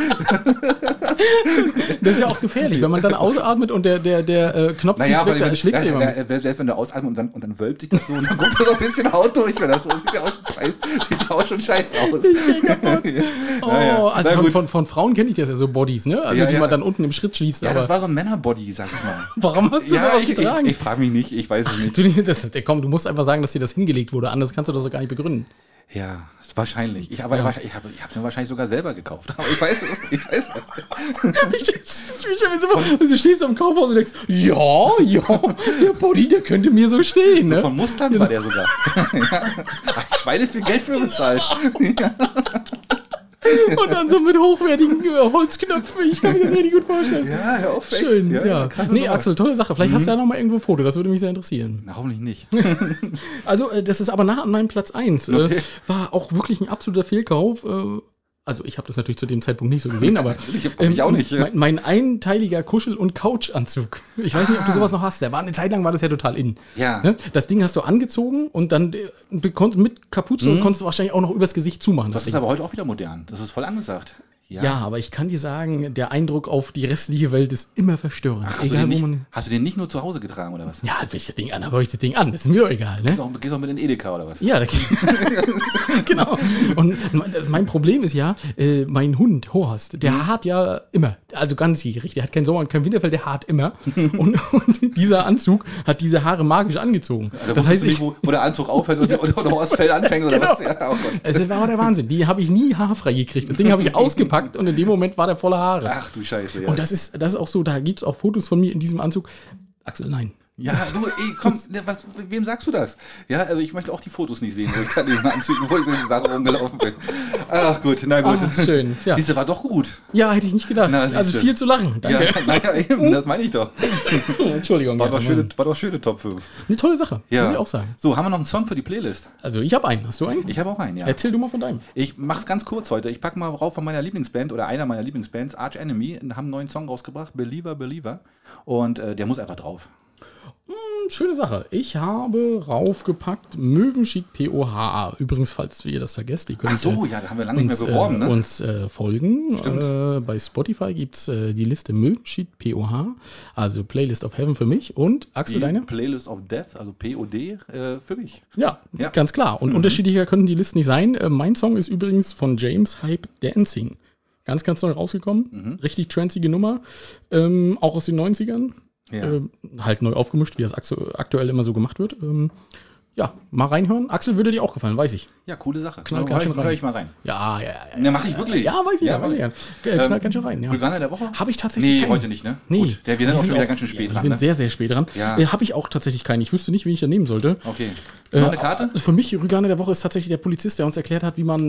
A: Das ist ja auch gefährlich, wenn man dann ausatmet und der Knopf weg, da schlägt sich jemand.
B: Selbst wenn du ausatmest und dann wölbt sich das so und dann kommt da so ein bisschen Haut durch, wenn das so sieht ja aus. Sieht auch schon scheiße aus.
A: Oh,
B: Ja.
A: also
B: Na gut.
A: von Frauen kenne ich das ja so Bodies, ne? Also
B: Ja,
A: die
B: ja.
A: man dann unten im Schritt schließt.
B: Ja,
A: aber
B: das war so ein Männerbody, sag ich mal.
A: warum hast du das auch getragen?
B: Ich frage mich nicht, ich weiß es nicht.
A: Komm, du musst einfach sagen, dass dir das hingelegt wurde. Anders kannst du das doch gar nicht begründen.
B: Ja, wahrscheinlich. Ich habe es mir wahrscheinlich sogar selber gekauft. Aber ich weiß es.
A: Du stehst am Kaufhaus und denkst, ja, der Body, der könnte mir so stehen.
B: So
A: Ne?
B: von Mustern war der sogar. Ja. Schweine viel Geld für bezahlt.
A: Und dann so mit hochwertigen Holzknöpfen. Ich kann mir das richtig gut vorstellen.
B: Ja, hör auf, echt.
A: Schön, ja.
B: krasse
A: Nee,
B: Sache.
A: Axel, tolle Sache. Vielleicht hast du ja noch mal irgendwo ein Foto. Das würde mich sehr interessieren.
B: Na, hoffentlich nicht.
A: Also, das ist aber nah an meinem Platz 1.
B: Okay.
A: War auch wirklich ein absoluter Fehlkauf. Also, ich habe das natürlich zu dem Zeitpunkt nicht so gesehen, aber
B: Ich auch nicht.
A: mein einteiliger Kuschel- und Couchanzug. Ich weiß nicht, ob du sowas noch hast. Eine Zeit lang war das ja total in.
B: Ja.
A: Ne? Das Ding hast du angezogen und dann mit Kapuze und konntest du wahrscheinlich auch noch übers Gesicht zumachen.
B: Das
A: Das
B: ist
A: Ding.
B: aber heute auch wieder modern. Das ist voll angesagt.
A: Ja, aber ich kann dir sagen, der Eindruck auf die restliche Welt ist immer verstörend.
B: Ach,
A: Egal, wo man.
B: hast du den nicht nur zu Hause getragen, oder was?
A: Ja, welches Ding an, habe ich das Ding an? Das ist mir doch egal, ne?
B: Gehst auch mit in Edeka, oder was?
A: Ja, genau. Und mein Problem ist ja, mein Hund, Horst, der hart ja immer, also ganzjährig, der hat keinen Sommer und kein Winterfell, der hart immer. Und dieser Anzug hat diese Haare magisch angezogen.
B: Da
A: Das heißt,
B: nicht, wo der Anzug aufhört und Horstfell anfängt, oder was? Ja, oh Gott.
A: es war der Wahnsinn. Die habe ich nie haarfrei gekriegt. Das Ding habe ich ausgepackt und in dem Moment war der voller Haare.
B: Ach du Scheiße, ja.
A: Und das ist auch so, da gibt es auch Fotos von mir in diesem Anzug. Axel, nein.
B: Ja, du, komm, wem sagst du das? Ja, also ich möchte auch die Fotos nicht sehen, wo ich dann in diesen Anzügen, wo ich in die Sache rumgelaufen bin. Ach gut, na gut.
A: Ah, schön. Ja.
B: Diese war doch gut.
A: Ja, hätte ich nicht gedacht.
B: Na,
A: also
B: siehste.
A: viel zu lachen. Danke.
B: Ja, naja, eben, das meine ich doch.
A: Entschuldigung.
B: War
A: ja,
B: doch schöne Top 5.
A: eine tolle Sache,
B: Ja.
A: muss ich auch sagen.
B: So, haben wir noch einen Song für die Playlist?
A: Also ich habe einen. Hast du einen?
B: Ich habe auch einen, ja.
A: Erzähl du mal von deinem.
B: Ich mach's ganz kurz heute. Ich packe mal rauf von meiner Lieblingsband oder einer meiner Lieblingsbands, Arch Enemy, und haben einen neuen Song rausgebracht, Believer, Believer. Und der muss einfach drauf.
A: Schöne Sache. Ich habe raufgepackt Möwenschied POHA. Übrigens, falls ihr das vergesst, ihr könnt
B: Ach so, ja, da haben wir lange nicht
A: uns,
B: mehr beworben, ne?
A: uns folgen.
B: Stimmt.
A: Bei Spotify gibt es die Liste Möwenschied POH, also Playlist of Heaven für mich. Und Axel,
B: Die
A: deine?
B: Playlist of Death, also POD, für mich.
A: Ja,
B: Ja.
A: ganz klar. Und unterschiedlicher können die Listen nicht sein. Mein Song ist übrigens von James Hype Dancing. Ganz, ganz neu rausgekommen. Richtig tranzige Nummer. Auch aus den 90ern.
B: Ja.
A: Halt neu aufgemischt, wie das aktuell immer so gemacht wird. Ja, mal reinhören. Axel würde dir auch gefallen, weiß ich.
B: Ja, coole Sache.
A: Knallt ganz schön rein.
B: Hör ich mal rein.
A: Ja.
B: Ne, mach ich wirklich.
A: Ja, weiß ich,
B: Ja,
A: ja, weiß ich. Ja. Knallt ganz schön rein, ja.
B: Bulganer der Woche?
A: Habe ich tatsächlich
B: Nee,
A: keinen.
B: heute nicht, ne?
A: Nee.
B: Gut, wir sind auch schon wieder ganz schön spät
A: wir
B: dran,
A: sind
B: ne?
A: sehr, sehr spät dran.
B: Ja.
A: Habe ich auch tatsächlich keinen. Ich wüsste nicht, wen ich da nehmen sollte.
B: Okay. Noch eine Karte?
A: Für mich, Rüganer der Woche, ist tatsächlich der Polizist, der uns erklärt hat, wie man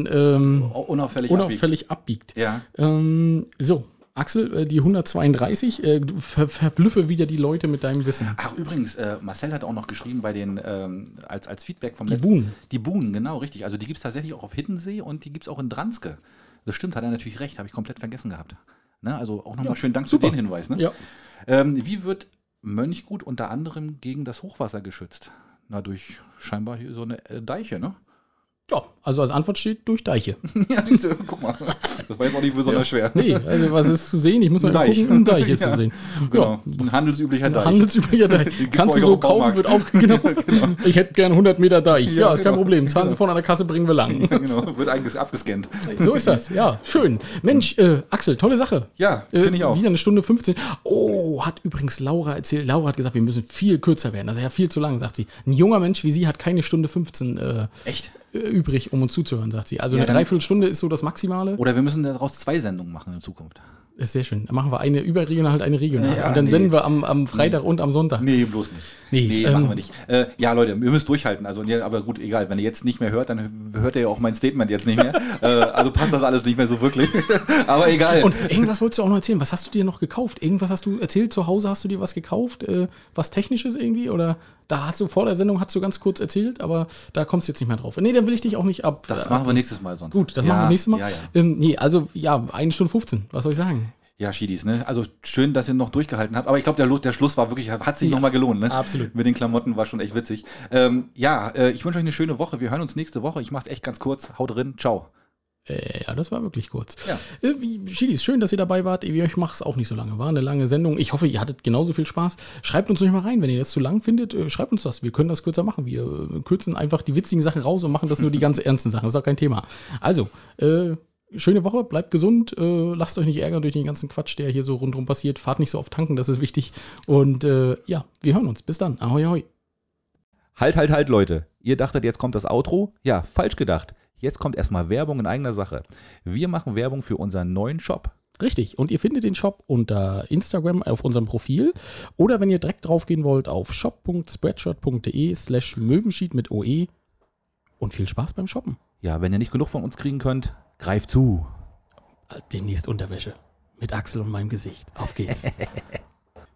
B: Unauffällig
A: abbiegt.
B: Ja.
A: So, Axel, die 132, du verblüffe wieder die Leute mit deinem Wissen.
B: Ach, übrigens, Marcel hat auch noch geschrieben bei den, als Feedback vom
A: Die
B: letzten.
A: Buhnen.
B: Die Buhnen, genau, richtig. Also die gibt es tatsächlich auch auf Hiddensee und die gibt es auch in Dranske. Das stimmt, hat er natürlich recht, habe ich komplett vergessen gehabt. Ne? Also auch nochmal schönen Dank
A: super.
B: für den Hinweis. Ne?
A: Ja.
B: Wie wird Mönchgut unter anderem gegen das Hochwasser geschützt? Na, durch scheinbar hier so eine Deiche, ne?
A: Ja, also als Antwort steht durch Deiche.
B: Ja, siehst du, guck mal. Das war jetzt auch nicht besonders schwer.
A: Nee, also was ist zu sehen? Ich muss mal
B: Ein Deich.
A: gucken. Ein Deich ist
B: Ja,
A: zu sehen.
B: Genau, ein handelsüblicher Deich.
A: Handelsüblicher Deich.
B: Die
A: Kannst du
B: gibt's
A: so
B: auch im
A: kaufen,
B: Baumarkt.
A: wird aufgenommen. Ich hätte gern 100 Meter Deich. Ja, ist kein
B: genau.
A: Problem. Zahlen Sie vorne an der Kasse, bringen wir lang.
B: Ja, genau, wird eigentlich abgescannt.
A: So ist das, ja, schön. Mensch, Axel, tolle Sache.
B: Ja, finde ich auch.
A: Wieder eine Stunde 15. Oh, hat übrigens Laura erzählt. Laura hat gesagt, wir müssen viel kürzer werden. Das ist ja viel zu lang, sagt sie. Ein junger Mensch wie sie hat keine Stunde 15
B: Echt?
A: übrig, um uns zuzuhören, sagt sie. Also
B: Ja,
A: eine
B: dann-
A: Dreiviertelstunde ist so das Maximale.
B: Oder wir müssen daraus 2 Sendungen machen in Zukunft.
A: Ist sehr schön. Dann machen wir eine überregional, halt eine regional.
B: Ja,
A: und dann
B: nee.
A: senden wir am Freitag und am Sonntag.
B: Nee, bloß nicht.
A: Nee,
B: machen wir nicht. Ja, Leute, ihr müsst durchhalten. Also, ja, aber gut, egal. Wenn ihr jetzt nicht mehr hört, dann hört ihr ja auch mein Statement jetzt nicht mehr. Also passt das alles nicht mehr so wirklich. Aber egal.
A: Und irgendwas wolltest du auch noch erzählen. Was hast du dir noch gekauft? Irgendwas hast du erzählt? Zu Hause hast du dir was gekauft? Was Technisches irgendwie? Oder da hast du vor der Sendung hast du ganz kurz erzählt, aber da kommst du jetzt nicht mehr drauf. Nee, dann will ich dich auch nicht ab.
B: Das machen wir nächstes Mal sonst.
A: Gut, das machen wir nächstes Mal.
B: Ja.
A: Nee, also ja, 1 Stunde 15. Was soll ich sagen?
B: Ja, Schiedis, ne? Also schön, dass ihr noch durchgehalten habt. Aber ich glaube, der Schluss war wirklich, hat sich
A: Ja,
B: nochmal gelohnt, ne?
A: absolut.
B: Mit den Klamotten war schon echt witzig. Ich wünsche euch eine schöne Woche. Wir hören uns nächste Woche. Ich mach's echt ganz kurz. Haut drin. Ciao.
A: Ja, das war wirklich kurz.
B: Ja.
A: Schiedis, schön, dass ihr dabei wart. Ich mache es auch nicht so lange. War eine lange Sendung. Ich hoffe, ihr hattet genauso viel Spaß. Schreibt uns ruhig mal rein, wenn ihr das zu lang findet. Schreibt uns das. Wir können das kürzer machen. Wir kürzen einfach die witzigen Sachen raus und machen das nur die ganz ernsten Sachen. Das ist auch kein Thema. Also, schöne Woche. Bleibt gesund. Lasst euch nicht ärgern durch den ganzen Quatsch, der hier so rundherum passiert. Fahrt nicht so oft tanken. Das ist wichtig. Und ja, wir hören uns. Bis dann. Ahoi, ahoi.
B: Halt, Leute. Ihr dachtet, jetzt kommt das Outro? Ja, falsch gedacht. Jetzt kommt erstmal Werbung in eigener Sache. Wir machen Werbung für unseren neuen Shop.
A: Richtig. Und ihr findet den Shop unter Instagram auf unserem Profil. Oder wenn ihr direkt drauf gehen wollt, auf shop.spreadshirt.de/Möwenschied mit OE. Und viel Spaß beim Shoppen.
B: Ja, wenn ihr nicht genug von uns kriegen könnt, greift zu.
A: Demnächst Unterwäsche. Mit Axel und meinem Gesicht. Auf geht's.